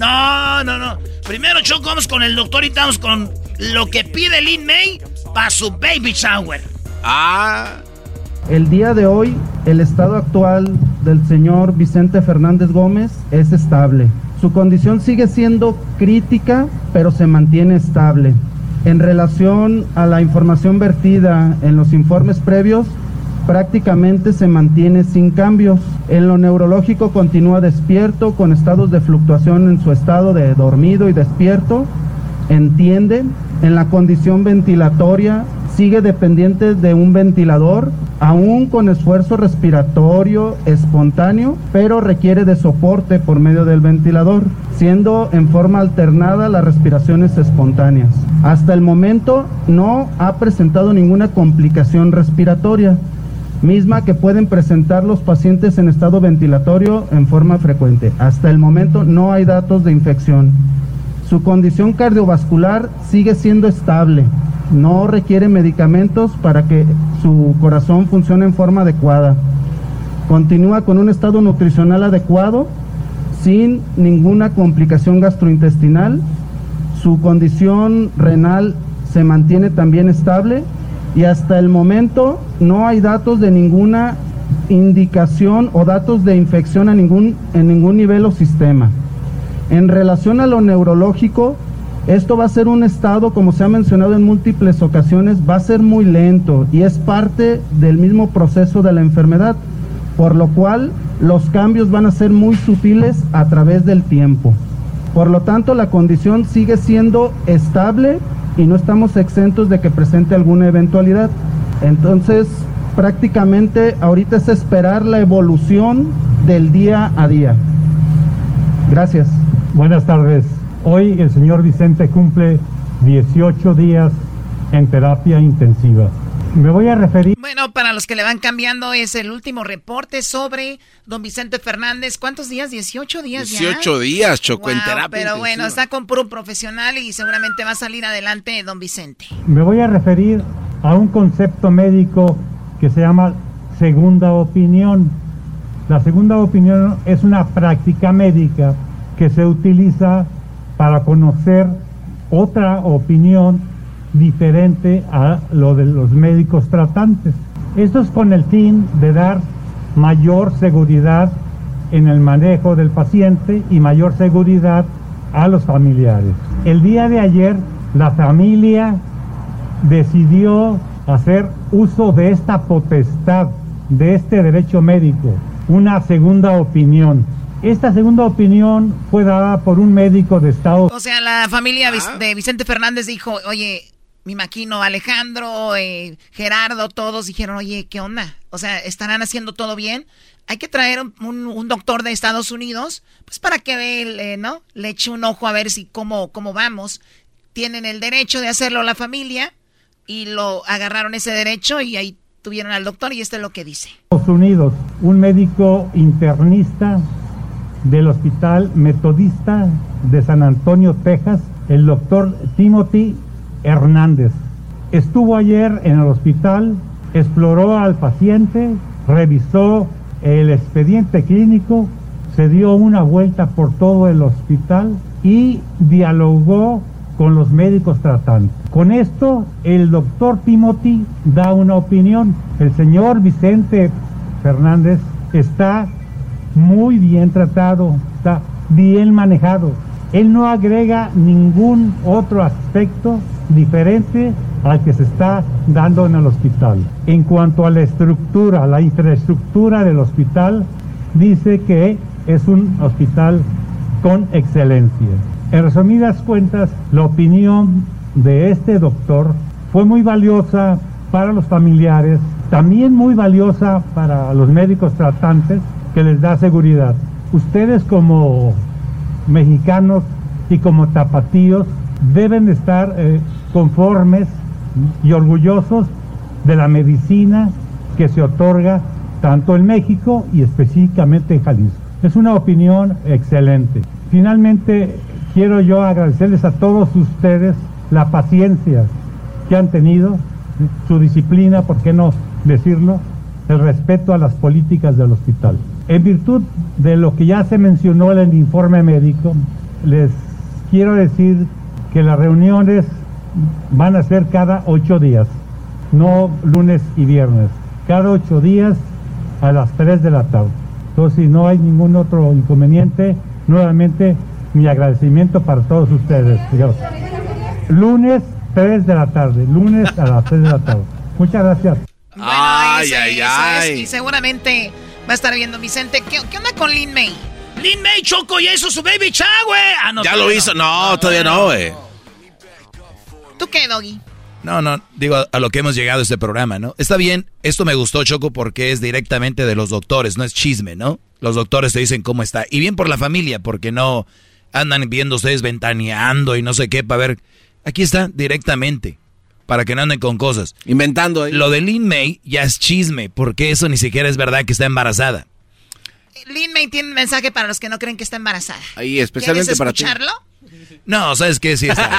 No, no, no. Primero, Choco, vamos con el doctor y estamos con lo que pide Lin May para su baby shower. Ah... El día de hoy, el estado actual del señor Vicente Fernández Gómez es estable. Su condición sigue siendo crítica, pero se mantiene estable. En relación a la información vertida en los informes previos, prácticamente se mantiene sin cambios. En lo neurológico continúa despierto, con estados de fluctuación en su estado de dormido y despierto. Entiende. En la condición ventilatoria, sigue dependiente de un ventilador, aún con esfuerzo respiratorio espontáneo, pero requiere de soporte por medio del ventilador, siendo en forma alternada las respiraciones espontáneas. Hasta el momento no ha presentado ninguna complicación respiratoria, misma que pueden presentar los pacientes en estado ventilatorio en forma frecuente. Hasta el momento no hay datos de infección. Su condición cardiovascular sigue siendo estable. No requiere medicamentos para que su corazón funcione en forma adecuada. Continúa con un estado nutricional adecuado, sin ninguna complicación gastrointestinal. Su condición renal se mantiene también estable y hasta el momento no hay datos de ninguna indicación o datos de infección a ningún, en ningún nivel o sistema. En relación a lo neurológico, esto va a ser un estado, como se ha mencionado en múltiples ocasiones, va a ser muy lento y es parte del mismo proceso de la enfermedad, por lo cual los cambios van a ser muy sutiles a través del tiempo. Por lo tanto, la condición sigue siendo estable y no estamos exentos de que presente alguna eventualidad. Entonces, prácticamente ahorita es esperar la evolución del día a día. Gracias. Buenas tardes. Hoy el señor Vicente cumple dieciocho días en terapia intensiva. Me voy a referir... Bueno, para los que le van cambiando, es el último reporte sobre don Vicente Fernández. ¿Cuántos días? dieciocho días ya. dieciocho días, Choco, wow, en terapia Pero intensiva. bueno, está con puro profesional y seguramente va a salir adelante don Vicente. Me voy a referir a un concepto médico que se llama segunda opinión. La segunda opinión es una práctica médica que se utiliza para conocer otra opinión diferente a lo de los médicos tratantes. Esto es con el fin de dar mayor seguridad en el manejo del paciente y mayor seguridad a los familiares. El día de ayer, la familia decidió hacer uso de esta potestad, de este derecho médico, una segunda opinión. Esta segunda opinión fue dada por un médico de Estados Unidos. O sea, la familia ah. de Vicente Fernández dijo, oye, mi maquino Alejandro, eh, Gerardo, todos dijeron, oye, ¿qué onda? O sea, ¿estarán haciendo todo bien? Hay que traer un, un, un doctor de Estados Unidos, pues para que él, eh, ¿no? Le eche un ojo a ver si cómo, cómo vamos. Tienen el derecho de hacerlo la familia y lo agarraron ese derecho y ahí tuvieron al doctor y esto es lo que dice. Estados Unidos, un médico internista del Hospital Metodista de San Antonio, Texas, el doctor Timothy Hernández. Estuvo ayer en el hospital, exploró al paciente, revisó el expediente clínico, se dio una vuelta por todo el hospital y dialogó con los médicos tratantes. Con esto, el doctor Timothy da una opinión. El señor Vicente Fernández está muy bien tratado, está bien manejado. Él no agrega ningún otro aspecto diferente al que se está dando en el hospital. En cuanto a la estructura, la infraestructura del hospital, dice que es un hospital con excelencia. En resumidas cuentas, la opinión de este doctor fue muy valiosa para los familiares, también muy valiosa para los médicos tratantes, que les da seguridad. Ustedes como mexicanos y como tapatíos deben estar eh, conformes y orgullosos de la medicina que se otorga tanto en México y específicamente en Jalisco. Es una opinión excelente. Finalmente, quiero yo agradecerles a todos ustedes la paciencia que han tenido, su disciplina, por qué no decirlo, el respeto a las políticas del hospital. En virtud de lo que ya se mencionó en el informe médico, les quiero decir que las reuniones van a ser cada ocho días, no lunes y viernes, cada ocho días a las tres de la tarde. Entonces, si no hay ningún otro inconveniente, nuevamente mi agradecimiento para todos ustedes. Lunes, tres de la tarde, lunes a las tres de la tarde. Muchas gracias. Bueno, ay, ese, ay, ay. Es, y seguramente va a estar viendo Vicente. ¿Qué, qué onda con Lin May? Lin May, Choco, ya hizo su baby shower. Ah, no, ya lo hizo. No, no todavía no, güey. ¿Tú qué, Doggy? No, no, digo a, a lo que hemos llegado a este programa, ¿no? Está bien, esto me gustó, Choco, porque es directamente de los doctores, no es chisme, ¿no? Los doctores te dicen cómo está. Y bien por la familia, porque no andan viendo ustedes ventaneando y no sé qué, para ver. Aquí está, directamente. Para que no anden con cosas. Inventando ahí. Lo de Lin May ya es chisme, porque eso ni siquiera es verdad que está embarazada. Lin May tiene un mensaje para los que no creen que está embarazada. Ahí, especialmente para ti. ¿Quieres escucharlo? No, ¿sabes qué? Sí está.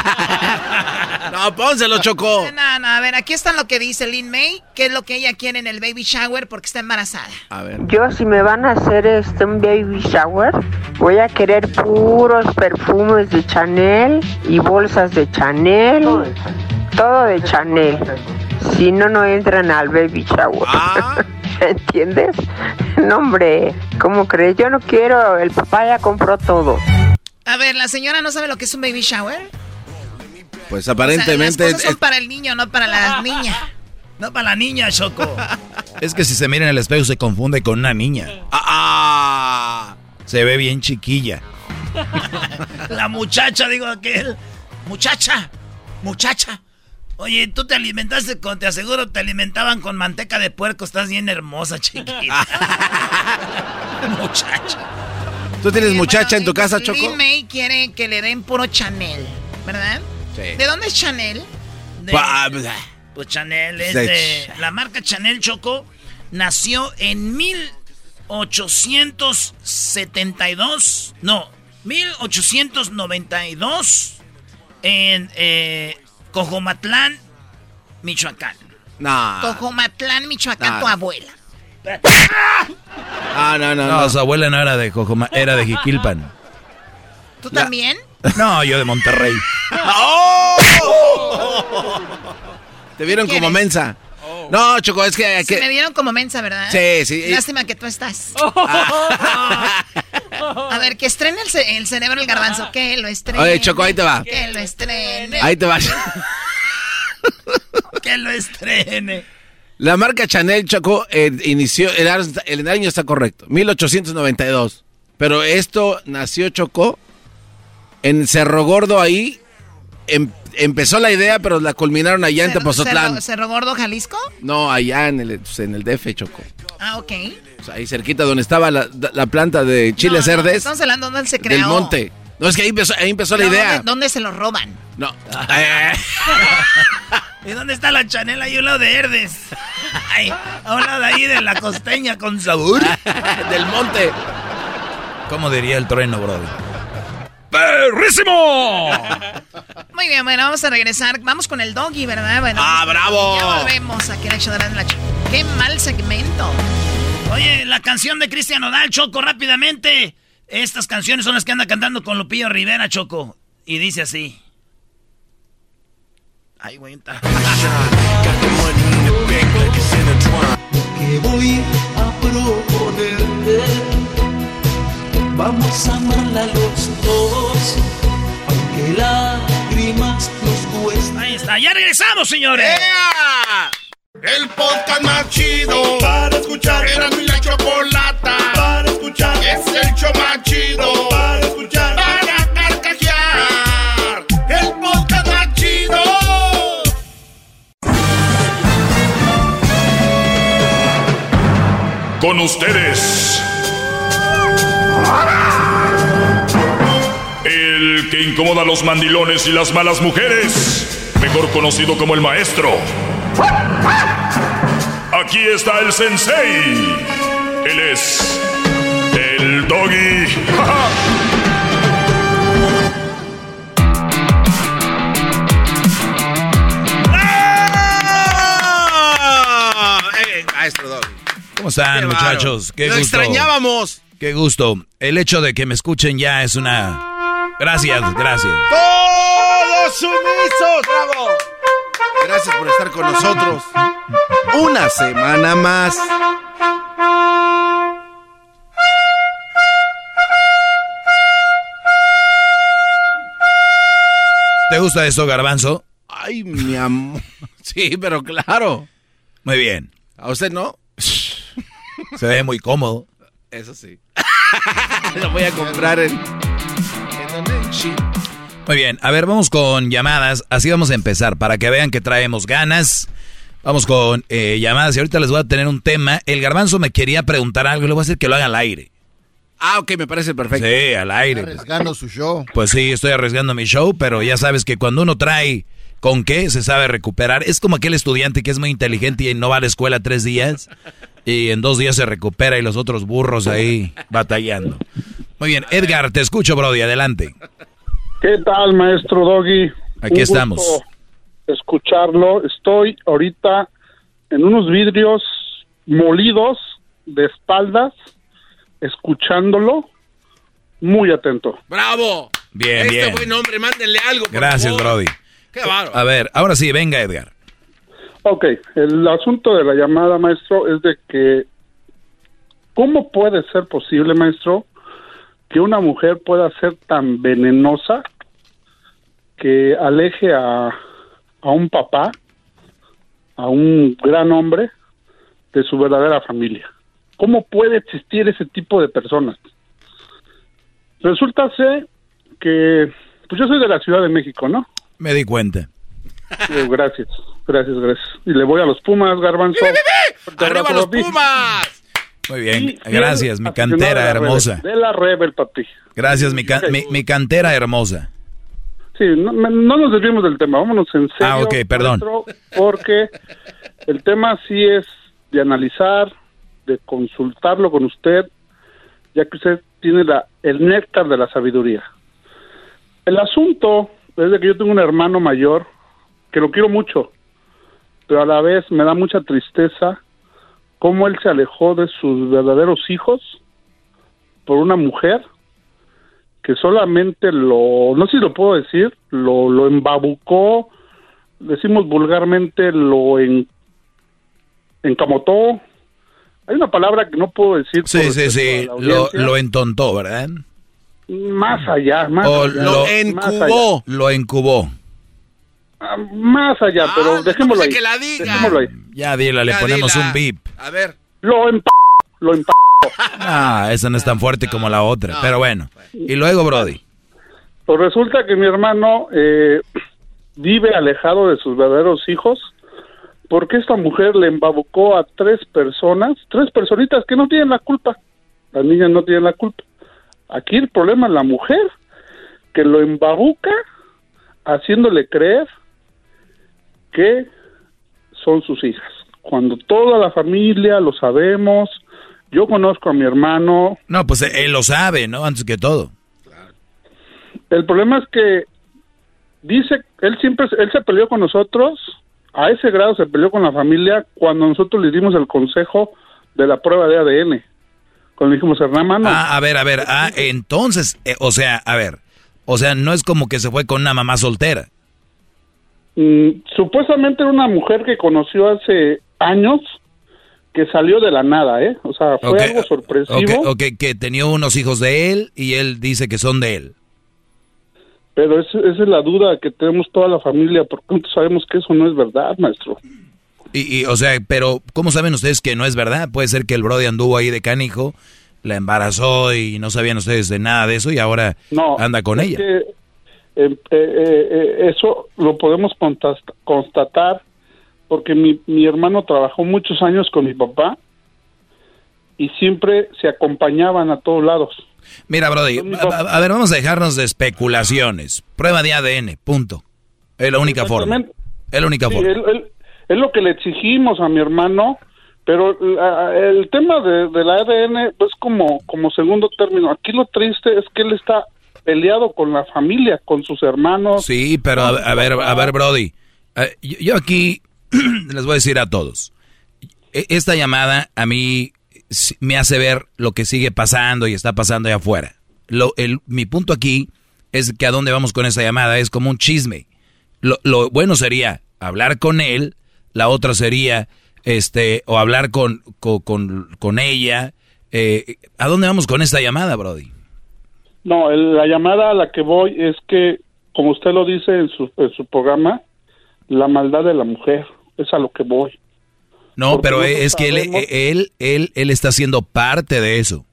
No, pónselo, Choco. No, no, a ver, aquí está lo que dice Lin May, qué es lo que ella quiere en el baby shower porque está embarazada. A ver. Yo, si me van a hacer este un baby shower, voy a querer puros perfumes de Chanel y bolsas de Chanel, todo de Chanel. Si no, no entran al baby shower. Ah. ¿Entiendes? No, hombre, ¿cómo crees? Yo no quiero, el papá ya compró todo. A ver, ¿la señora no sabe lo que es un baby shower? Pues aparentemente... O sea, las cosas son para el niño, no para la niña. No para la niña, Choco. Es que si se mira en el espejo se confunde con una niña. Ah, se ve bien chiquilla. La muchacha, digo aquel. Muchacha, muchacha. Oye, tú te alimentaste con, te aseguro, te alimentaban con manteca de puerco. Estás bien hermosa, chiquita. Muchacha. ¿Tú tienes Eh, muchacha bueno, en tu casa, Lin Choco? May quiere que le den puro Chanel, ¿verdad? Sí. ¿De dónde es Chanel? De- Pa- pues Chanel es Sí. de... La marca Chanel, Choco, nació en mil ochocientos setenta y dos. No, mil ochocientos noventa y dos en eh, Cojomatlán, Michoacán. No. Cojomatlán, Michoacán, No. tu abuela. Ah, no, no, No, no. su abuela no era de Jojoma, era de Jiquilpan. ¿Tú también? No, yo de Monterrey. ¡Oh! Te vieron ¿Quién como eres? mensa. No, Choco, es que... Sí, que- me vieron como mensa, ¿verdad? Sí, sí. Lástima que tú estás. A ver, que estrene el, ce- el cerebro el garbanzo. Que lo estrene. Oye, Choco, ahí te va. Que lo estrene. Ahí te vas. Que lo estrene. La marca Chanel, Choco, eh, inició... El, ar- el año está correcto. mil ochocientos noventa y dos. Pero esto nació, Choco, en Cerro Gordo ahí. Em- empezó la idea, pero la culminaron allá en Cerro- Tepozotlán. Cerro, Cerro Gordo, Jalisco. No, allá en el, pues, en el D F, Choco. Ah, ok. O sea, ahí cerquita donde estaba la, la planta de chiles No, no, cerdes estamos hablando de dónde se creó. del monte. No, es que ahí empezó, ahí empezó la No, idea. ¿dónde, dónde se lo roban? No. Eh, ¿Y dónde está la Chanel? Ahí a un lado de Herdes. Ay, a un lado de ahí de la costeña con sabor. del monte. ¿Cómo diría el trueno, brother? ¡Perrísimo! Muy bien, bueno, vamos a regresar. Vamos con el doggy, ¿verdad? Bueno, ¡Ah, bravo! Ya volvemos aquí en el show de la Ch- ¡Qué mal segmento! Oye, la canción de Cristian Nodal, Choco, rápidamente. Estas canciones son las que anda cantando con Lupillo Rivera, Choco. Y dice así. Ay, güey. está- Que voy a proponerte, vamos a amarla los dos, aunque lágrimas nos cuesten. Ahí está, ya regresamos, señores. ¡Ea! El podcast más chido para escuchar. Era mi la chocolata para escuchar. Es el show más chido para escuchar. Para carcajear. El podcast más chido. Con ustedes. El que incomoda a los mandilones y las malas mujeres. Mejor conocido como el maestro. Aquí está el sensei. Él es el Doggy. ¡Ah! Eh, maestro Doggy. ¿Cómo están, Qué muchachos? bárbaro. Qué Lo gusto. extrañábamos. Qué gusto. El hecho de que me escuchen ya es una... Gracias, gracias. ¡Todos sumisos! ¡Bravo! Gracias por estar con nosotros. Una semana más. ¿Te gusta esto, Garbanzo? Ay, mi amor. Sí, pero claro. Muy bien. ¿A usted no? Se ve muy cómodo. Eso sí. Lo voy a comprar en... en donde en Chi. Muy bien, a ver, vamos con llamadas. Así vamos a empezar, para que vean que traemos ganas. Vamos con eh, llamadas y ahorita les voy a tener un tema. El Garbanzo me quería preguntar algo y le voy a hacer que lo haga al aire. Ah, ok, me parece perfecto. Sí, al aire. Arriesgando su show. Pues sí, estoy arriesgando mi show, pero ya sabes que cuando uno trae con qué se sabe recuperar. Es como aquel estudiante que es muy inteligente y no va a la escuela tres días y en dos días se recupera y los otros burros ahí batallando. Muy bien, Edgar, te escucho, Brody, adelante. ¿Qué tal, maestro Doggy? Aquí Un estamos. gusto escucharlo. Estoy ahorita en unos vidrios molidos de espaldas, escuchándolo, muy atento. ¡Bravo! Bien, este bien. buen hombre, mándenle algo, por Gracias, favor. Brody. ¡Qué bárbaro! A ver, ahora sí, venga, Edgar. Ok, el asunto de la llamada, maestro, es de que ¿cómo puede ser posible, maestro, que una mujer pueda ser tan venenosa que aleje a, a un papá, a un gran hombre, de su verdadera familia? ¿Cómo puede existir ese tipo de personas? Resulta ser que, pues yo soy de la Ciudad de México, ¿no? Me di cuenta. Eh, gracias, gracias, gracias. Y le voy a los Pumas, Garbanzo. ¡Arriba los Pumas! Muy bien, gracias, mi cantera hermosa. De la Rebel, papi. Gracias, mi, ca mi, mi cantera hermosa. Sí, no, no nos desviemos del tema, vámonos en serio. Ah, ok, perdón. Maestro, porque el tema sí es de analizar, de consultarlo con usted, ya que usted tiene la, el néctar de la sabiduría. El asunto es de que yo tengo un hermano mayor, que lo quiero mucho, pero a la vez me da mucha tristeza cómo él se alejó de sus verdaderos hijos por una mujer que solamente lo, no sé si lo puedo decir, lo, lo embabucó, decimos vulgarmente, lo en, encamotó. Hay una palabra que no puedo decir. Sí, sí, sí, lo, lo entontó, ¿verdad? Más allá, más o allá. Lo encubó. Lo incubó. Ah, más allá, pero ah, dejémoslo ahí. Que la diga. Dejémoslo ahí. Ya, dile, le ya, ponemos dila. un bip. A ver. Lo emp... Lo emp... Ah, esa no es tan fuerte no, como la otra, no, pero bueno. Y luego, Brody. Pues resulta que mi hermano eh, vive alejado de sus verdaderos hijos porque esta mujer le embabucó a tres personas, tres personitas que no tienen la culpa. Las niñas no tienen la culpa. Aquí el problema es la mujer que lo embabuca haciéndole creer que son sus hijas. Cuando toda la familia lo sabemos, yo conozco a mi hermano. No, pues él lo sabe, ¿no? Antes que todo. El problema es que dice, él siempre, él se peleó con nosotros, a ese grado se peleó con la familia cuando nosotros le dimos el consejo de la prueba de A D N. Cuando le dijimos, hermano. Ah, a ver, a ver, ah, entonces, eh, o sea, a ver, o sea, no es como que se fue con una mamá soltera. Mm, supuestamente era una mujer que conoció hace años, que salió de la nada, ¿eh? O sea, fue okay, algo sorpresivo. Ok, okay, que tenía unos hijos de él y él dice que son de él. Pero es, esa es la duda que tenemos toda la familia, porque nosotros sabemos que eso no es verdad, maestro. Y, y, o sea, pero ¿cómo saben ustedes que no es verdad? Puede ser que el brody anduvo ahí de canijo, la embarazó y no sabían ustedes de nada de eso y ahora no, anda con es ella. Que, eh, eh, eh, eso lo podemos constatar porque mi, mi hermano trabajó muchos años con mi papá y siempre se acompañaban a todos lados. Mira, brody, a, a ver, vamos a dejarnos de especulaciones. Prueba de A D N, punto. Es la única forma. Es la única sí, forma. Él, él, es lo que le exigimos a mi hermano, pero la, el tema de, de la A D N es pues como, como segundo término. Aquí lo triste es que él está peleado con la familia, con sus hermanos. Sí, pero a, a ver, a ver, brody, uh, yo, yo aquí les voy a decir a todos, esta llamada a mí me hace ver lo que sigue pasando y está pasando allá afuera. Lo, el, mi punto aquí es que a dónde vamos con esa llamada es como un chisme. Lo, lo bueno sería hablar con él, la otra sería este o hablar con con, con, con ella. Eh, ¿A dónde vamos con esta llamada, Brody? No, el, la llamada a la que voy es que, como usted lo dice en su, en su programa, la maldad de la mujer, es a lo que voy. No, pero es que él, él, él, él está siendo parte de eso.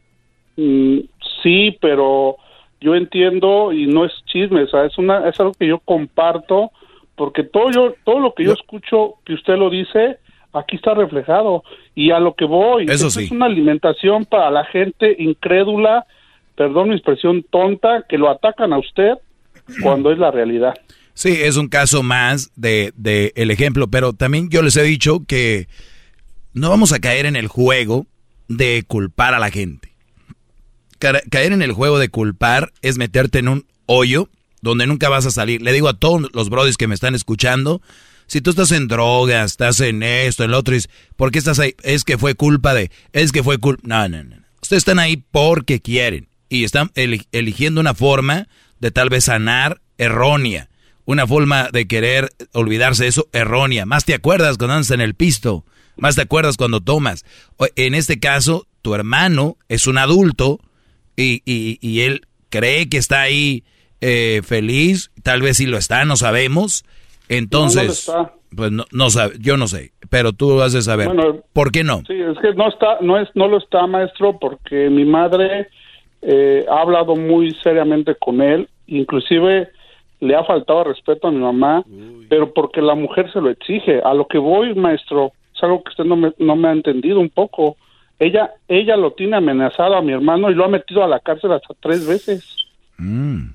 Mm, sí, pero yo entiendo y no es chisme, o sea, es, una, es algo que yo comparto, porque todo, yo, todo lo que yo escucho que usted lo dice, aquí está reflejado. Y a lo que voy, eso sí. Es una alimentación para la gente incrédula, perdón mi expresión tonta, que lo atacan a usted cuando es la realidad. Sí, es un caso más de, de el ejemplo, pero también yo les he dicho que no vamos a caer en el juego de culpar a la gente. Ca- caer en el juego de culpar es meterte en un hoyo donde nunca vas a salir. Le digo a todos los brodis que me están escuchando, si tú estás en drogas, estás en esto, en lo otro, ¿por qué estás ahí? Es que fue culpa de, es que fue culpa... No, no, no. Ustedes están ahí porque quieren y están el- eligiendo una forma de tal vez sanar errónea. Una forma de querer olvidarse de eso errónea. Más te acuerdas cuando andas en el pisto. Más te acuerdas cuando tomas. En este caso, tu hermano es un adulto y, y, y él cree que está ahí eh, feliz. Tal vez sí lo está, no sabemos. Entonces, no, no pues no, no sabe, yo no sé. Pero tú vas a saber. Bueno, ¿por qué no? Sí, es que no está, no es, no lo está, maestro, porque mi madre eh, ha hablado muy seriamente con él, inclusive le ha faltado respeto a mi mamá, Uy. pero porque la mujer se lo exige. A lo que voy, maestro, es algo que usted no me, no me ha entendido un poco. Ella, ella lo tiene amenazado a mi hermano y lo ha metido a la cárcel hasta tres veces. Mm.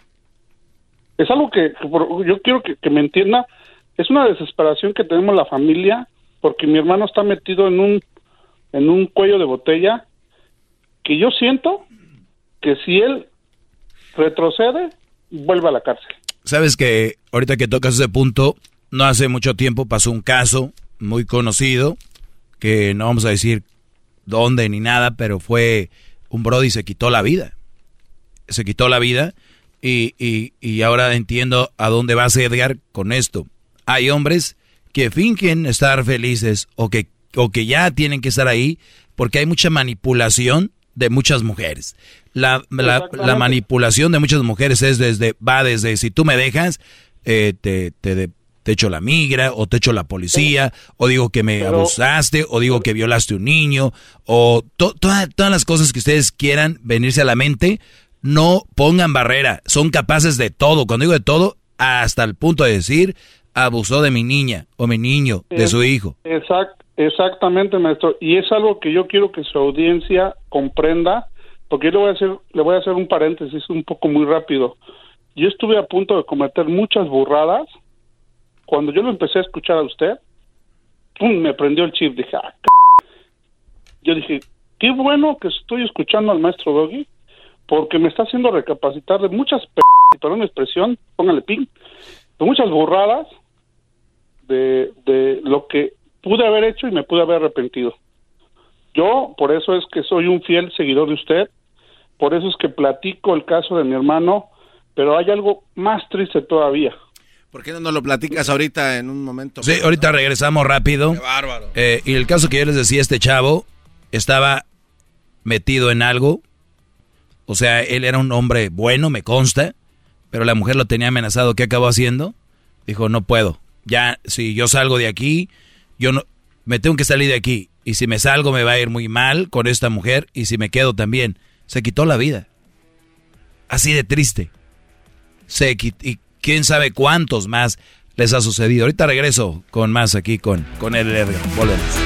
Es algo que, que por, yo quiero que, que me entienda. Es una desesperación que tenemos la familia porque mi hermano está metido en un en un cuello de botella que yo siento que si él retrocede, vuelve a la cárcel. Sabes que ahorita que tocas ese punto, no hace mucho tiempo pasó un caso muy conocido, que no vamos a decir dónde ni nada, pero fue un brody se quitó la vida. Se quitó la vida y, y, y ahora entiendo a dónde vas, Edgar, con esto. Hay hombres que fingen estar felices o que, o que ya tienen que estar ahí porque hay mucha manipulación de muchas mujeres. La, la, la manipulación de muchas mujeres es desde, va desde si tú me dejas, eh, te, te, te echo la migra, o te echo la policía, sí. o digo que me Pero, abusaste, o digo que violaste a un niño, o to, toda, todas las cosas que ustedes quieran venirse a la mente, no pongan barrera, son capaces de todo. Cuando digo de todo, hasta el punto de decir, abusó de mi niña, o mi niño, de su hijo. Exact, exactamente, maestro, y es algo que yo quiero que su audiencia comprenda, porque yo le voy a hacer, le voy a hacer un paréntesis un poco muy rápido. Yo estuve a punto de cometer muchas burradas. Cuando yo lo empecé a escuchar a usted, pum, me prendió el chip. Dije, ah, c-". Yo dije, qué bueno que estoy escuchando al maestro Doggy, porque me está haciendo recapacitar de muchas p***, perdón la expresión, póngale ping, de muchas burradas de, de lo que pude haber hecho y me pude haber arrepentido. Yo, por eso es que soy un fiel seguidor de usted, por eso es que platico el caso de mi hermano, pero hay algo más triste todavía. ¿Por qué no nos lo platicas ahorita en un momento? Sí, ahorita regresamos rápido. Qué bárbaro. Eh, y el caso que yo les decía, este chavo estaba metido en algo, o sea, él era un hombre bueno, me consta, pero la mujer lo tenía amenazado. ¿Qué acabó haciendo? Dijo, no puedo, ya, si yo salgo de aquí, yo no, me tengo que salir de aquí. Y si me salgo me va a ir muy mal con esta mujer. Y si me quedo también. Se quitó la vida. Así de triste. Se quit- y quién sabe cuántos más les ha sucedido. Ahorita regreso con más aquí con, con el Edgar. Volvemos.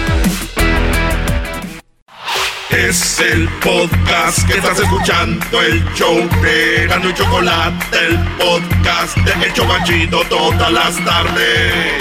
Es el podcast que estás escuchando, el show de Erasmo y Chocolate, el podcast de El Chobachito todas las tardes.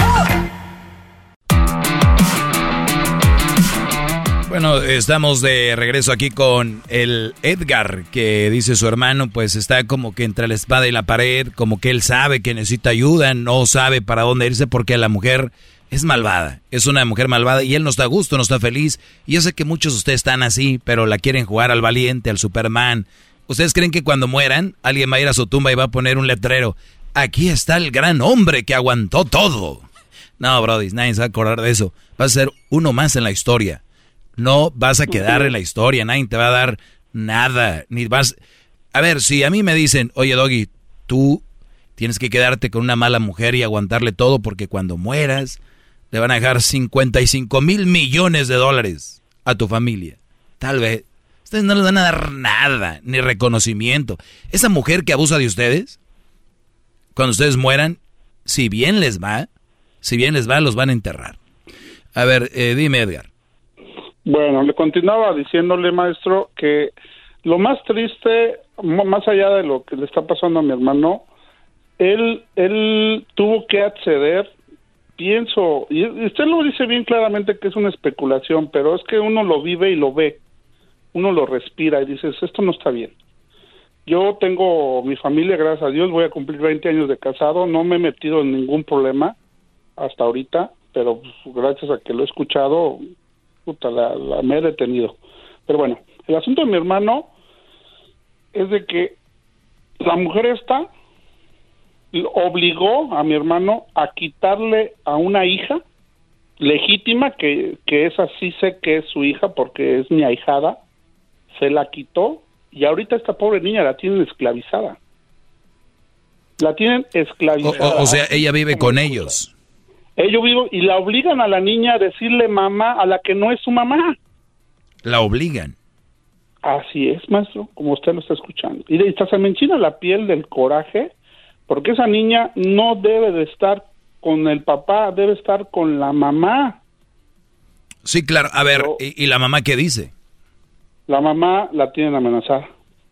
Bueno, estamos de regreso aquí con el Edgar, que dice su hermano, pues está como que entre la espada y la pared, como que él sabe que necesita ayuda, no sabe para dónde irse porque la mujer es malvada, es una mujer malvada y él no está a gusto, no está feliz. Y yo sé que muchos de ustedes están así, pero la quieren jugar al valiente, al Superman. ¿Ustedes creen que cuando mueran, alguien va a ir a su tumba y va a poner un letrero? Aquí está el gran hombre que aguantó todo. No, brody, nadie se va a acordar de eso. Va a ser uno más en la historia. No vas a quedar en la historia, nadie te va a dar nada, ni vas... A ver, si a mí me dicen, oye Doggy, tú tienes que quedarte con una mala mujer y aguantarle todo porque cuando mueras le van a dejar cincuenta y cinco mil millones de dólares a tu familia. Tal vez. Ustedes no les van a dar nada, ni reconocimiento. Esa mujer que abusa de ustedes, cuando ustedes mueran, si bien les va, si bien les va, los van a enterrar. A ver, eh, dime Edgar. Bueno, le continuaba diciéndole, maestro, que lo más triste, más allá de lo que le está pasando a mi hermano, él, él tuvo que acceder, pienso, y usted lo dice bien claramente que es una especulación, pero es que uno lo vive y lo ve, uno lo respira y dices, esto no está bien. Yo tengo mi familia, gracias a Dios, voy a cumplir veinte años de casado, no me he metido en ningún problema hasta ahorita, pero pues, gracias a que lo he escuchado... Puta, la, la me he detenido. Pero bueno, el asunto de mi hermano es de que la mujer esta obligó a mi hermano a quitarle a una hija legítima, que, que esa sí sé que es su hija porque es mi ahijada, se la quitó y ahorita esta pobre niña la tienen esclavizada. La tienen esclavizada. O, o, o sea, ella vive con ellos. Ellos viven y la obligan a la niña a decirle mamá a la que no es su mamá. La obligan. Así es, maestro, como usted lo está escuchando. Y de esta se me enchina la piel del coraje, porque esa niña no debe de estar con el papá, debe estar con la mamá. Sí, claro. A ver, Pero, ¿y, ¿y la mamá qué dice? La mamá la tienen amenazada.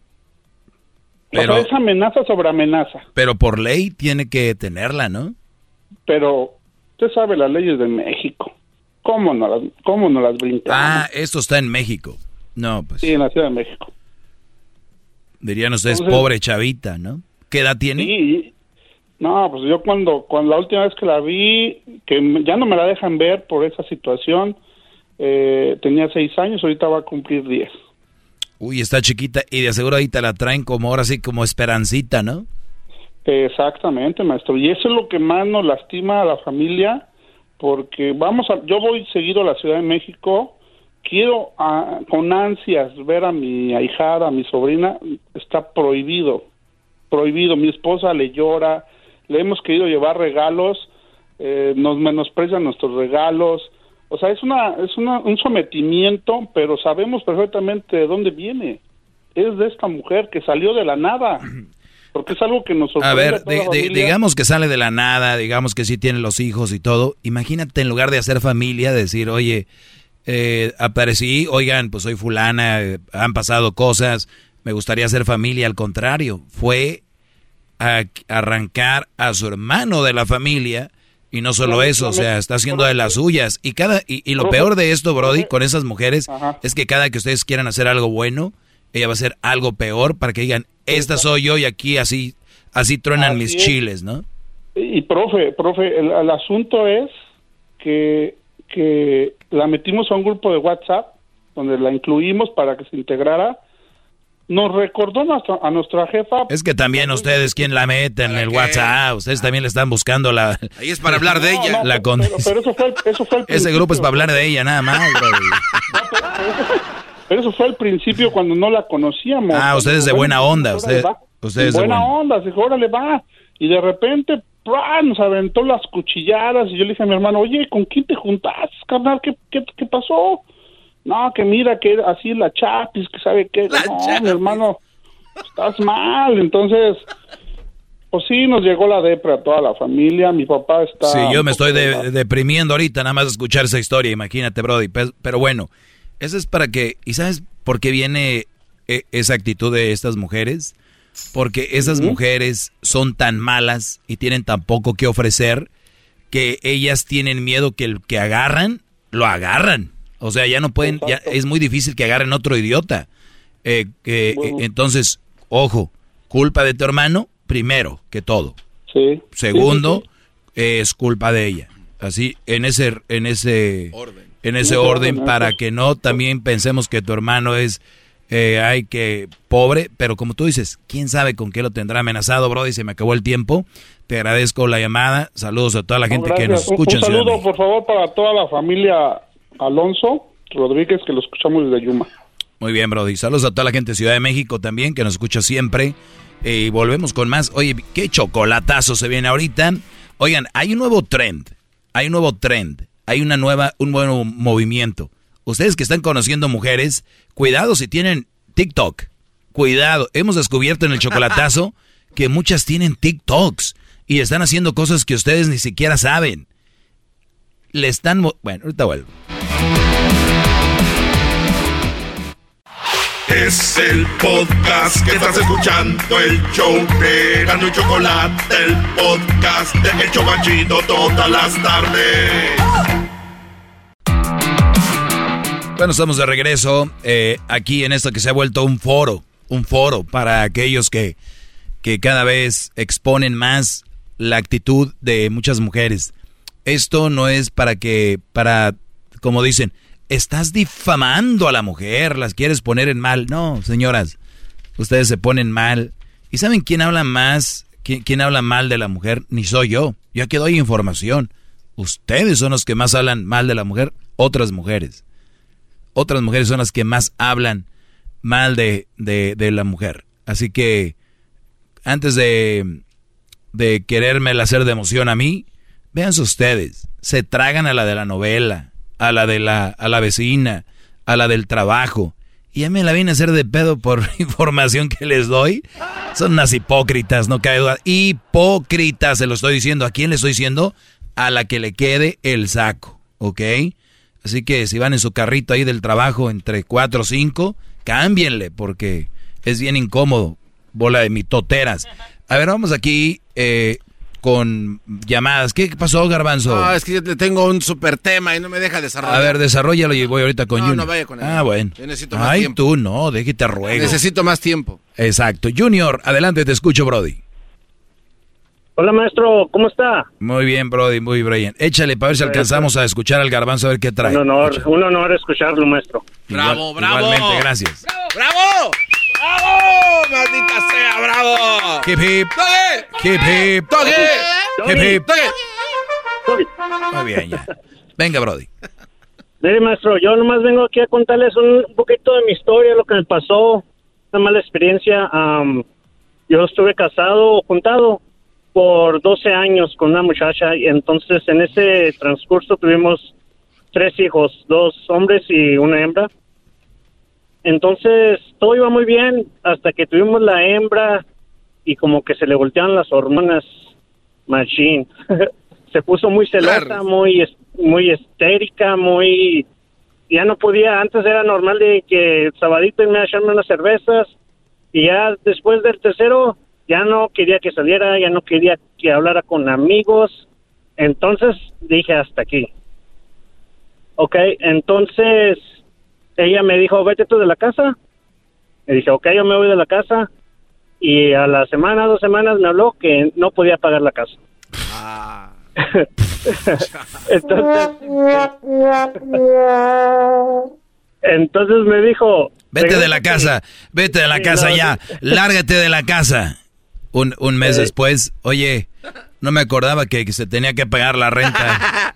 Pero, o sea, es amenaza sobre amenaza. Pero por ley tiene que tenerla, ¿no? Pero usted sabe las leyes de México. ¿Cómo no las, cómo no las brincamos? Ah, esto está en México. No, pues. Sí, en la Ciudad de México. Dirían ustedes, Entonces, pobre chavita, ¿no? ¿Qué edad tiene? Sí. No, pues yo cuando, cuando la última vez que la vi, que ya no me la dejan ver por esa situación, eh, tenía seis años, ahorita va a cumplir diez. Uy, está chiquita y de seguro ahí te la traen como ahora sí, como esperancita, ¿no? Exactamente, maestro. Y eso es lo que más nos lastima a la familia, porque vamos a, yo voy seguido a la Ciudad de México, quiero a, con ansias ver a mi ahijada, a mi sobrina, está prohibido, prohibido. Mi esposa le llora, le hemos querido llevar regalos, eh, nos menosprecian nuestros regalos. O sea, es una es una, un sometimiento, pero sabemos perfectamente de dónde viene. Es de esta mujer que salió de la nada. Porque es algo que nos sorprende. A ver, a toda de, la de, digamos que sale de la nada, digamos que sí tiene los hijos y todo. Imagínate, en lugar de hacer familia, decir, oye, eh, aparecí, oigan, pues soy fulana, eh, han pasado cosas, me gustaría hacer familia. Al contrario, fue a arrancar a su hermano de la familia. Y no solo eso, o sea, está haciendo de las suyas. Y cada y, y lo peor de esto, Brody, con esas mujeres, es que cada que ustedes quieran hacer algo bueno, ella va a hacer algo peor para que digan, esta soy yo y aquí así así truenan mis chiles, ¿no? Y, profe, profe, el, el asunto es que, que la metimos a un grupo de WhatsApp, donde la incluimos para que se integrara. Nos recordó nuestra, a nuestra jefa. Es que también ustedes, ¿quién la meten en el WhatsApp? Ustedes también le están buscando la... Ahí es para hablar de ella. No, no, la con... pero, pero eso fue, eso fue el Ese grupo es para hablar de ella, nada más. No, pero, pero, eso fue, pero eso fue al principio cuando no la conocíamos. Ah, ustedes de buena onda. Ustedes, ustedes de buena, buena onda. Dijo, órale, va. Y de repente, ¡prá! Nos aventó las cuchilladas. Y yo le dije a mi hermano, oye, ¿con quién te juntas, carnal? ¿Qué, qué, qué pasó? No, que mira, que así la chapis, que sabe qué. La no, chapis. mi hermano... Estás mal, entonces, pues sí, nos llegó la depre a toda la familia, mi papá está... Sí, yo me estoy de, deprimiendo ahorita nada más de escuchar esa historia, imagínate, Brody, pero, pero bueno, eso es para que, ¿y sabes por qué viene e, esa actitud de estas mujeres? Porque esas uh-huh. mujeres son tan malas y tienen tan poco que ofrecer que ellas tienen miedo que el que agarran, lo agarran, o sea, ya no pueden, ya, es muy difícil que agarren otro idiota. Eh, eh, bueno. eh, entonces, ojo, culpa de tu hermano, primero que todo. Sí. Segundo, sí, sí, sí. Eh, es culpa de ella. Así, en ese, en ese orden, en ese orden, orden para que no también pensemos que tu hermano es, eh, ay, que pobre, pero como tú dices, quién sabe con qué lo tendrá amenazado, Brody. Se me acabó el tiempo. Te agradezco la llamada. Saludos a toda la gente no, que nos escucha. Un, un saludo, por favor, para toda la familia Alonso Rodríguez, que lo escuchamos desde Yuma. Muy bien, Brody. Saludos a toda la gente de Ciudad de México también, que nos escucha siempre. Eh, y volvemos con más. Oye, qué chocolatazo se viene ahorita. Oigan, hay un nuevo trend. Hay un nuevo trend. Hay una nueva, un nuevo movimiento. Ustedes que están conociendo mujeres, cuidado si tienen TikTok. Cuidado. Hemos descubierto en el chocolatazo que muchas tienen TikToks y están haciendo cosas que ustedes ni siquiera saben. Le están... Bueno, ahorita vuelvo. Es el podcast que estás escuchando, el show de Erasmo y Chocolate, el podcast de El Chobachito todas las tardes. Bueno, estamos de regreso eh, aquí en esto que se ha vuelto un foro, un foro para aquellos que, que cada vez exponen más la actitud de muchas mujeres. Esto no es para que, para, como dicen, estás difamando a la mujer, las quieres poner en mal. No, señoras, ustedes se ponen mal. ¿Y saben quién habla más, quién, quién habla mal de la mujer? Ni soy yo. Yo aquí doy información. Ustedes son los que más hablan mal de la mujer, otras mujeres. Otras mujeres son las que más hablan mal de, de, de la mujer. Así que, antes de, de querérmela hacer de emoción a mí, véanse ustedes. Se tragan a la de la novela, a la de la, a la vecina, a la del trabajo. Y ya me la viene a hacer de pedo por información que les doy. Son unas hipócritas, no cabe duda. Hipócritas, se lo estoy diciendo. ¿A quién le estoy diciendo? A la que le quede el saco, ¿ok? Así que si van en su carrito ahí del trabajo entre cuatro o cinco, cámbienle, porque es bien incómodo, bola de mitoteras. A ver, vamos aquí eh, con llamadas. ¿Qué pasó, Garbanzo? No, es que yo tengo un super tema y no me deja desarrollar. A ver, desarrollalo y voy ahorita con no, Junior. No, vaya con él. Ah, bueno. Yo necesito más Ay, tiempo. tú no, déjate ruego. Necesito más tiempo. Exacto. Junior, adelante, te escucho, Brody. Hola, maestro, ¿cómo está? Muy bien, Brody, muy bien. Échale para ver si alcanzamos a escuchar al Garbanzo, a ver qué trae. Un honor, un honor escucharlo, maestro. Bravo, Igual, bravo. Igualmente, gracias. ¡Bravo! ¡Bravo! ¡Maldita sea, bravo! Hip hip. ¡Togue! Hip hip. ¡Togue! Hip hip. Togue. Muy bien, ya. Venga, Brody. Mire, maestro, yo nomás vengo aquí a contarles un, un poquito de mi historia, lo que me pasó, una mala experiencia. Um, yo estuve casado, juntado, por doce años con una muchacha, y entonces en ese transcurso tuvimos tres hijos, dos hombres y una hembra. Entonces todo iba muy bien hasta que tuvimos la hembra y como que se le voltearon las hormonas machine. Se puso muy celosa, claro. muy muy histérica, muy... Ya no podía, antes era normal de que el sabadito irme a echarme unas cervezas, y ya después del tercero ya no quería que saliera, ya no quería que hablara con amigos. Entonces dije hasta aquí. Ok, entonces ella me dijo, vete tú de la casa. Le dije, ok, yo me voy de la casa. Y a la semana, dos semanas me habló que no podía pagar la casa. Ah. entonces, entonces me dijo... Vete de la casa, vete de la sí, casa no, ya, sí. Lárgate de la casa. Un, un mes sí. después, oye, no me acordaba que, que se tenía que pagar la renta.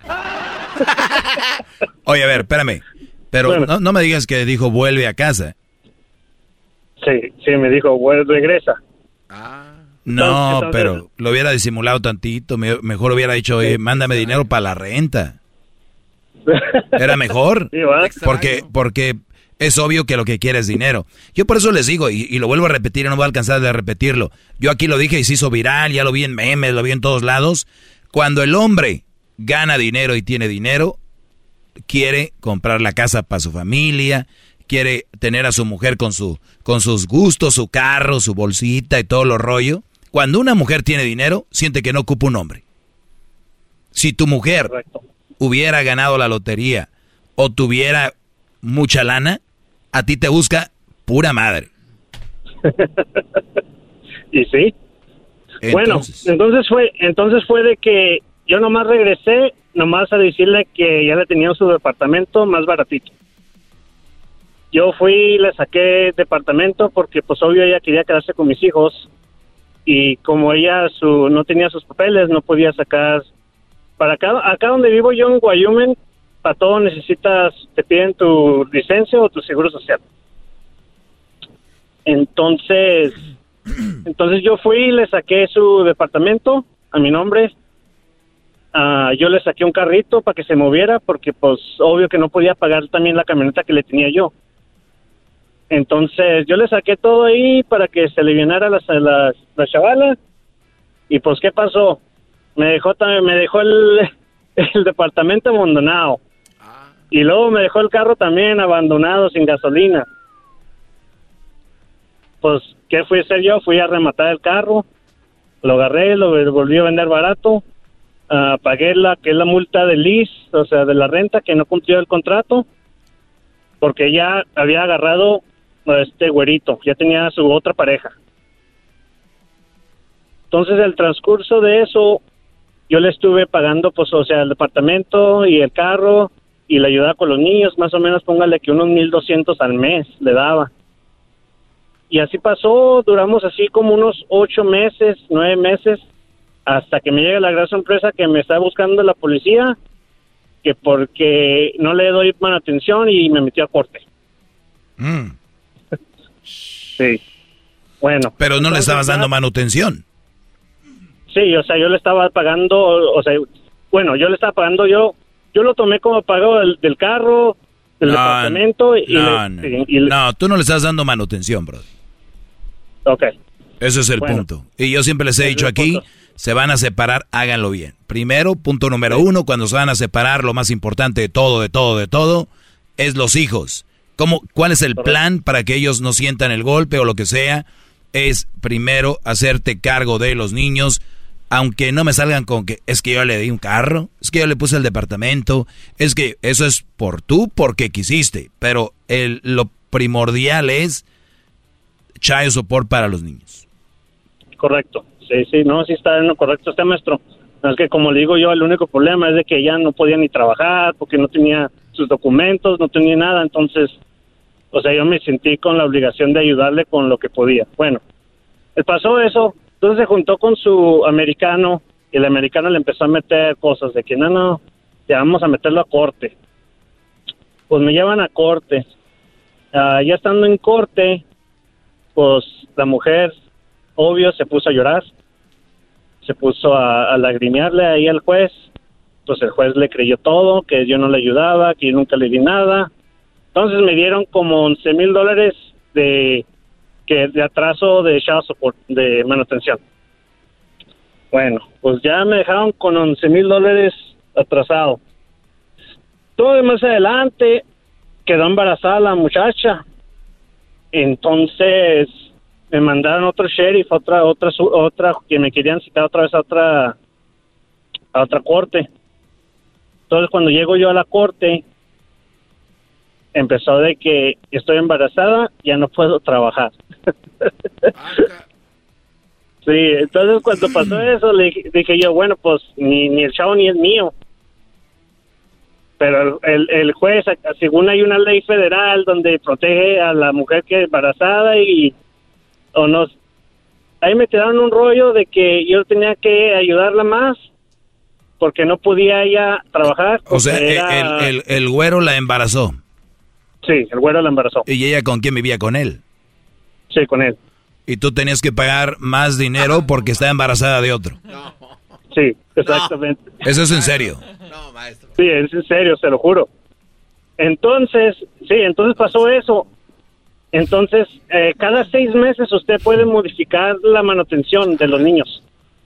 Oye, a ver, espérame. Pero bueno. no, no me digas que dijo vuelve a casa. Sí, sí, me dijo, vuelve, regresa. Ah. No, entonces, pero lo hubiera disimulado tantito. Me, mejor hubiera dicho, oye, mándame dinero para la renta. Era mejor. Sí, ¿va? Porque, porque es obvio que lo que quiere es dinero. Yo por eso les digo, y, y lo vuelvo a repetir, y no voy a alcanzar de repetirlo. Yo aquí lo dije y se hizo viral, ya lo vi en memes, lo vi en todos lados. Cuando el hombre gana dinero y tiene dinero, quiere comprar la casa para su familia, quiere tener a su mujer con su con sus gustos, su carro, su bolsita y todo lo rollo. Cuando una mujer tiene dinero, siente que no ocupa un hombre. Si tu mujer Correcto. hubiera ganado la lotería o tuviera mucha lana, a ti te busca pura madre. Y sí. Entonces. Bueno, entonces fue entonces fue de que yo nomás regresé, nomás a decirle que ya le tenía su departamento más baratito. Yo fui y le saqué departamento porque pues obvio ella quería quedarse con mis hijos, y como ella su no tenía sus papeles, no podía sacar. Para acá, acá donde vivo yo en Wyoming, para todo necesitas, te piden tu licencia o tu seguro social. Entonces, entonces yo fui y le saqué su departamento a mi nombre. Uh, yo le saqué un carrito para que se moviera porque pues obvio que no podía pagar también la camioneta que le tenía yo. Entonces yo le saqué todo ahí para que se alivianara las, las, las chavalas. Y pues ¿qué pasó? Me dejó también, me dejó el, el departamento abandonado. Y luego me dejó el carro también abandonado, sin gasolina. Pues, ¿qué fui a hacer yo? Fui a rematar el carro, lo agarré, lo volví a vender barato, uh, pagué la que es la multa de lease, o sea, de la renta, que no cumplió el contrato, porque ya había agarrado a este güerito, ya tenía su otra pareja. Entonces, el transcurso de eso, yo le estuve pagando, pues, o sea, el departamento y el carro, y le ayudaba con los niños, más o menos, póngale que unos mil doscientos al mes le daba. Y así pasó, duramos así como unos ocho meses, nueve meses, hasta que me llega la gran sorpresa que me está buscando la policía, que porque no le doy manutención y me metió a corte. Mm. Sí. Bueno. Pero no le estabas dando manutención. Sí, o sea, yo le estaba pagando, o sea, bueno, yo le estaba pagando, yo yo lo tomé como pago del, del carro, del no, departamento. Y no, le, no. Y, y le... no, tú no le estás dando manutención, bro. Ok. Ese es el bueno, punto. Y yo siempre les he dicho aquí, se van a separar, háganlo bien. Primero, punto número uno, cuando se van a separar, lo más importante de todo, de todo, de todo, es los hijos. ¿Cómo, ¿Cuál es el plan para que ellos no sientan el golpe o lo que sea? Es primero hacerte cargo de los niños, aunque no me salgan con que es que yo le di un carro, es que yo le puse el departamento, es que eso es por tú, porque quisiste, pero el, lo primordial es child support para los niños. Correcto, sí, sí, no, sí está en lo correcto este maestro. No, es que como le digo yo, el único problema es de que ella no podía ni trabajar porque no tenía sus documentos, no tenía nada, entonces, o sea, yo me sentí con la obligación de ayudarle con lo que podía. Bueno, pasó eso. Entonces se juntó con su americano y el americano le empezó a meter cosas de que no, no, ya vamos a meterlo a corte. Pues me llevan a corte. Uh, ya estando en corte, pues la mujer, obvio, se puso a llorar. Se puso a, a lagrimearle ahí al juez. Pues el juez le creyó todo, que yo no le ayudaba, que yo nunca le di nada. Entonces me dieron como once mil dólares de... que de atraso de child support, de manutención. Bueno, pues ya me dejaron con once mil dólares atrasado. Todo más adelante quedó embarazada la muchacha. Entonces me mandaron otro sheriff, otra, otra, otra, que me querían citar otra vez a otra, a otra corte. Entonces cuando llego yo a la corte, empezó de que estoy embarazada, ya no puedo trabajar. Sí, entonces cuando pasó eso, le dije yo, bueno, pues ni, ni el chavo ni es mío. Pero el, el juez, según hay una ley federal donde protege a la mujer que es embarazada y o no, ahí me tiraron un rollo de que yo tenía que ayudarla más porque no podía ella trabajar. O sea, era... el, el, el güero la embarazó. Sí, el güero la embarazó. ¿Y ella con quién vivía? ¿Con él? Sí, con él. ¿Y tú tenías que pagar más dinero porque estaba embarazada de otro? No. Sí, exactamente. No. ¿Eso es en serio? No, maestro. Sí, es en serio, se lo juro. Entonces, sí, entonces pasó eso. Entonces, eh, cada seis meses usted puede modificar la manutención de los niños.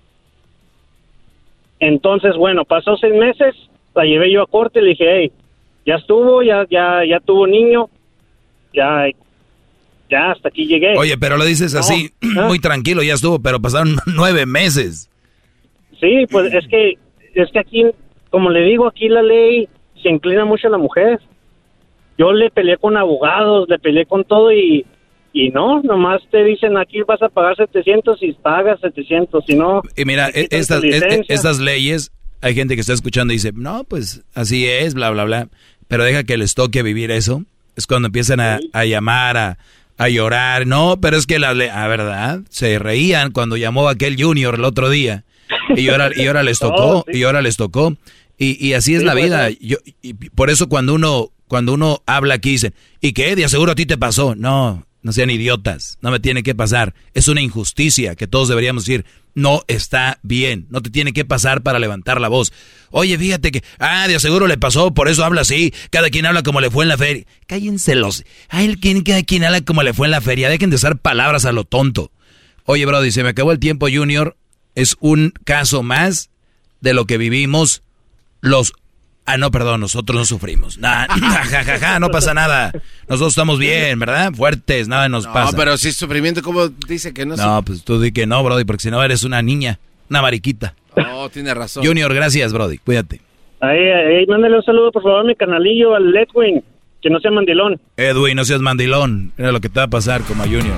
Entonces, bueno, pasó seis meses, la llevé yo a corte y le dije, hey, ya estuvo, ya, ya, ya tuvo niño, ya, ya hasta aquí llegué. Oye, pero lo dices no, así, ¿no? muy tranquilo, ya estuvo, pero pasaron nueve meses. Sí, pues es que, es que aquí, como le digo, aquí la ley se inclina mucho a la mujer. Yo le peleé con abogados, le peleé con todo y, y no, nomás te dicen aquí vas a pagar setecientos y pagas setecientos, si no... Y mira, estas, estas leyes, hay gente que está escuchando y dice, no, pues así es, bla, bla, bla, pero deja que les toque vivir eso. Es cuando empiezan a, a llamar, a, a llorar, no, pero es que la ley, ah, ¿verdad? Se reían cuando llamó aquel Junior el otro día y ahora, y ahora les tocó, oh, sí. y ahora les tocó. Y, y así es sí, la vida. Bueno. Yo, y por eso cuando uno... Cuando uno habla aquí dicen, ¿y qué? De aseguro a ti te pasó. No, no sean idiotas, no me tiene que pasar. Es una injusticia que todos deberíamos decir, no está bien, no te tiene que pasar para levantar la voz. Oye, fíjate que, ah, de aseguro le pasó, por eso habla así, cada quien habla como le fue en la feria. Cállense los, ay, cada quien habla como le fue en la feria, dejen de usar palabras a lo tonto. Oye, brody, se me acabó el tiempo, Junior, es un caso más de lo que vivimos los... Ah, no, perdón, nosotros no sufrimos. Nah, ja, ja, ja, ja, no pasa nada. Nosotros estamos bien, ¿verdad? Fuertes, nada nos no, pasa. No, pero si es sufrimiento, ¿cómo dice que no? No, pues tú di que no, Brody, porque si no eres una niña, una mariquita. Oh, tiene razón. Junior, gracias, Brody, cuídate. Ahí, ahí, mándale un saludo, por favor, a mi canalillo, al Edwin, que no sea mandilón. Edwin, no seas mandilón, era lo que te va a pasar como a Junior.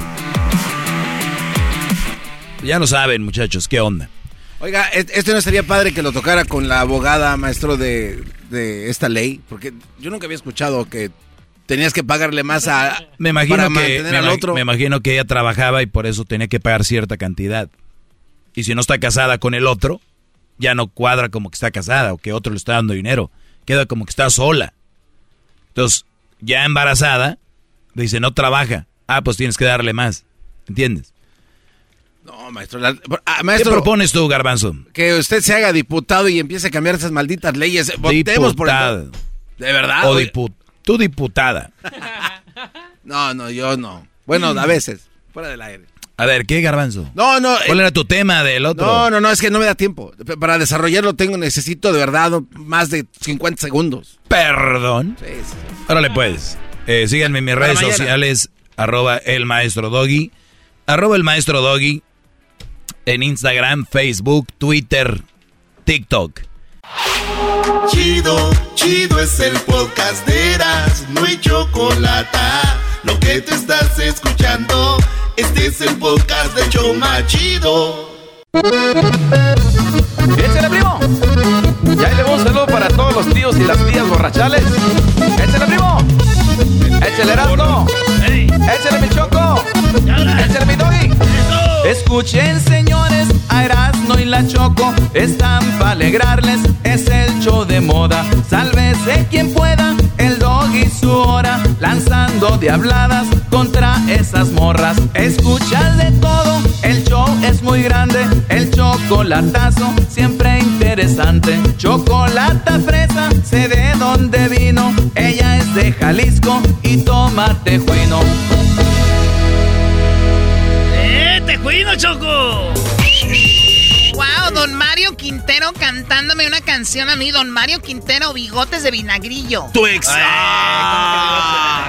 Ya lo saben, muchachos, ¿qué onda? Oiga, ¿esto no sería padre que lo tocara con la abogada, maestro, de, de esta ley? Porque yo nunca había escuchado que tenías que pagarle más a me imagino para que, mantener me al otro. Me imagino que ella trabajaba y por eso tenía que pagar cierta cantidad. Y si no está casada con el otro, ya no cuadra como que está casada o que otro le está dando dinero. Queda como que está sola. Entonces, ya embarazada, dice, no trabaja. Ah, pues tienes que darle más. ¿Entiendes? No, maestro, la, ah, maestro. ¿Qué propones tú, Garbanzo? Que usted se haga diputado y empiece a cambiar esas malditas leyes. Votemos por el... ¿De verdad? O dipu... tú diputada. No, no, yo no. Bueno, a veces, fuera del aire. A ver, ¿qué, Garbanzo? No, no. ¿Cuál eh, era tu tema del otro? No, no, no, es que no me da tiempo. Para desarrollarlo tengo, necesito de verdad más de cincuenta segundos. ¿Perdón? Sí, sí. Órale, pues. Eh, síganme en mis Para redes mañana. sociales, arroba el maestro Doggy, arroba el maestro Doggy, en Instagram, Facebook, Twitter, TikTok. Chido, chido es el podcast de Eras, no hay chocolate. Lo que te estás escuchando, este es el podcast de Choma Chido. ¡Échale, primo! Y ahí le va un saludo para todos los tíos y las tías borrachales. ¡Échale, primo! ¡Échale, Erasmo! ¡Échale, mi Choco! ¡Échale, mi Doggy! Escuchen, señores, a Erasmo y la Choco. Están para alegrarles, es el show de moda. Sálvese quien pueda, el Doggy su hora. Lanzando diabladas contra esas morras. Escuchas de todo, el show es muy grande. El chocolatazo, siempre interesante. Chocolata fresa, sé de dónde vino. Ella es de Jalisco y toma tejuino. ¡Eh, tejuino, Choco! Wow, don Mario Quintero cantándome una canción a mí. Don Mario Quintero, bigotes de vinagrillo. Tu ex. Ah,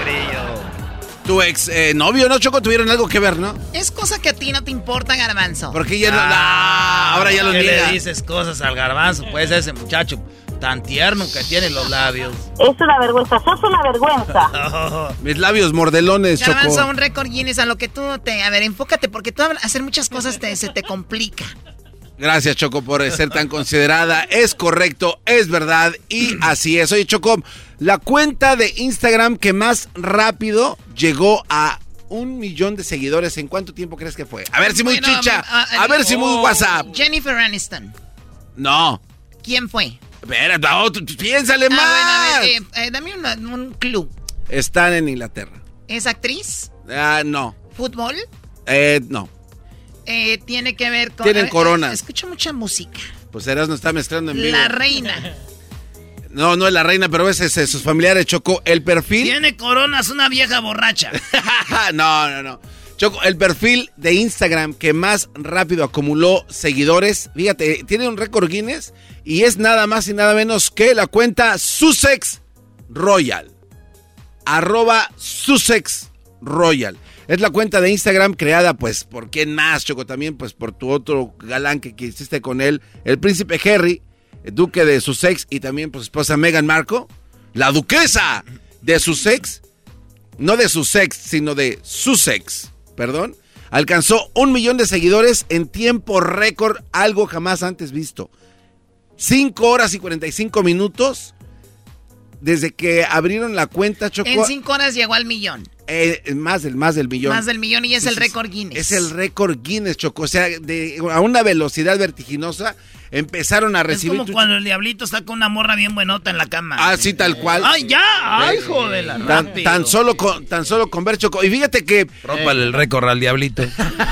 tu ex eh, novio, ¿no, Choco? Tuvieron algo que ver, ¿no? Es cosa que a ti no te importa, Garbanzo. Porque ya no. Ah, ahora ya lo ¿Qué niega. le dices cosas al Garbanzo? Pues ese muchacho tan tierno que tiene los labios. Es una vergüenza, sos una vergüenza. Mis labios mordelones, Choco. Garbanzo, un récord Guinness a lo que tú te... A ver, enfócate, porque tú hacer muchas cosas te, se te complica. Gracias, Choco, por ser tan considerada. Es correcto, es verdad y así es. Oye, Choco, la cuenta de Instagram que más rápido llegó a un millón de seguidores, ¿en cuánto tiempo crees que fue? A ver si muy Bueno, chicha, uh, uh, a ver si muy WhatsApp. Jennifer Aniston. No. ¿Quién fue? Espera, no, tú- tú piénsale más. Ah, bueno, a ver, eh, eh, dame una- un clue. Están en Inglaterra. ¿Es actriz? Ah, no. ¿Fútbol? Eh, no. Eh, tiene que ver con... Tienen a ver, coronas. eh, escucho mucha música. Pues Eras no está mezclando en vivo. La reina. No, no es la reina, pero es, es- es sus familiares, Choco. El perfil. Tiene coronas una vieja borracha. no, no, no. Choco, el perfil de Instagram que más rápido acumuló seguidores, fíjate, tiene un récord Guinness y es nada más y nada menos que la cuenta Sussex Royal. Arroba Sussex Royal. Es la cuenta de Instagram creada, pues, ¿por quién más, Choco? También, pues, por tu otro galán que, que hiciste con él, el príncipe Harry, el duque de Sussex, y también, pues, esposa Meghan Markle, la duquesa de Sussex, no de Sussex, sino de Sussex, perdón, alcanzó un millón de seguidores en tiempo récord, algo jamás antes visto. Cinco horas y cuarenta y cinco minutos desde que abrieron la cuenta, Choco. En cinco horas llegó al millón. Eh, más del más del millón. Más del millón y es Sí, el sí, récord Guinness. Es el récord Guinness, Choco. O sea, de, a una velocidad vertiginosa empezaron a Es recibir... como cuando el diablito está con una morra bien buenota en la cama. Ah, sí, tal cual. ¡Ay, ya! ¡Ay, joder! Tan, Rápido. tan solo con tan solo con ver, Choco. Y fíjate que... Rómpale el récord al diablito.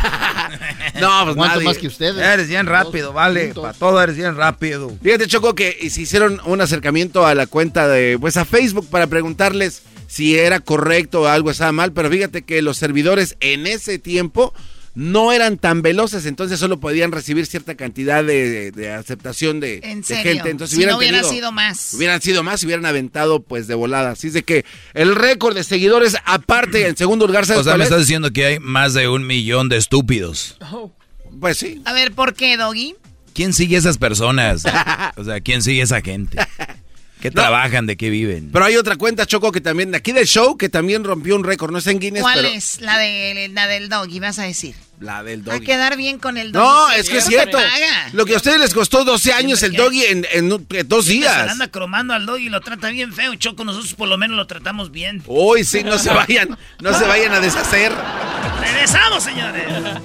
No, pues ¿Cuánto nadie. más que ustedes? Eres bien rápido, vale. Para todo eres bien rápido. Fíjate, Choco, que se hicieron un acercamiento a la cuenta de, pues a Facebook para preguntarles si era correcto o algo estaba mal, pero fíjate que los servidores en ese tiempo no eran tan veloces, entonces solo podían recibir cierta cantidad de, de aceptación de, En de serio. gente. Entonces Si hubieran no hubiera tenido- sido más. Hubieran sido más, hubieran aventado pues de volada. Así es de que el récord de seguidores, aparte, en segundo lugar, ¿sabes O sea, cuál me es? estás diciendo que hay más de un millón de estúpidos. Pues sí. A ver, ¿por qué, Doggy? ¿Quién sigue a esas personas? O sea, ¿quién sigue a esa gente? ¿Qué trabajan? ¿De qué viven? Pero hay otra cuenta, Choco, que también, de aquí del show, que también rompió un récord. No es en Guinness, ¿Cuál pero... es? La, de, la del Doggy, vas a decir. La del A doggy. quedar bien con el Doggy. No, es que es Eso cierto. se paga. Lo que a ustedes les costó doce años el doggy en, en un- en dos Se le días. anda cromando al doggy y lo trata bien feo. Choco, nosotros por lo menos lo tratamos bien. Uy, sí, no se vayan, no se vayan a deshacer. ¡Regresamos, señores!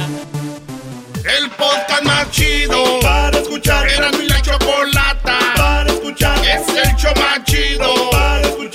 El podcast más chido para escuchar. Era mi la chocolata para escuchar. Es el show más chido para escuchar.